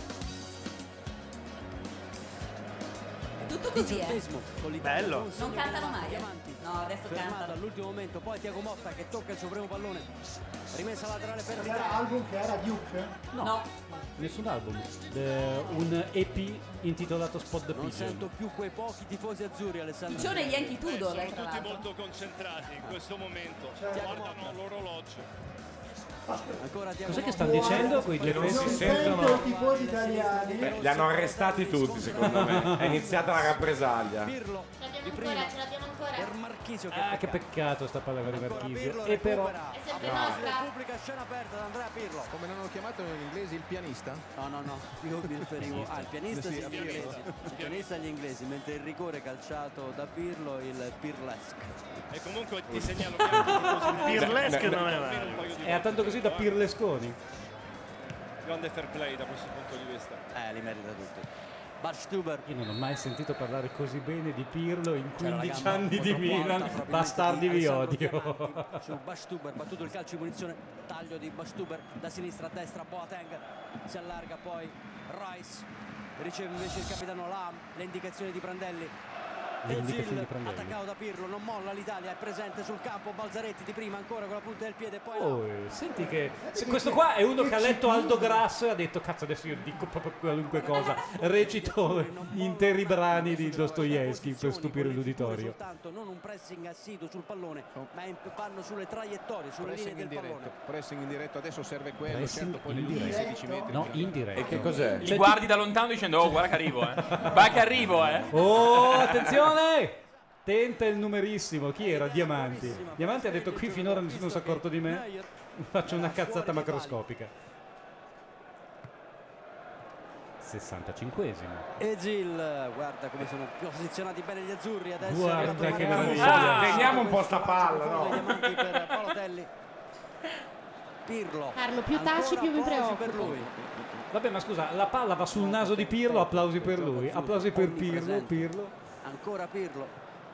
È tutto così, eh.
Bello.
Non cantano mai. eh. No, adesso
Fermata
cantano.
all'ultimo momento, poi Thiago Motta che tocca il suo primo pallone. Rimessa laterale per
Era album che era Duke?
No.
Nessun album. Eh, un E P intitolato Spot the
Non
Pigeon.
sento più quei pochi tifosi azzurri, Alessandro.
Piccione e Yankee Tudor,
sono
eh, tra
tutti
l'altro.
molto concentrati in questo momento. Guardano l'orologio.
Ancora Thiago
Cos'è che
Motta.
stanno dicendo quei due
non si
pezzi?
sentono.
I tifosi italiani.
Beh, li hanno arrestati tutti, secondo me. È iniziata la rappresaglia.
Pirlo di prima
ce l'abbiamo ancora.
per Marchisio che
Ah, che peccato sta palla di Marchisio.
Pirlo
E però
recupera.
È sempre
Applausi
nostra.
del pubblico a scena aperta da Andrea Pirlo.
Come l'hanno chiamato in inglese il pianista?
No, no, no, io mi riferivo al pianista
Sì,
agli
a Pirlo.
inglesi, il pianista agli inglesi, mentre il rigore calciato da Pirlo il Pirlesque.
E comunque ti segnalo che anche i tifosi
Pirlesque
italiani
non è
almeno
male.
un paio di
è a tanto così da Pirlesconi.
grande fair play da questo punto di vista.
Eh, li merita tutti. Barstuber.
Io non ho mai sentito parlare così bene di Pirlo in
C'era la
quindici
gamba
anni di
molto alta,
Milan.
probabilmente
Bastardi vi
Alessandro
odio.
Chiamanti su Barstuber, battuto il calcio di punizione, taglio di Barstuber da sinistra a destra, Boateng si allarga poi Rice, riceve invece il capitano Lam, le indicazioni di Prandelli.
Le indicazioni
Özil,
di Prandelli.
attaccato da Pirlo, non molla l'Italia, è presente sul campo, Balzaretti di prima ancora con la punta del piede, poi
Oh, senti che se questo qua è uno che ha letto Aldo Grasso e ha detto cazzo adesso io dico proprio qualunque cosa, recito interi brani di Dostoevsky per stupire l'uditorio.
soltanto non un pressing assiduo sul pallone, ma in- vanno sulle traiettorie, sulle linee
Pressing in
del
diretto,
pallone.
pressing in diretto, adesso serve quello,
Pressing
certo, poi le
in
lunghe
diretto.
sedici metri.
No, indiretto.
E che cos'è?
Li guardi da lontano dicendo oh guarda che arrivo, eh. Guarda che arrivo, eh.
Oh, attenzione! Tenta il numerissimo. Chi era? Diamanti. Diamanti ha detto qui finora nessuno si è accorto di me. Faccio una cazzata macroscopica. sessantacinquesimo.
Özil, guarda come sono posizionati bene gli azzurri adesso. è
Guarda
arrivato
che
il
meraviglia.
Marchisio.
Ah, teniamo un po' sta palla,
Questo
no?
dei diamanti per Balotelli. Pirlo.
Carlo, più taci,
Ancora
più mi
applausi
preoccupo.
per lui.
Vabbè, ma scusa, la palla va sul naso di Pirlo, applausi per lui. Applausi per Pirlo, Pirlo.
Ancora Pirlo.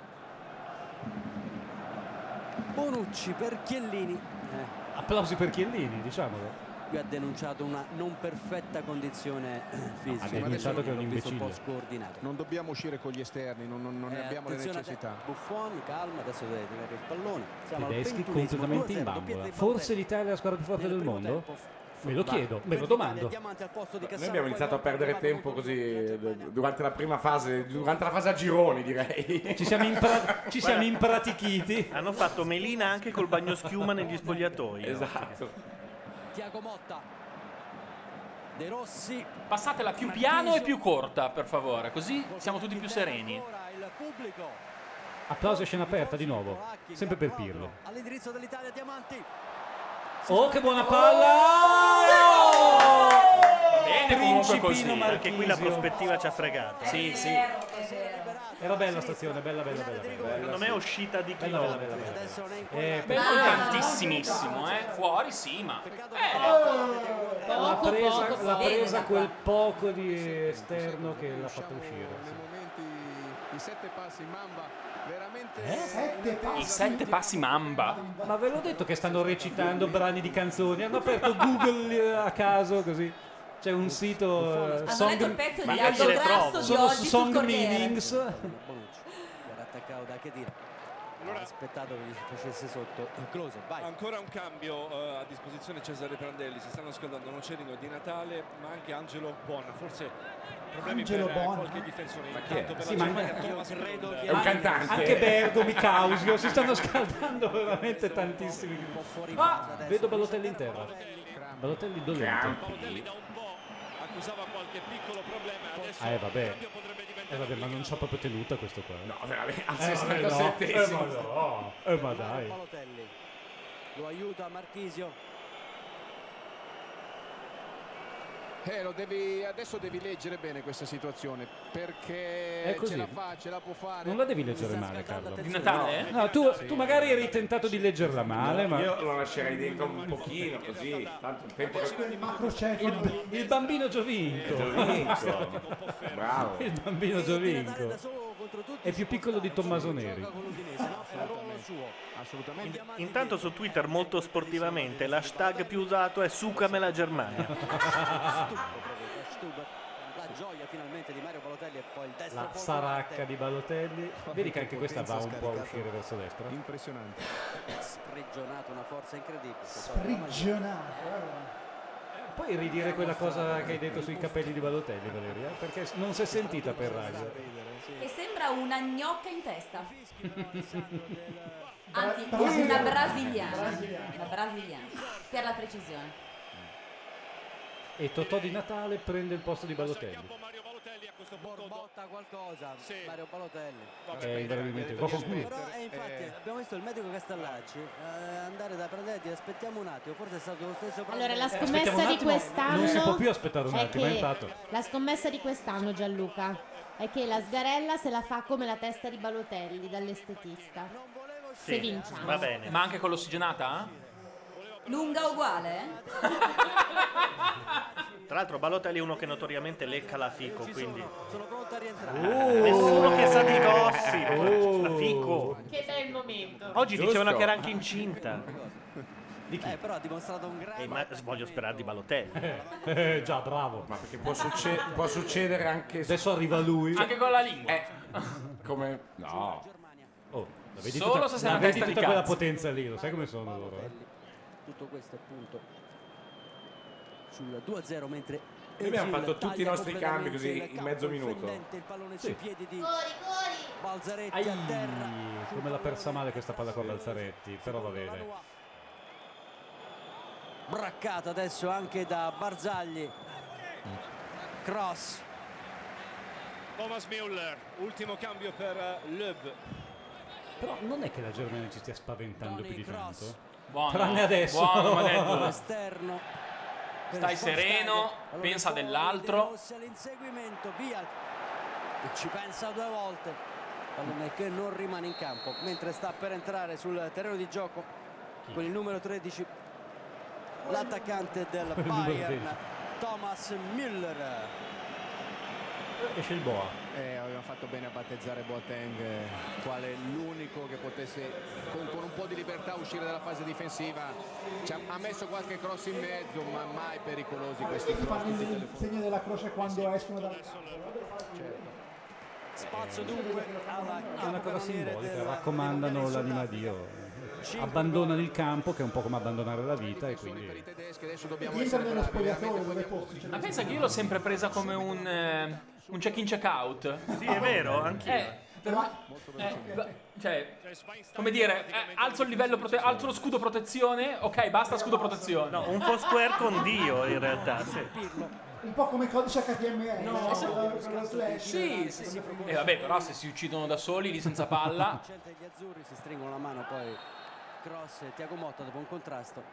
Bonucci per Chiellini. Eh,
Applausi per Chiellini, diciamolo.
qui ha denunciato una non perfetta condizione eh, fisica.
Ha denunciato che è un
L'ho visto un po'
imbecille.
scordinato.
Non dobbiamo uscire con gli esterni, non, non- non ne
Eh,
abbiamo le
attenzione a
necessità.
te. Buffon, calma, adesso deve tirare il pallone. Siamo al
Tedeschi
ventunesimo,
completamente
due a
in
zero, doppietta
bambola.
di
Forse
Balotelli.
l'Italia è la squadra più forte
Nel
del
primo
mondo?
tempo,
Me lo chiedo, me lo domando.
Noi abbiamo iniziato a perdere tempo così eh, durante la prima fase, durante la fase a gironi direi.
Ci siamo, impra- ci siamo impratichiti.
Hanno fatto melina anche col bagnoschiuma negli spogliatoi.
Esatto.
Tiago Motta. De Rossi.
Passatela più piano e più corta, per favore, così siamo tutti più sereni.
Il pubblico
Applauso a scena aperta di nuovo. Sempre per Pirlo.
all'indirizzo dell'Italia Diamanti.
Oh, che buona palla!
Bene, comunque così.
Principino
Anche qui la
Marchisio.
prospettiva ci ha fregato.
Sì, sì. Era bella stazione, bella, bella, bella. bella.
Secondo me è uscita di
Bella, bella,
chilometri.
bella, bella. Eh,
Beh, non tantissimissimo, eh. Fuori sì, ma. Eh.
L'ha presa,
poco,
l'ha
poco.
presa quel poco di esterno che l'ha fatto uscire.
Nei momenti i sette passi Mamba veramente
Sette passi.
I sette passi Mamba.
Ma ve l'ho detto che stanno recitando brani di canzoni. Hanno aperto Google eh, a caso così. C'è un sito eh,
Hanno letto il pezzo
Ma
di
dove
Aldo
le
Grasso
trovo?
di
sono
oggi sul
song
Corriere.
meanings.
Bonucci. Era attaccato da Khedira.
Allora-
Ha aspettato che gli facesse sotto. Close, vai.
Ancora un cambio eh, a disposizione Cesare Prandelli, si stanno scaldando Nocerino di Natale ma anche Angelo Bon, forse problemi
Angelo
per eh,
Bon.
qualche difensore.
Ma chi è?
Intanto per
Sì,
la
ma
Germania
anche-
Thomas
credo
Müller.
che-
È un cantante.
Anche Bergomi, Causio, si stanno scaldando veramente tantissimi. Ah, vedo Balotelli in terra. Balotelli dolente.
Balotelli da un po' accusava qualche piccolo problema, adesso
Ah, eh, vabbè.
il cambio potrebbe diventare
Eh vabbè, ma non c'ha proprio tenuta questo qua.
No, veramente al
Eh, vabbè, no.
sessantasettesimo.
Eh, ma no. Eh, ma dai.
Balotelli. Lo aiuta Marchisio.
Eh, lo devi, adesso devi leggere bene questa situazione perché
È così.
ce la fa, ce la può fare.
Non la devi leggere male, Carlo.
Di Natale?
No, tu, tu magari eri tentato di leggerla male, ma
Io lo lascerei dentro un pochino così, tanto il tempo che...
Il macrocefalo.
il, il bambino Giovinco.
Bravo.
Il bambino Giovinco.
Da solo contro tutti.
È più piccolo di Tommaso Neri.
Con l'Udinese, no? È un ruolo suo.
Assolutamente.
Intanto su Twitter molto sportivamente l'hashtag più usato è Sucamela Germania.
Stuber. La gioia finalmente di Mario Balotelli e poi il destro
La
polso
saracca
batte.
di Balotelli. Vedi che anche questa va un po' a uscire verso destra.
Impressionante.
Sprigionato, una forza incredibile.
Sprigionato. guarda.
Puoi ridire quella cosa che hai detto sui capelli di Balotelli, Valeria? Perché non si è sentita per radio.
Che sembra una gnocca in testa. Anzi,
Brasiliana.
una brasiliana. Una brasiliana. Per la precisione.
E Totò di Natale prende il posto di Balotelli.
Mario Balotelli a questo punto
Borbotta qualcosa.
Sì.
Mario Balotelli.
È invariabilmente
Però eh, infatti abbiamo visto il medico Castellacci eh, andare da Prandelli, aspettiamo un attimo, forse è stato lo stesso
Allora,
Prandelli.
la
aspettiamo
scommessa
un
di
attimo,
quest'anno
non si può più aspettare un
è
attimo,
che-
è entrato.
La scommessa di quest'anno, Gianluca, è che la sgarella se la fa come la testa di Balotelli dall'estetista. Se vinciamo.
Va bene.
Ma anche con l'ossigenata?
Lunga uguale?
Tra l'altro Balotelli è uno che notoriamente lecca la fico, quindi
Sono pronto a rientrare.
nessuno che sa di gossip.
Oh.
La fico.
Che bel momento.
Oggi
Giusto.
dicevano che era anche incinta.
Di chi?
Eh, però ha dimostrato un grande
E ma voglio sperare di Balotelli.
Eh, già, bravo.
Ma perché può, succe- può succedere anche se-
Adesso arriva lui.
Anche con la lingua.
Eh, come... No.
Oh, la vedi
Solo
tutta,
se sei
la
una
vedi
testa di
tutta quella
cazzo.
potenza lì, lo sai come sono loro? Eh?
tutto questo appunto sul due a zero, mentre
Noi abbiamo
Özil
fatto tutti i
taglia
nostri cambi
completamente
così
il
in
campo,
mezzo minuto.
fendente, il pallone
Sì.
sui piedi di Balzaretti
Ai,
a terra.
come l'ha persa male questa palla con Balzaretti, però va bene.
Braccata adesso anche da Barzagli. Cross.
Thomas Müller, ultimo cambio per eh, Löw.
Però non è che la Germania ci stia spaventando più di tanto.
Buono,
Tranne adesso.
buono, Manetto.
Esterno. per
Stai
Schweinsteiger.
sereno,
Allora
pensa
fuori
dell'altro.
De Rossi all'inseguimento, via. E ci pensa due volte. Pallone che non rimane in campo mentre sta per entrare sul terreno di gioco con il numero tredici, l'attaccante del
Il numero
Bayern,
tredici.
Thomas Müller.
Esce il Boa.
Eh, avevamo fatto bene a battezzare Boateng eh, quale l'unico che potesse con, con un po' di libertà uscire dalla fase difensiva. Ci ha, ha messo qualche cross in mezzo, ma mai pericolosi questi cross.
Fanno
tutte
il
le-
segno della croce quando escono dal campo.
Spazio dunque alla
È una cosa
capocannoniere
simbolica,
del
raccomandano
Mondiale in
l'anima a
Sudafrica.
Dio. abbandonano il campo, che è un po' come abbandonare la vita, e quindi
Rientra nello spogliatoio dove posti.
Ma pensa che io l'ho sempre presa come un, eh, un check-in check-out.
Sì, è vero, anch'io.
Eh, per me- eh, va- cioè, come dire, eh, alzo il livello, prote- alzo lo scudo protezione, ok, basta scudo protezione.
No, un Foursquare con Dio in realtà, sì.
Un po' come codice H T M L.
No,
sulla- sulla slash.
Sì, sì, sì. E vabbè, però se si uccidono da soli, lì senza palla.
Scelta degli azzurri, si stringono la mano poi Cross e Tiago Motta dopo un contrasto.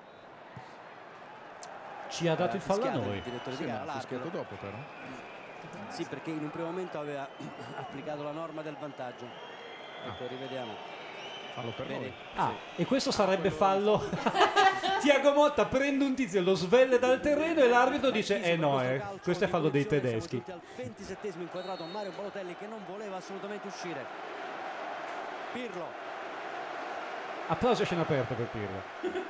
ci ha dato il fallo a
Fischiata
noi.
il direttore
Sì,
di
ma
gara,
ha fischiato
l'arbitro.
dopo però.
Sì, perché in un primo momento aveva applicato la norma del vantaggio. Ecco, rivediamo.
Fallo per
Vedi?
noi.
Ah, e questo sarebbe fallo. Tiago Motta prende un tizio, lo svelle dal terreno e l'arbitro dice: Eh no, eh, questo è fallo dei tedeschi.
Al ventisettesimo inquadrato Mario Balotelli che non voleva assolutamente uscire. Pirlo.
Applauso a scena aperta per Pirlo.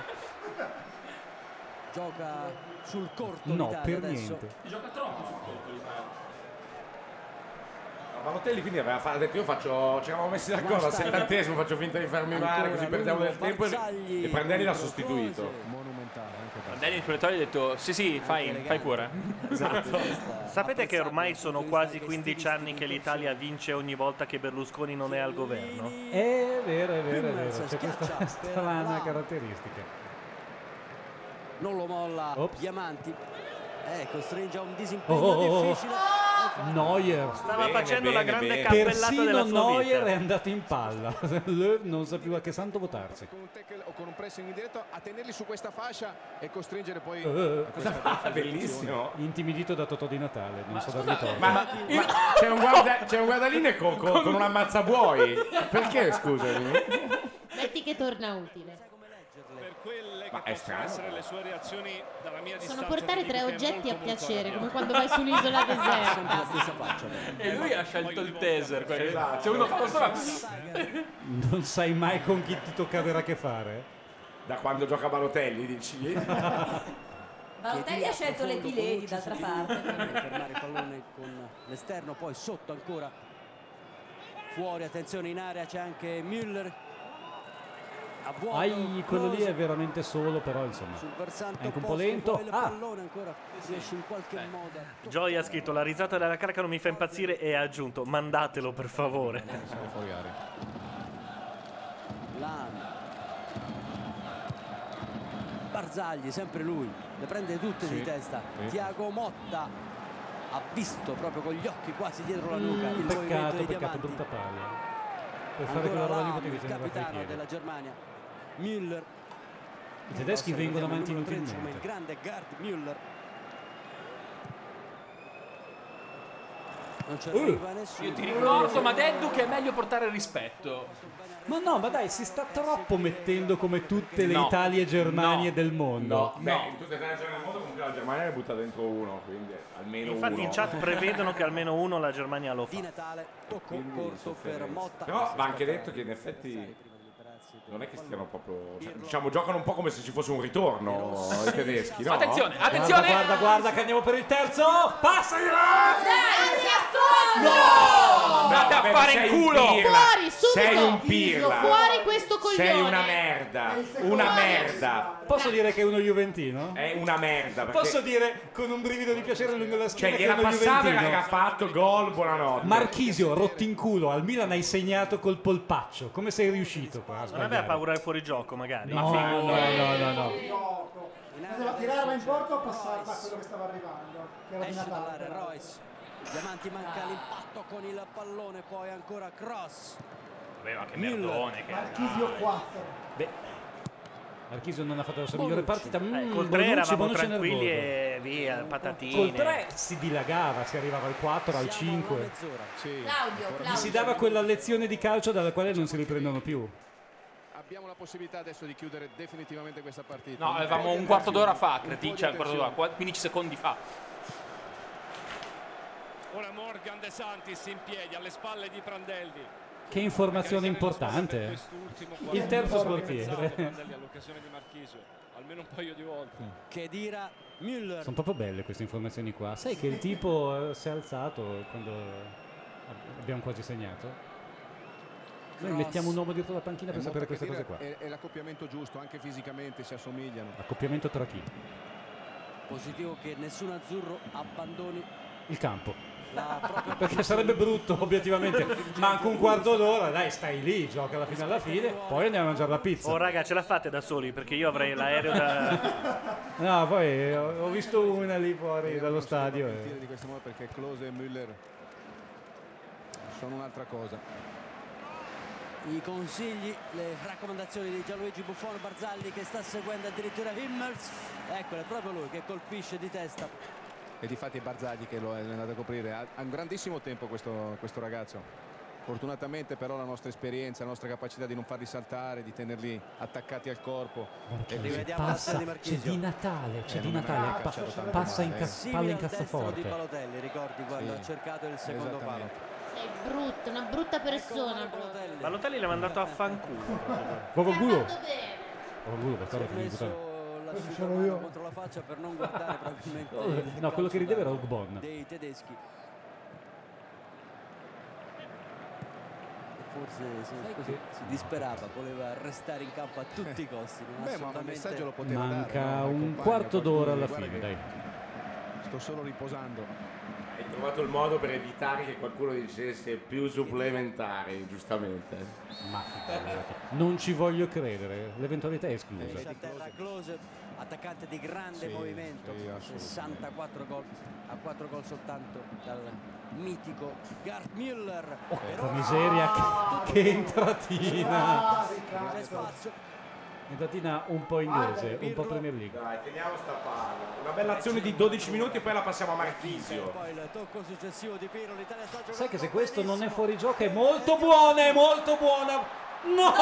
Gioca sul corto
No,
l'Italia
per
adesso.
niente.
Gioca troppo sul colpo l'Italia.
Balotelli quindi aveva fa- ha detto io faccio, ci eravamo messi d'accordo al settantesimo, faccio finta di farmi male così perdiamo del tempo e, e Prandelli l'ha sostituito.
Monumentale anche per
Prandelli in spogliatoio gli ha detto sì sì, fai, fai pure.
Esatto. Sapete che ormai sono quasi quindici anni che l'Italia vince ogni volta che Berlusconi non è al governo?
È vero, è vero, è vero. C'è questa strana caratteristica.
Non lo molla
Ops.
Diamanti. Eh, costringe a un disimpegno
Oh, oh, oh.
difficile.
Neuer.
Stava
Bene,
facendo
bene,
la grande
bene.
cappellata
Persino
della sua
Neuer
vita.
è andato in palla. Löw non sa più a che santo votarsi.
con un tackle o con un pressing in diretto a tenerli su questa fascia e costringere poi
Eh,
a questa
Ah, bellissimo.
Intimidito da Totò di Natale, non so dargli
scusate,
torto.
Ma, ma c'è, un guarda, c'è un guardaline con, con, con un ammazzabuoi. Perché scusami?
Metti che torna utile.
Per quelle
Ma
che
è
possono
strano.
essere le sue reazioni dalla mia
Sono
distanza.
portare
ti dico
tre
che è
oggetti a
molto, molto
piacere,
arrabbiato.
come quando vai su un'isola deserta.
La stessa faccia.
E lui ha scelto il taser. quello-
Esatto.
Se uno fa lo solo.
Non sai mai con chi ti tocca avere a che fare?
Da quando gioca Balotelli dici?
Balotelli ha scelto le T-Lady d'altra parte.
Fermare il pallone con l'esterno, poi sotto ancora. Fuori, attenzione in area, c'è anche Müller. A vuoto,
Ai, quello lì
Klose
è veramente solo, però insomma.
sul versante
È anche un po'
opposto,
lento.
poi il
Ah,
pallone ancora riesce in qualche modo a
Joy ha scritto la risata della caraca non mi fa impazzire e ha aggiunto mandatelo per favore.
siamo fuori area.
Lan. Barzagli, sempre lui, le prende tutte
Sì,
di testa.
sì.
Tiago Motta ha visto proprio con gli occhi quasi dietro la nuca il
Mm,
movimento
peccato,
dei
peccato,
diamanti.
brutta palla. Per fare
Ancora
quella roba lì
Lahm,
potevi
il
tenere i
capitano
piedi.
della Germania. Müller.
I tedeschi
Cross,
vengono
vediamo
avanti
il numero tredici come il
inutilmente.
grande Gerd Müller. Non ci arriva nessuno.
Io ti ricordo, ma Deddu, che è meglio portare rispetto.
Ma no, ma dai, si sta troppo mettendo come tutte le
No.
Italie e Germanie
No.
del mondo.
No, beh, in tutte le nazioni del mondo comunque la Germania ne butta dentro uno, quindi almeno
Infatti
uno.
in chat prevedono che almeno uno la Germania lo
Di
fa.
Natale, tocco
Quindi
corto per
sofferenza.
Motta.
Però va anche detto che in effetti non è che stiano proprio, cioè, diciamo, giocano un po' come se ci fosse un ritorno i tedeschi, no?
Attenzione,
Guarda,
attenzione!
guarda, guarda che andiamo per il terzo. Passa di là!
Andate a
vabbè,
fare
sei
in
un
culo!
pirla.
Fuori, subito!
Sei un pirla!
Fuori questo coglione!
Sei una merda! Una merda!
Posso dire che è uno juventino?
È una merda perché
Posso dire con un brivido di piacere lungo la schiena
cioè
che è
gliela
uno
passava e
juventino?
era fatto gol, buonanotte.
Marchisio, rotto in culo, al Milan hai segnato col polpaccio. Come sei riuscito qua a
Non aveva
sbagliare?
paura del fuorigioco magari.
No, no, no, no, no.
Gioco. Poteva tirarla in porta o passarla a quello che stava arrivando, che era di
Esce
Natale.
dall'area
però.
Royce. Diamanti manca l'impatto con il pallone, poi ancora cross.
Vabbè, ma che
Müller.
merdone che
Marchisio quattro.
Beh, Marchisio non ha fatto la sua migliore partita.
Eh,
Mm,
col tre
Bonucci,
eravamo
Bonucci è
tranquilli
nervoso.
e via, patatine.
Col tre si dilagava, si arrivava al quattro, al
Siamo alla
cinque.
mezz'ora.
Sì.
Claudio,
Gli
Claudio.
si dava quella lezione di calcio dalla quale non si riprendono più.
Abbiamo la possibilità adesso di chiudere definitivamente questa partita.
No, avevamo un quarto d'ora fa, credi, cioè un quarto d'ora, qua- quindici secondi fa.
Ora Morgan De Santis in piedi alle spalle di Prandelli.
Che informazione importante.
Quest'ultimo
Il terzo
quarto d'ora
portiere.
pensato Prandelli all'occasione di Marchisio, almeno un paio di volte.
Che dira Müller.
Sono proprio belle queste informazioni qua. Sai che il tipo eh, si è alzato quando abbiamo quasi segnato? Noi mettiamo un uomo dietro la panchina
È
per
molto
sapere
che
queste cose
dire,
qua.
È, è l'accoppiamento giusto, anche fisicamente si assomigliano.
Accoppiamento tra chi?
Positivo che nessun azzurro abbandoni
Il campo.
la propria
Perché sarebbe brutto, obiettivamente. Manca un quarto d'ora, dai, stai lì, gioca alla fine alla fine, poi andiamo a mangiare la pizza.
Oh raga, ce la fate da soli? Perché io avrei l'aereo da...
No, poi ho ho visto una lì fuori dallo stadio.
Partire
E...
di questo modo perché Klose e Müller sono un'altra cosa.
I consigli, le raccomandazioni di Gianluigi Buffon, Barzagli che sta seguendo addirittura Himmels. Eccolo, è proprio lui che colpisce di testa.
E difatti è Barzagli che lo è andato a coprire. Ha, ha un grandissimo tempo questo, questo ragazzo. Fortunatamente però la nostra esperienza, la nostra capacità di non farli saltare, di tenerli attaccati al corpo.
Porca
E
miseria,
rivediamo
passa,
l'azione di
c'è
Marchisio.
di Natale, c'è
Eh,
di
non è
Natale,
mai
pa-
calciato tanto
passa in
male.
ca-
Simile
palla in
al destro di
cassaforte.
Balotelli, ricordi quando
Sì,
ha cercato il secondo palo.
esattamente.
Sei brutta, una brutta persona.
Balotelli.
Balotelli l'ha mandato a fanculo.
Proprio culo.
Fatto bene.
Proprio culo,
Si
bastardo
è
figlio di puttana.
messo
Questo
l'asciugamano
sono io.
contro la faccia per non guardare probabilmente
Oh,
il
no, quello che
calcio
rideva era
d'angolo
Ogbon.
dei tedeschi. Forse sì, così si disperava, voleva restare in campo a tutti i costi. Non
Beh, ma un
assolutamente-
messaggio lo poteva dare.
Manca
no, ai
un
compagni,
quarto
a
d'ora
qualcuno,
alla
guarda
fine,
che
dai.
Sto solo riposando.
Hai trovato il modo per evitare che qualcuno dicesse più supplementari, giustamente.
Ma figurati. Non ci voglio credere, l'eventualità è esclusa.
Esce a terra Klose, attaccante di grande
Sì,
movimento,
sì, assolutamente.
sessantaquattro gol, a quattro gol soltanto dal mitico Gerd Müller.
Porca miseria, che, che entratina!
C'è spazio.
Entratina un po' inglese, un po' Premier League.
Dai, teniamo sta palla. Una bella azione di dodici minuti e poi la passiamo a Marchisio.
Poi il tocco successivo di Pirlo, l'Italia sta giocando.
Sai che se questo non è fuori gioco è molto buona, è molto buona! No!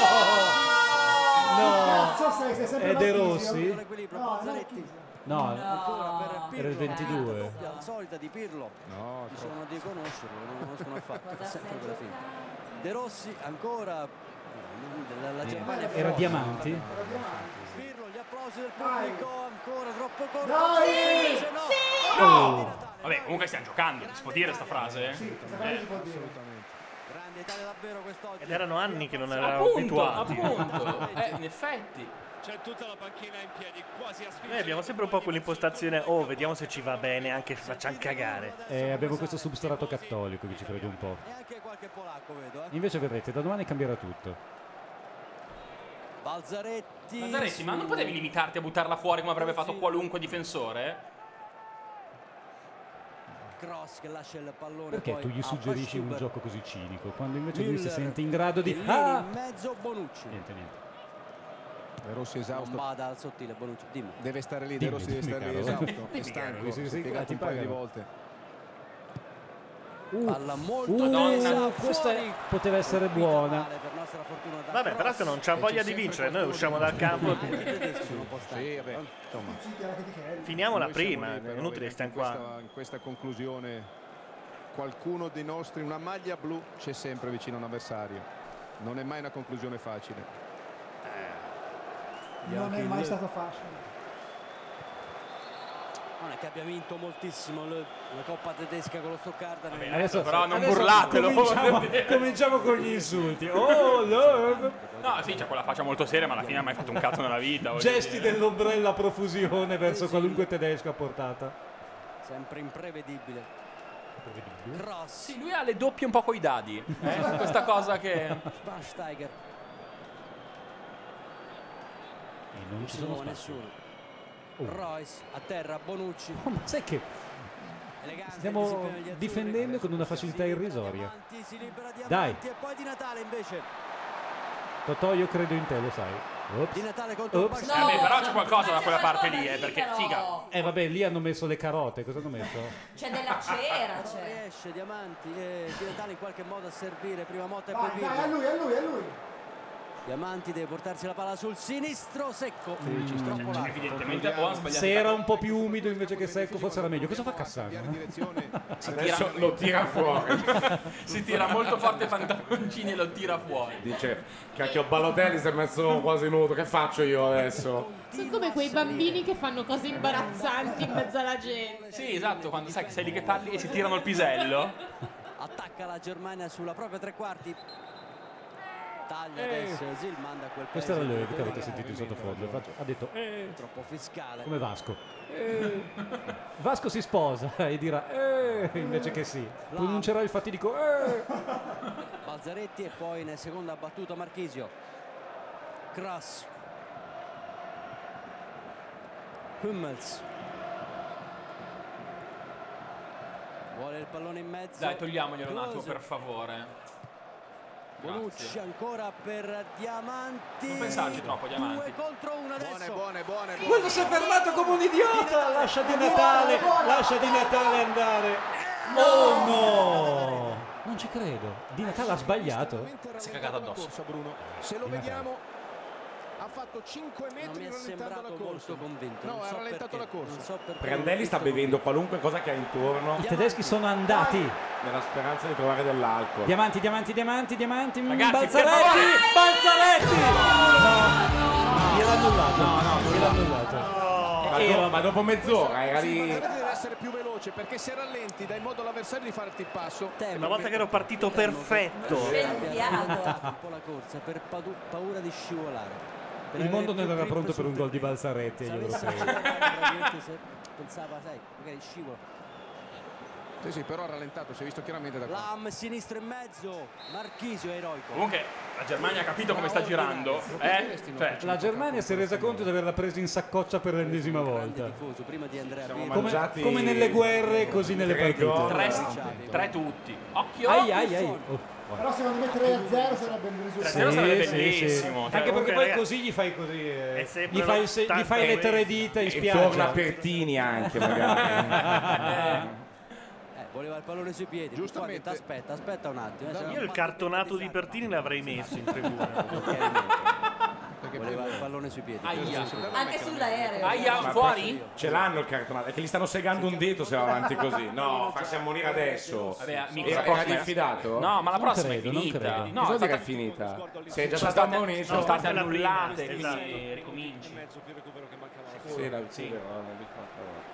No!
Cazzo sei, sei sempre
È De
Marchisio?
Rossi?
L'equilibrio,
No,
Pozzaretti.
No,
Ancora per Pirlo.
era il ventidue.
Doppia al solita di Pirlo.
No,
Dicevano di conoscerlo, non lo conoscono affatto.
Cosa
È sempre
stai
quella finta.
giocando?
De Rossi ancora. La, la Germania
Era
fuori.
diamanti?
Pirlo, gli applausi del pubblico, ancora troppo corto.
Dai!
Sì, invece no.
Oh.
Vabbè, comunque stiamo giocando, si può dire sta frase? eh?
Sì, questa cosa si può dire.
Grande Italia davvero quest'oggi.
Ed erano anni che non eravamo
Appunto,
abituati.
appunto. Eh, in effetti.
C'è tutta la panchina in piedi, quasi a spingere.
Noi abbiamo sempre un po' quell'impostazione, oh, vediamo se ci va bene, anche se facciamo cagare.
Eh, abbiamo questo substrato cattolico che ci crede un po'.
E anche qualche polacco vedo, eh.
Invece vedrete, da domani cambierà tutto.
Balzaretti.
Mazzaretti, ma non potevi limitarti a buttarla fuori come avrebbe fatto qualunque difensore?
Cross che lascia il pallone.
Perché
poi
tu gli
a
suggerisci un
Bashtuber.
gioco così cinico, quando invece lui si
Müller,
sente in grado di...
Chiellini
Ah!
in mezzo, Bonucci.
Niente, niente.
De Rossi
Non
esausto.
bada al sottile, Bonucci. Dimmi.
Deve stare lì, De
Dimmi,
Rossi deve
dimmi,
stare lì
caro.
esausto.
Dimmi,
È stanco,
caro, sì, sì,
si è
sì,
piegato
ti
un paio di
pagano.
volte.
Uh,
Palla molto
uh,
tesa,
questa
fuori.
poteva essere buona.
Male per nostra fortuna da
Vabbè, però se non c'ha voglia di vincere, noi usciamo dal campo,
Anche i tedeschi non può stare.
Sì, vabbè, insomma.
Zitti anche di Kelly.
finiamola
Noi siamo
prima,
lì,
è
però,
inutile
vedi,
stiamo
in
qua.
questa, in questa conclusione qualcuno dei nostri, una maglia blu c'è sempre vicino a un avversario. Non è mai una conclusione facile.
Non è mai stato facile.
Non è che abbia vinto moltissimo le- la Coppa tedesca con lo Stoccarda.
Vabbè,
nel-
adesso però non
adesso
burlatelo.
Cominciamo, cominciamo con gli insulti. Oh, love!
No, sì, c'è quella faccia molto seria, ma alla fine non ha mai fatto un cazzo nella vita. voglio
Gesti
dire.
dell'ombrella a profusione verso qualunque tedesco a portata.
Sempre imprevedibile. Cross.
Sì, lui ha le doppie un po' coi dadi. eh, Questa cosa che...
Schweinsteiger.
E non
Non
ci
si
sono
muove
spazi.
nessuno.
Oh.
Royce a terra, Bonucci.
Oh, ma sai che
Elegante
stiamo
il disciplina degli azzurri.
difendendo con una facilità
Si libera
irrisoria.
Diamanti, si libera
Dai.
Diamanti e poi Di Natale invece.
Totò, io credo in te, lo sai. Ops.
Di Natale contro
Ops.
il
Eh, beh, però c'è qualcosa da quella parte lì, eh, perché,
Però.
figa,
Eh vabbè, lì hanno messo le carote, cosa hanno messo?
C'è della cera,
Non
c'è.
riesce Diamanti e Di Natale in qualche modo a servire. Prima Motta e
Vai,
poi
dai, a
Pirlo.
lui, a lui, a lui.
Diamanti deve portarsi la palla sul sinistro, secco. Troppo largo.
evidentemente può sbagliare.
Se era un po' più umido invece che secco forse era meglio. Cosa fa Cassano?
Cambiare direzione.
Adesso lo tira fuori.
Si tira molto forte i pantaloncini e lo tira fuori.
Dice, cacchio, Balotelli si è messo quasi nudo, che faccio io adesso?
Sono come quei bambini che fanno cose imbarazzanti in mezzo alla gente.
Sì, esatto, quando sai che sei lì che parli e si tirano il pisello.
Attacca la Germania sulla propria tre quarti. taglia
Eh.
adesso Özil, manda quel
Questo era
peso
lui che avete
di-
sentito in sottofondo. Faccio- Ha detto eh,
troppo fiscale.
come Vasco. Eh. Vasco si sposa e dirà eh, invece che sì. Pronuncerà il fatidico eh.
Balzaretti e poi nel seconda battuta Marchisio. Cross. Hummels. Vuole il pallone in mezzo.
Dai, togliamoglielo un attimo,
Klose.
per favore.
Bonucci ancora per Diamanti.
Non pensarci troppo, Diamanti.
Due contro uno adesso.
Buone, buone, buone, buone.
Quello si è fermato come un idiota. Lascia Di Natale, lascia Di Natale andare. Oh no! Non ci credo. Di Natale ha sbagliato.
Si è cagato addosso.
Corsa, Bruno. Se lo
Di Natale.
vediamo, ha fatto cinque
Non
metri
mi è
rallentando la
sembrato
corsa.
molto convinto.
No,
non
ha
so
rallentato
perché,
la corsa.
non so perché
Prandelli
l'ho
sta
visto
bevendo qualunque cosa che ha intorno
I tedeschi sono andati.
nella speranza di trovare dell'alcol.
Diamanti, diamanti, diamanti, diamanti. mm,
Ragazzi, per
Balzaretti!
favore!
Balzaretti! No, gliel'ha annullato. No, no, gliel'ha annullato.
Ma,
Era-
do- ma dopo mezz'ora era
Sì,
lì.
magari deve essere più veloce perché se rallenti dai modo all'avversario di fare il passo.
Una volta che ero partito perfetto.
Scienziato. un po' la corsa per padu- paura di scivolare. Per
Il
avere
mondo non
più
era
grip
pronto per
sul
un gol di
terreno.
Balzaretti agli
Se avesse
europei.
accelerato, probabilmente se pensava, sai, magari scivola.
Sì, sì, però ha rallentato, si è visto chiaramente da qua.
Lam sinistro in mezzo, Marchisio è eroico.
Comunque, la Germania ha capito come sta girando. Eh? Cioè,
La Germania si è resa conto di averla presa in saccoccia per l'ennesima volta.
Tifoso prima di Andrea
Siamo
Pirlo.
Come,
mangiati
come nelle guerre, così nelle
tre gol.
partite.
tre, tre tutti. Occhio.
Ai ai ai. Oh.
Però secondo me tre a zero sarebbe un risultato.
tre a zero sarebbe
Sì, sì,
bellissimo.
sì.
Cioè,
Anche perché
comunque,
poi
ragazzi,
così gli fai così. eh,
è sempre
Gli fai, il se- gli fai le tre dita in
E torna
spiaggia.
Pertini anche magari.
Eh, voleva il pallone sui piedi.
Giustamente.
Buffon ha detto, aspetta, aspetta un attimo. eh, se
Io
no-
il cartonato di Pertini l'avrei messo in tribuna.
Perché
voleva il pallone sui piedi.
Aia.
Anche sull'aereo.
Aia,
Ma
fuori?
Ce l'hanno il cartonato, è che gli stanno segando un dito se va avanti così. No, farsi ammonire adesso.
Vabbè, mica-
Era, era diffidato?
No, ma la
Non
prossima
credo,
è
non
finita.
credo.
No,
Cosa
è
vuol dire
stata
è finita? Sei già
sono
stato
state,
ammonito?
sono state
Quella prima,
annullate, quindi
esatto.
ricominci.
Sì, la,
Sì.
sì, no, non dico una parola.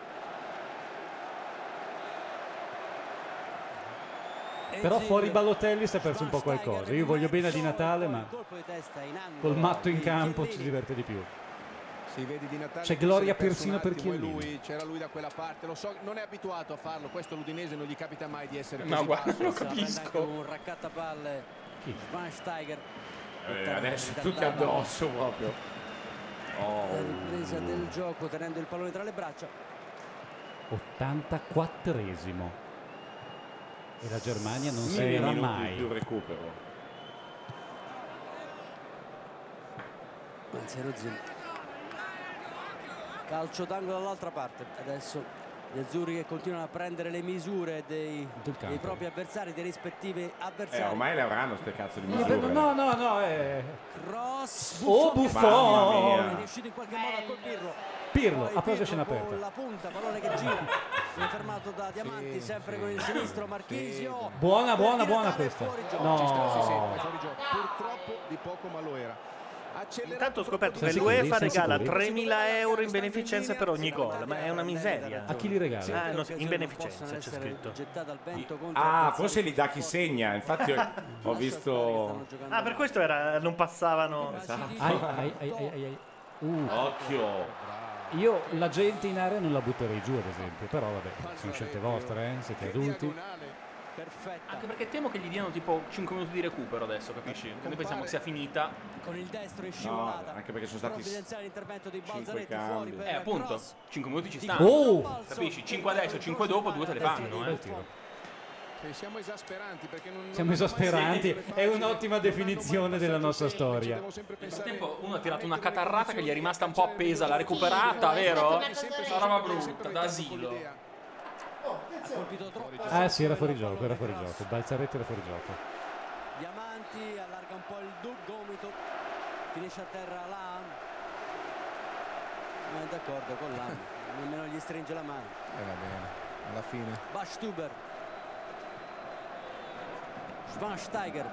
Però fuori Balotelli si è perso un po' qualcosa. Io voglio bene a Di Natale, ma col matto in campo ci diverte di più.
Si vede Di Natale
C'è
che
gloria
si è perso
persino
un
per
attimo e
Chiellini.
lui, c'era lui da quella parte, lo so, non è abituato a farlo, questo l'Udinese non gli capita mai di essere
No,
così
guarda,
basso.
lo capisco.
Un raccattapalle. Schweinsteiger.
Eh, adesso tutti addosso proprio. Oh.
La ripresa del gioco tenendo il pallone tra le braccia.
ottantaquattresimo. E la Germania non si
Sei
era
minuti
mai.
più recupero.
Manzero Zil. Calcio d'angolo dall'altra parte. Adesso gli azzurri che continuano a prendere le misure dei,
Del campo.
dei propri avversari, dei rispettivi
Eh,
avversari.
ormai le avranno ste cazzo di
Eh,
misure.
No, no, no. Eh.
Cross.
Oh,
Mamma
Buffon!
mia.
È riuscito in qualche modo a colpirlo.
Pirlo,
Poi
applauso a scena
Pirlo
aperta.
con la punta, pallone che gira. Viene fermato da Diamanti, sempre con il sinistro Marchisio.
Buona, buona,
Per
buona
Di Natale
questa.
fuori gioco.
No.
Ci sta, sì, sì, è fuori gioco. Purtroppo di poco ma lo era. Accelerato
Intanto ho scoperto che
Sei
l'UEFA
sicuri? Sei
regala
sicuri?
tremila euro in beneficenza per ogni gol, ma è una miseria.
A chi li regala?
Ah, no, sì, in beneficenza c'è scritto.
Gettata al vento contro
Ah,
l'avversario.
forse li dà chi segna. Infatti ho, ho visto.
Ah, per questo era, non passavano.
Ai, ai, ai, ai, ai, ai. Uh,
Occhio.
io la gente in area non la butterei giù, ad esempio. Però vabbè, sono scelte vostre, eh? Siete adulti.
Perfetta.
Anche perché temo che gli diano tipo cinque minuti di recupero adesso, capisci? Che noi pensiamo che sia finita.
Con il destro in scivolata.
No, anche perché sono stati
Provvidenziale l'intervento di
cinque
Balzaretti
cambi.
fuori per
Eh, appunto,
cross.
cinque minuti ci stanno.
Oh!
Capisci? cinque adesso, cinque dopo, due te le fanno,
Bel
eh.
tiro.
Sì, siamo esasperanti perché non
Siamo
non hanno mai
esasperanti,
sempre
è
facile,
un'ottima
non hanno
definizione
mai
della
passaggio
nostra
semplice,
storia.
devo sempre
Nel
pensare
frattempo uno ha
a
tirato una
mettere
catarrata che gli è rimasta un po'
condizione
appesa alla recuperata, vero? Una roba brutta, da asilo.
Ha colpito troppo.
Ah sì, era fuori gioco, era fuori gioco. Balzaretti era fuori gioco.
Diamanti allarga un po' il du- gomito. Finisce a terra Lam. Non è d'accordo con Lam. Nemmeno gli stringe la mano.
Eh, va bene, alla fine.
Bachstuber. Schweinsteiger.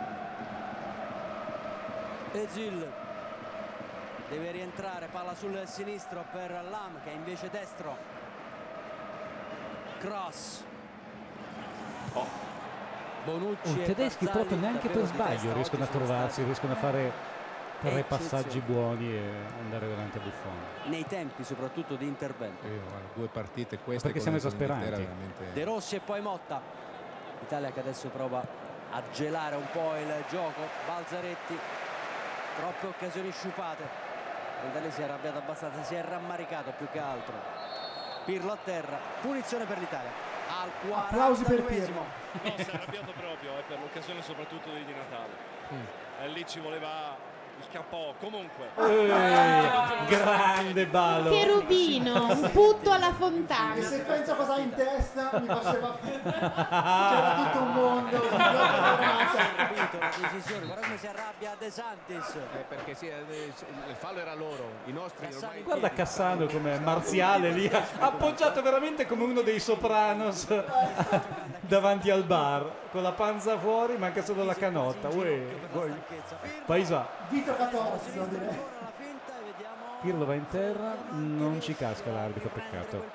Özil deve rientrare, palla sul sinistro per Lam che è invece destro. Cross. Bonucci
Oh, I
e
tedeschi
Barzagli
proprio neanche per
davvero di
sbaglio
testa.
riescono a
Oggi sono
trovarsi,
stati
riescono a fare tre
Eccezione.
passaggi buoni e andare davanti a Buffon.
nei tempi soprattutto di intervento.
Io, guarda, due partite queste
perché
con
siamo
l'Inghilterra
esasperanti.
veramente.
De Rossi e poi Motta. Italia che adesso prova a gelare un po' il gioco. Balzaretti, troppe occasioni sciupate. Prandelli si è arrabbiato abbastanza, si è rammaricato più che altro. Pirlo a terra, punizione per l'Italia. Al
Applausi per
quarantanovesimo.
No, si è arrabbiato proprio eh, per l'occasione soprattutto di Di Natale. E lì ci voleva il K O comunque.
Ehi, grande Balo.
Che rubino, un putto alla fontana.
E se penso cosa ha in testa mi faceva c'era tutto un mondo sul gioco d'orata.
Capito la decisione, guarda come si arrabbia De Santis.
Eh, perché sì, eh, il fallo era loro, i nostri ormai.
Guarda Cassano come marziale lì, appoggiato veramente come uno dei Sopranos davanti al bar, con la panza fuori, manca solo la canotta. Uè, uè. Paisa.
Vito Catozzo direi.
Pirlo va in terra, non ci casca l'arbitro, peccato.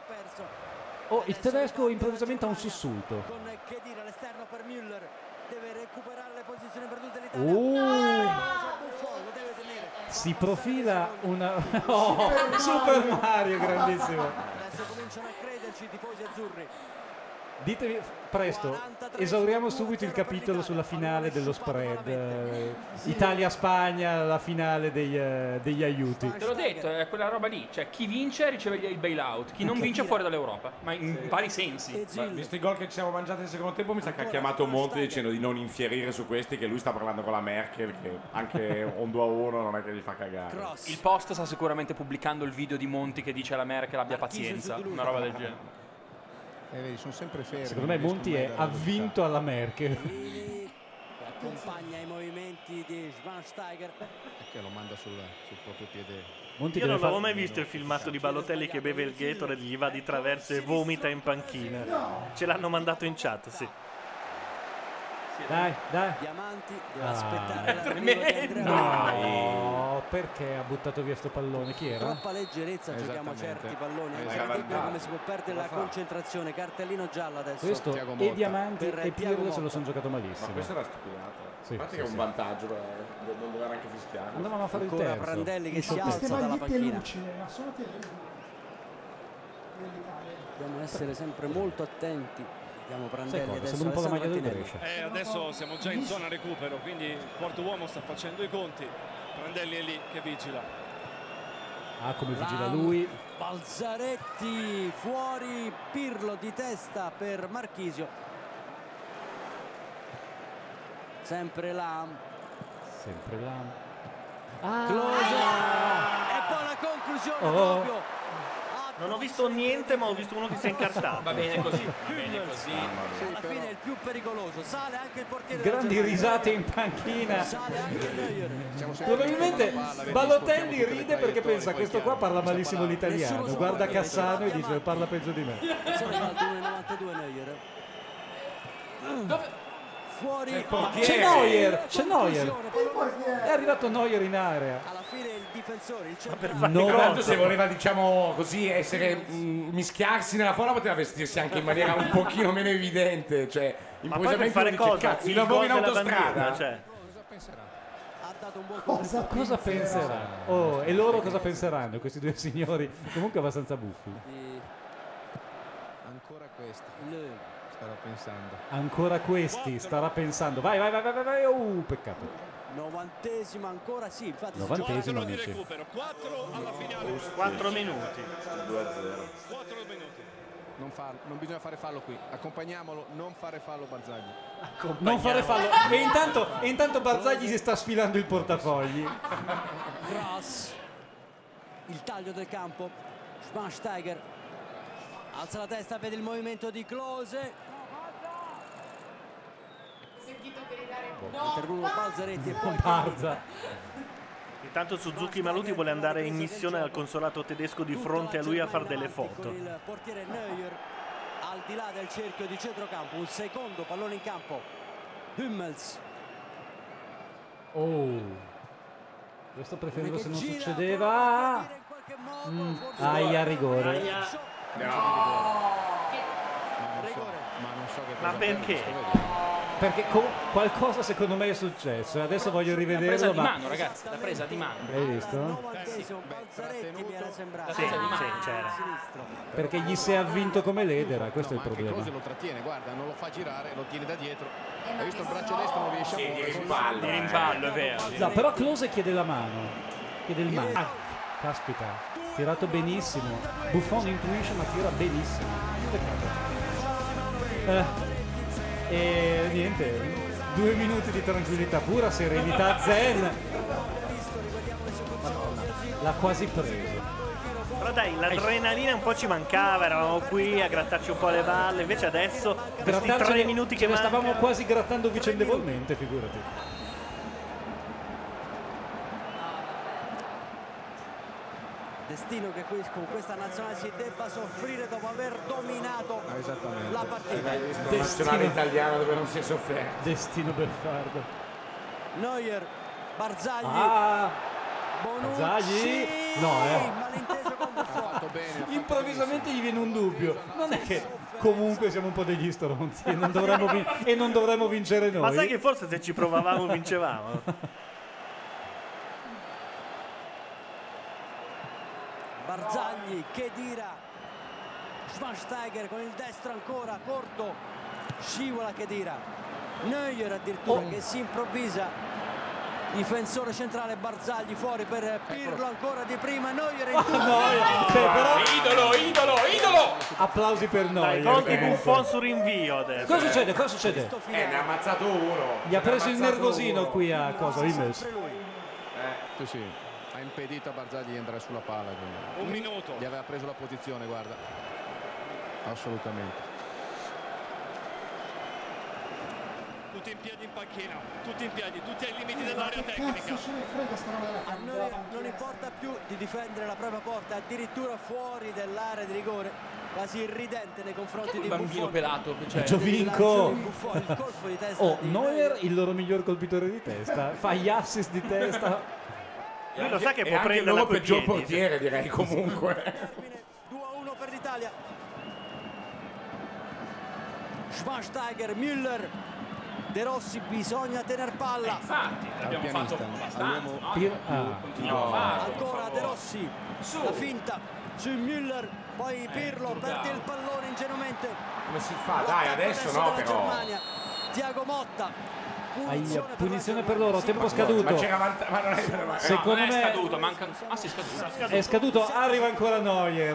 Oh, il tedesco improvvisamente ha un sussulto.
Con che dire all'esterno per Müller, deve recuperare le posizioni perdute l'Italia.
Uh,
Buffon lo deve tenere.
si profila una... Oh, Super Mario, grandissimo.
Adesso cominciano a crederci i tifosi azzurri.
Ditemi presto, esauriamo subito il capitolo sulla finale dello spread. eh, Italia-Spagna, la finale dei, eh, degli aiuti.
Te l'ho detto, è quella roba lì. Cioè, chi vince riceve il bailout, chi non vince fuori dall'Europa. Ma in vari sensi.
Ma visto i gol che ci siamo mangiati nel secondo tempo, mi sa che ha chiamato Monti dicendo di non infierire su questi, che lui sta parlando con la Merkel, che anche un due a uno non è che gli fa cagare.
Il Post sta sicuramente pubblicando il video di Monti che dice alla Merkel abbia pazienza, una roba del genere.
Eh, vedi, sono sempre fermi.
Secondo me
non
Monti
riescono
è
mai a dare
avvinto alla Merkel.
Che accompagna i movimenti di Schweinsteiger.
risultati. Che lo manda sul, sul proprio piede.
Monti
Io
deve
non avevo
fare-
mai visto il filmato di Balotelli che beve il Gatorade, gli va di traverso e vomita in panchina. Ce l'hanno mandato in chat, sì.
Dai, dai.
Diamanti deve
Ah.
aspettare l'arrivo di Andrea.
No, perché ha buttato via sto pallone? Chi era?
Troppa leggerezza, giochiamo
Esattamente.
certi palloni. È
Esatto.
incredibile come si può perdere la
Lo fa.
concentrazione. Cartellino giallo adesso.
Questo
Thiago
e
Motta.
Diamanti
Per
e
Thiago
Pirlo se lo
Motta.
sono giocato
Ma
malissimo.
questa è una stupidata.
Sì,
A parte
sì,
che è un
sì.
vantaggio, eh, non doveva neanche fischiare.
Andavamo a fare il
Ancora
terzo.
Prandelli che si
Queste
alza dalla
magliette
panchina.
lucide, ma sono terribili. Dell'Italia.
Dobbiamo essere sempre molto attenti. Vediamo
Sai
Prandelli
cosa?
adesso.
Sembra un po' la maglia del
Alessandro
Brescia.
E adesso siamo già in zona recupero, quindi il quarto uomo sta facendo i conti. Prandelli è lì che vigila.
Ah, come vigila
Lam,
lui.
Balzaretti fuori, Pirlo di testa per Marchisio. Sempre Lam.
Sempre là. Ah!
Close. E poi la conclusione
Oh.
proprio.
Non ho visto niente, ma ho visto uno che si è incartato.
Va bene così, va bene così.
Alla fine è il più pericoloso. Sale anche il portiere.
Grandi
della Germania.
risate in panchina.
Sale anche Neuer.
Siamo sempre
Probabilmente
con la palla, vedi,
Balotelli
scordiamo tutte le
ride perché
traiettorie,
pensa
poi
questo qua
chiaro,
parla
questa
malissimo
palla-
l'italiano.
Nessuno
Guarda
sa
Cassano e
perché.
dice parla peggio di me.
Sono alto uno virgola novantadue Neuer. Fuori.
C'è Neuer, c'è Neuer.
Conclusione,
È arrivato Neuer in area.
alla fine il difensore, il
Per
centrale.
fare
No.
gol.
Tanto se voleva, diciamo così, essere mh, mischiarsi nella folla, poteva vestirsi anche in maniera un pochino meno evidente. Cioè,
Ma poi per fare
dice,
cosa?
cazzo,
Il
lavoro
gol
in
della
autostrada.
bandiera, cioè.
Cosa penserà?
Ha dato un buon
Cosa,
Cosa penserà? Oh, e loro cosa penseranno? Questi due signori comunque abbastanza buffi.
di
Ancora questa.
Le.
Starò pensando.
Ancora questi, starà pensando. Vai, vai, vai, vai, vai, vai. Uh, peccato.
Novantesima ancora, sì, infatti
Novantesimo,
Quarto di
amici.
recupero, quattro alla finale.
quattro minuti.
due a zero.
quattro minuti.
Non, farlo, non bisogna fare fallo qui. Accompagniamolo, non fare fallo Barzagli.
Non fare fallo. E intanto, e intanto Barzagli si sta sfilando il portafogli.
Cross. Il taglio del campo. Schweinsteiger alza la testa, vede il movimento di Klose. Intervengono Balzaretti e poi
Barza.
Intanto Suzuki Maluti vuole andare in missione al consolato tedesco di fronte a lui a fare delle foto.
con il portiere Neuer al di là del cerchio di centrocampo. Un secondo pallone in campo. Hummels.
Oh. Questo preferivo se non
Gira,
succedeva.
in qualche modo,
Mm,
forse-
aia, rigore.
Aia.
Ma non so,
Rigore.
ma non so che
Ma
cosa
perché?
prenda, sto vedendo.
perché co- qualcosa secondo me è successo. Adesso voglio
La presa
rivederlo.
di
Ma
mano, ragazzi, la presa di mano.
hai visto?
Balzaretti mi era sembrato.
Sì, sì, c'era.
Perché gli si è avvinto come ledera, questo è il
Anche
problema.
Close lo trattiene, guarda, non lo fa girare, lo tiene da dietro. Hai visto il braccio destro, non riesce a
Sì, di
muovere.
rimpallo.
Di rimpallo, è vero.
No, però Close chiede la mano. Chiede il mano. Ah, caspita, tirato benissimo. Buffon intuisce ma tira benissimo. Peccato. Eh, e niente, due minuti di tranquillità pura, serenità zen. Madonna, l'ha quasi preso.
Però dai, l'adrenalina un po' ci mancava, eravamo qui a grattarci un po' le balle, invece adesso questi
Grattarcene-
tre minuti
ce
che
ne stavamo
mancano.
quasi grattando vicendevolmente, figurati.
Destino che qui con questa nazionale si debba soffrire dopo aver dominato
Esattamente.
la partita.
Hai visto la nazionale italiana dove non si è sofferto.
Destino beffardo.
Neuer, Barzagli,
Ah,
Bonucci.
Barzagli? No, eh.
Malinteso con Buffon.
Improvvisamente gli viene un dubbio. Non è che comunque siamo un po' degli stronzi e non dovremmo, vin- e non dovremmo vincere noi.
Ma sai che forse se ci provavamo vincevamo?
Barzagli, Khedira, Schweinsteiger con il destro ancora corto, scivola Khedira, Neuer addirittura
Oh.
che si improvvisa difensore centrale, Barzagli fuori per Pirlo ancora di prima, Neuer in
Oh, Neuer, cioè, però-
Idolo, idolo, idolo!
Applausi per noi.
Dai, Conti
comunque.
Buffon su rinvio adesso.
Cosa succede? Cosa succede?
Eh, ne ha ammazzato uno.
Gli ha
Ne
preso il
ammazzato
nervosino
uno.
qui a cosa? Immers.
Sì, sì. Ha impedito a Barzagli di andare sulla palla. quindi.
Un minuto.
Gli aveva preso la posizione, guarda. Assolutamente.
Tutti in piedi in panchina, tutti in piedi, tutti ai limiti
Ma
dell'area
che
tecnica.
cazzo ce ne frega sta roba della
A
cam-
noi
della
non
panchina?
importa più di difendere la propria porta, addirittura fuori dell'area di rigore, quasi irridente nei confronti
Un
di
bambino
Buffon.
pelato. Cioè,
Giovinco.
Il Buffon, il colpo di testa
Oh,
di
Neuer il loro miglior colpitore di testa. Fa gli assist di testa.
Lui lo sa che
E
può
anche il
prenderla
loro
coi
peggior
piedi.
portiere, direi comunque.
due a uno per l'Italia. Schweinsteiger, Müller, De Rossi, bisogna tener palla.
Infatti, l'abbiamo
pianista,
fatto abbastanza.
all'uomo-
no?
Pir- ah.
Continuiamo a farlo. per
Ancora De
favore.
Rossi,
Su.
la finta su Müller, poi Pirlo
Turgau.
perde il pallone ingenuamente.
Come si fa? Dai,
L'attacco
adesso no
della
però.
Germania. Tiago Motta,
Aia,
per
punizione
la
per loro, tempo
Ma
scaduto.
c'era vanta- ma non è ma-
Secondo
no, non
me-
è scaduto, manca... Ah, sì, è scaduto.
È scaduto, arriva ancora Neuer.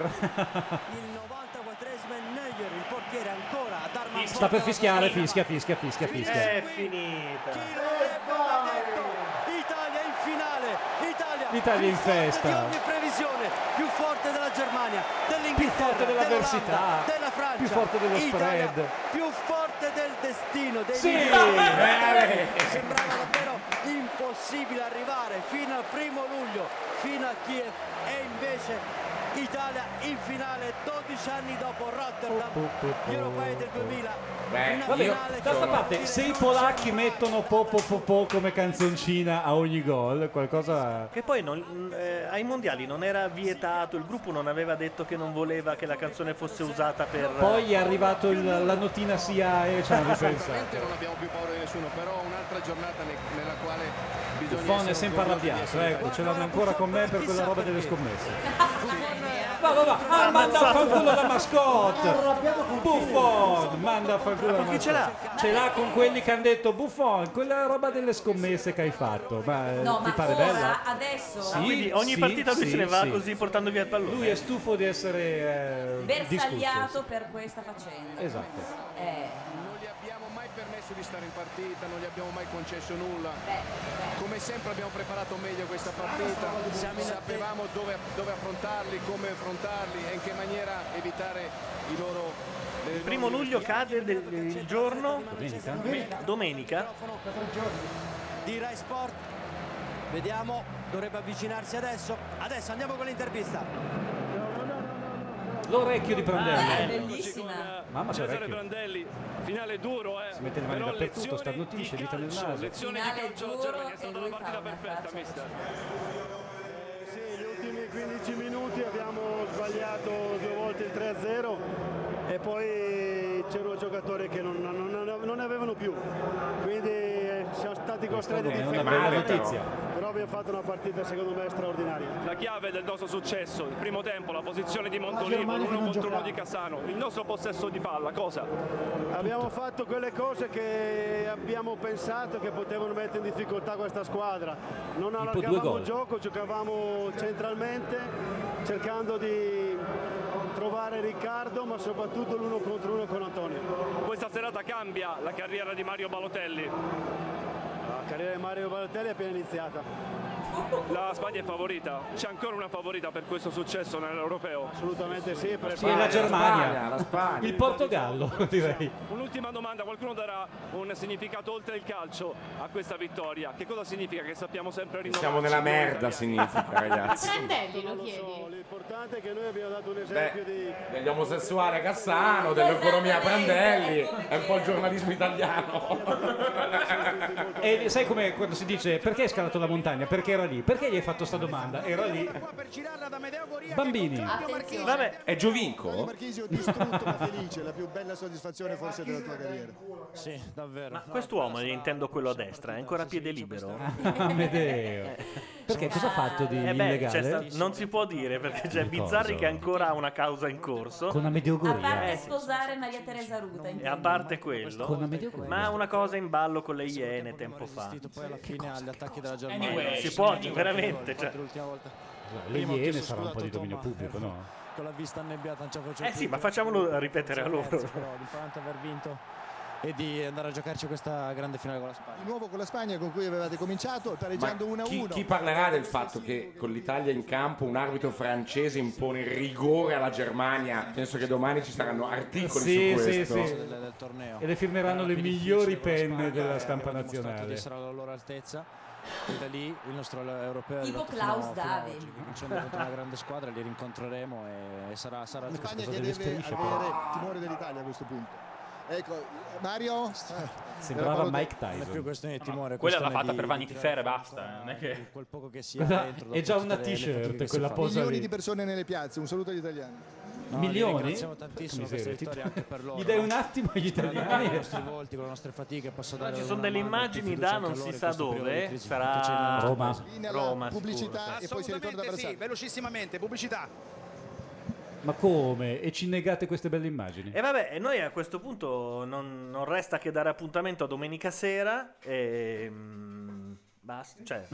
il novantaquattresimo è Neuer, il portiere ancora a dar man
Sta per
forte
fischiare,
alla Germania.
fischia, fischia, fischia, fischia.
È finita.
Chi l'avrebbe mai detto? Italia in finale, Italia,
L'Italia in
più forte
festa.
di ogni previsione, più forte della Germania, dell'Inghilterra,
Più forte dell'avversità,
dell'Olanda, della Francia,
più forte dello
Italia,
spread.
più forte del destino, dei
Sì!
migliori. Sembrava davvero impossibile arrivare fino al primo luglio, fino a Kiev, e invece Italia in finale dodici anni dopo Rotterdam, gli europei del duemila.
Beh,
una
Vabbè,
io
finale
d'altra
sono-
parte, se i polacchi mettono po po po po come canzoncina a ogni gol, qualcosa...
Che poi non- eh, ai mondiali non era vietato, il gruppo non aveva detto che non voleva che la canzone fosse usata per...
Poi è arrivato il- la notina S I A E e ci hanno
Assolutamente
ripensato.
non abbiamo più paura di nessuno, però un'altra giornata ne- nella quale bisogna
Buffon è
essere
sempre
orgogliosi di
arrabbiato,
essere
ecco, ce l'hanno ancora con me per quella roba delle scommesse. Va, va, va, ah,
Ha
manda a
ammazzato.
fanculo la mascotte!
Arrabbiato con
Buffon, manda a fanculo la
Ma chi ce l'ha?
mascotte. Ce l'ha con quelli che hanno detto Buffon, quella roba delle scommesse che hai fatto. Ma eh,
No,
ti
ma
pare
ora,
bella?
adesso,
Sì,
Quindi ogni
sì,
partita lui
sì,
se ne va
sì.
così portando via il pallone.
Lui è stufo di essere eh,
bersagliato
discusso.
per questa faccenda.
Esatto.
Eh,
Non gli abbiamo mai permesso di stare in partita, non gli abbiamo mai concesso nulla.
beh, beh.
Come sempre abbiamo preparato meglio questa partita, sapevamo dove, dove affrontarli, come affrontarli e in che maniera evitare i loro...
Il primo luglio cade del- il giorno...
Domenica?
Domenica?
di Rai Sport. Vediamo, dovrebbe avvicinarsi adesso. Adesso andiamo con l'intervista.
L'orecchio di
Ah, è
Prandelli.
bellissima.
Mamma c'è
Cesare
orecchio.
Prandelli, finale duro, eh.
Si mette le mani
Però
dappertutto,
lezioni
starnutisce,
di
dita nel
calcio,
naso.
lezioni di
Finale
calcio alla
duro
Germania, è
e
stata
lui
una
fa
partita
una
perfetta,
faccia
mister.
Sì, gli ultimi quindici minuti abbiamo sbagliato due volte il tre a zero
e poi c'erano giocatori che non, non- non- non ne avevano più, quindi eh, siamo stati costretti a
è una
difendere,
bella notizia.
però abbiamo fatto una partita secondo me straordinaria.
La chiave del nostro successo, il primo tempo, la posizione di
La
Montolivo,
Germania che
l'uno
non
contro uno
giocava.
di Cassano, il nostro possesso di palla, cosa?
Abbiamo fatto quelle cose che abbiamo pensato che potevano mettere in difficoltà questa squadra. Non
due
allargavamo
gol.
il gioco, giocavamo centralmente cercando di trovare Riccardo, ma soprattutto l'uno contro uno con Antonio.
Questa serata cambia la carriera di Mario Balotelli.
La carriera di Mario Balotelli è appena iniziata.
La Spagna è favorita? C'è ancora una favorita per questo successo nell'Europeo?
Assolutamente sì, per
Sì, la Germania,
la Spagna.
il Portogallo, direi.
Un'ultima domanda, qualcuno darà un significato oltre il calcio a questa vittoria? Che cosa significa? Che sappiamo sempre rinnovare?
Siamo nella merda, significa, ragazzi.
Prandelli lo chiedi.
L'importante è che noi abbiamo dato un esempio di...
Degli omosessuali a Cassano, dell'economia a Prandelli, è un po' il giornalismo italiano.
E sai come quando si dice perché hai scalato la montagna? Perché era lì. Perché gli hai fatto sta domanda? Era lì. Bambini.
Vabbè.
È Giovinco?
Marchisio distrutto ma felice, la più bella soddisfazione forse della tua carriera.
Sì, davvero.
Ma quest'uomo, intendo quello a destra, è ancora a piede libero?
Amedeo. Perché cosa ha fatto di
Eh beh,
illegale?
c'è sta- non si può dire perché c'è
Che
Bizzarri
cosa?
che ancora ha una causa in corso.
Con Amedeo
A
Goria.
parte sposare Maria Teresa Ruta.
E a parte quello,
Con Amedeo Goria.
ma una cosa in ballo con le Iene tempo fa.
Poi alla fine agli attacchi della Germania.
Anyway, non si può, veramente. Cioè.
L'ultima volta.
Le
Prima ho
Iene
chiesto
sarà un
scusa
po'
a
di
Totò,
dominio
ma,
pubblico, no?
Con la vista annebbiata non ce la faccio
Eh
più.
sì, ma facciamolo ripetere a loro.
Però l'importante è aver vinto e di andare a giocarci questa grande finale con la Spagna.
Di nuovo con la Spagna con cui avevate cominciato,
Ma
pareggiando uno a
chi,
uno.
chi parlerà del fatto che con l'Italia in campo un arbitro francese impone il rigore alla Germania? Penso che domani ci saranno articoli
Sì,
su
sì,
questo.
sì.
Del, del torneo.
E le firmeranno le migliori penne della stampa nazionale.
Di essere alla loro altezza. E da lì il nostro europeo è
Tipo
arrivato
Klaus
fino, fino a
Davi.
oggi. Vincendo contro una grande squadra, li rincontreremo e sarà, sarà
La Spagna
cosa
che
delle
deve
strisce,
avere timore dell'Italia a questo punto. Ecco, Mario.
Sembrava Mike
Non è più
Tyson.
questione di timore.
Quella l'ha
questione
fatta
di-
per Vanity
di
Fair e
tirare
basta,
fuori
non è che-
quel poco che si ha
Quella
dentro.
è già
dopo
una
tutte le- le
t-shirt,
fatiche che si
quella
fa.
posa
Milioni
lì.
di persone nelle piazze, un saluto agli italiani.
No,
Milioni?
li ringraziamo tantissimo
Porca
questa
miseria,
vittoria anche per loro.
Gli dai un attimo agli
Con
italiani.
i nostri volti, con le nostre fatiche, posso dare
Ci sono
una
delle
mano,
immagini
più
da
fiducia
non
anche a
si
loro in
sa
questo periodo di
dove,
crisi che
sarà
c'è nel nostro
Roma.
paese.
Fine alla
Roma,
pubblicità
sicuro.
e poi si ritorna ad
Assolutamente sì,
abbracciare.
velocissimamente, pubblicità.
Ma come? E ci negate queste belle immagini?
E vabbè, e noi a questo punto non, non resta che dare appuntamento a domenica sera e... mm, basta, cioè...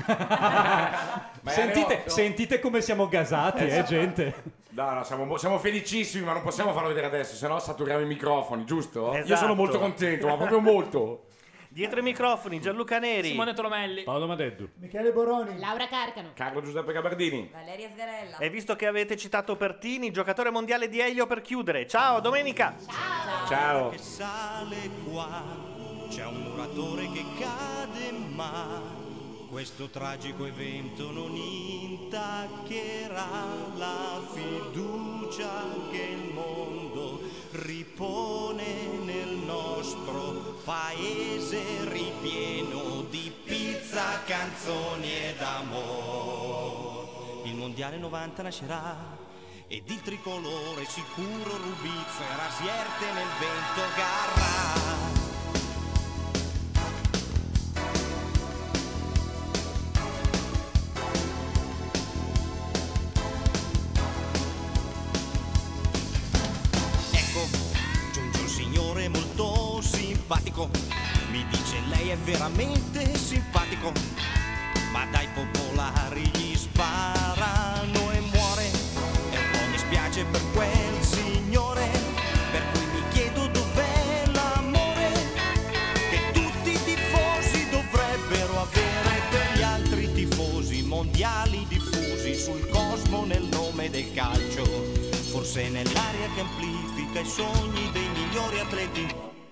Ma è
Sentite,
arrivato-
sentite come siamo gasati, eh, gente.
No, no, siamo, siamo felicissimi, ma non possiamo farlo vedere adesso, sennò saturiamo i microfoni, giusto? Io
Esatto.
sono molto contento, ma proprio molto.
Dietro i microfoni, Gianluca Neri.
Simone Tolomelli.
Paolo Madeddu.
Michele Boroni.
Laura Carcano.
Carlo Giuseppe Gabardini.
Valeria Sgarella.
E visto che avete citato Pertini, giocatore mondiale di Elio per chiudere. Ciao, domenica.
Ciao.
Che sale qua, c'è un muratore che cade, ma questo tragico evento non intaccherà la fiducia che il mondo ripone nel nostro paese ripieno di pizza, canzoni ed amore. Il mondiale novanta nascerà ed il tricolore sicuro Rubizzo e Rasierte nel vento garrà. Ecco, giunge un signore molto simpatico, mi dice lei è veramente simpatico, ma dai popolari gli sparano e muore, e un po' mi spiace per quel signore, per cui mi chiedo dov'è l'amore che tutti i tifosi dovrebbero avere per gli altri tifosi mondiali diffusi sul cosmo nel nome del calcio, forse nell'aria che amplifica i sogni dei migliori atleti.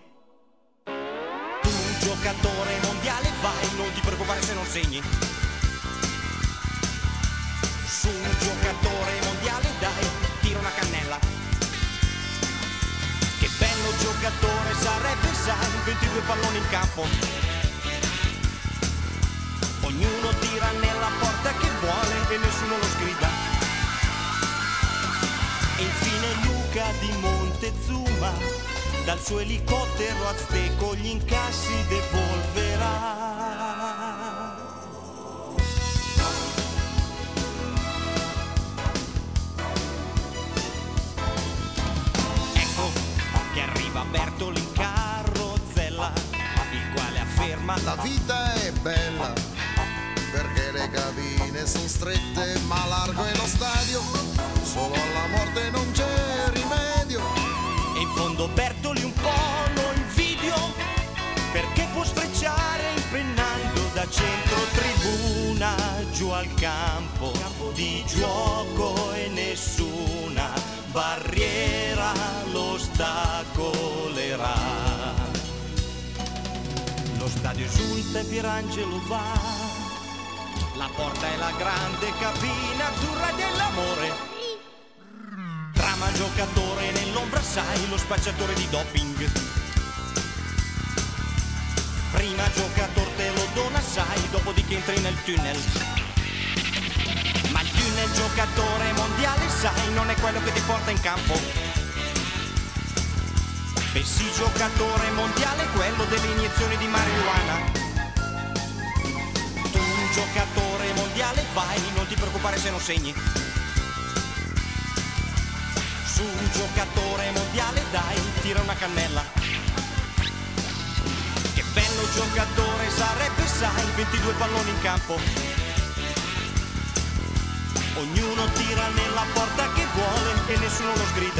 Tu giocatore mondiale vai, non ti preoccupare se non segni. Su giocatore mondiale dai, tira una cannella. Che bello giocatore sarebbe sai, ventidue palloni in campo. Ognuno tira nella porta che vuole e nessuno lo sgrida. E infine Luca di Montezuma, dal suo elicottero azteco gli incassi devolverà. Ecco che arriva Bertoli in carrozzella, il quale afferma:
la vita è bella, perché le cabine sono strette ma largo è lo stadio, solo alla morte non c'è rimedio.
E in fondo Bertoli un po' lo invidio, perché può sfrecciare impennando da centro tribuna giù al campo di gioco e nessuna barriera lo ostacolerà. Lo stadio esulta e Pierangelo va, la porta è la grande cabina azzurra dell'amore. Trama giocatore nell'ombra, sai, lo spacciatore di doping. Prima giocatore te lo dona, sai, dopodiché entri nel tunnel. Ma il tunnel giocatore mondiale, sai, non è quello che ti porta in campo. Bensì giocatore mondiale è quello delle iniezioni di marijuana. Tu un giocatore mondiale vai, non ti preoccupare se non segni. Su un giocatore mondiale dai, tira una cannella. Che bello giocatore sarebbe, sai, ventidue palloni in campo. Ognuno tira nella porta che vuole e nessuno lo sgrida.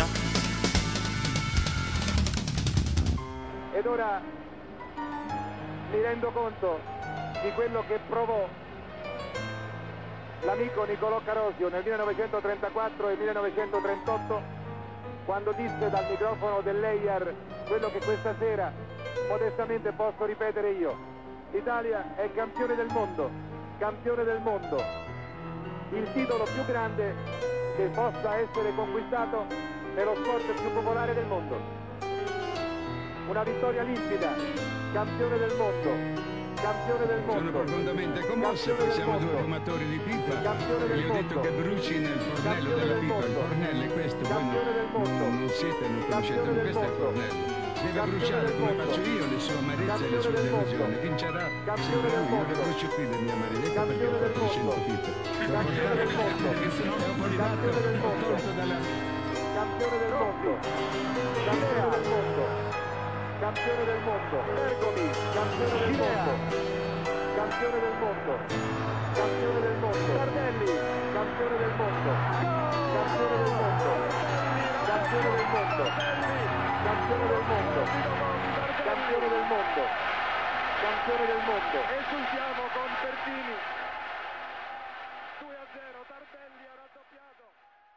Ed ora mi rendo conto di quello che provò l'amico Nicolò Carosio nel millenovecentotrentaquattro e millenovecentotrentotto, quando disse dal microfono dell'E I A R quello che questa sera modestamente posso ripetere io: l'Italia è campione del mondo, campione del mondo, il titolo più grande che possa essere conquistato nello sport più popolare del mondo. Una vittoria limpida, campione del mondo, campione del mondo.
Sono profondamente commosso, poi siamo due fumatori di pipa. Gli ho detto che bruci nel fornello della pipa. Il fornello è questo, voi non, non siete, non conoscete, ma questo è il fornello. Deve bruciare come faccio io le sue amarezze e le sue delusioni. Vincerà sempre lui, io le brucio qui le mie amarezze perché ho fatto cento pipe. L'ho portato perché se no dopo arrivato ho tolto dalla...
Campione del mondo, campione del mondo, campione del mondo, Bergomi, campione del mondo, campione del mondo, campione del mondo, Tardelli, campione del mondo, campione del mondo, campione del mondo, campione del mondo, campione del mondo, campione del mondo. Esultiamo con Pertini. due a zero, Tardelli ha raddoppiato.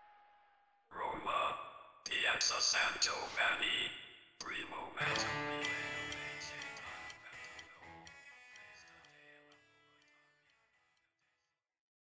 Roma, Piazza Santo Vanni, primo match.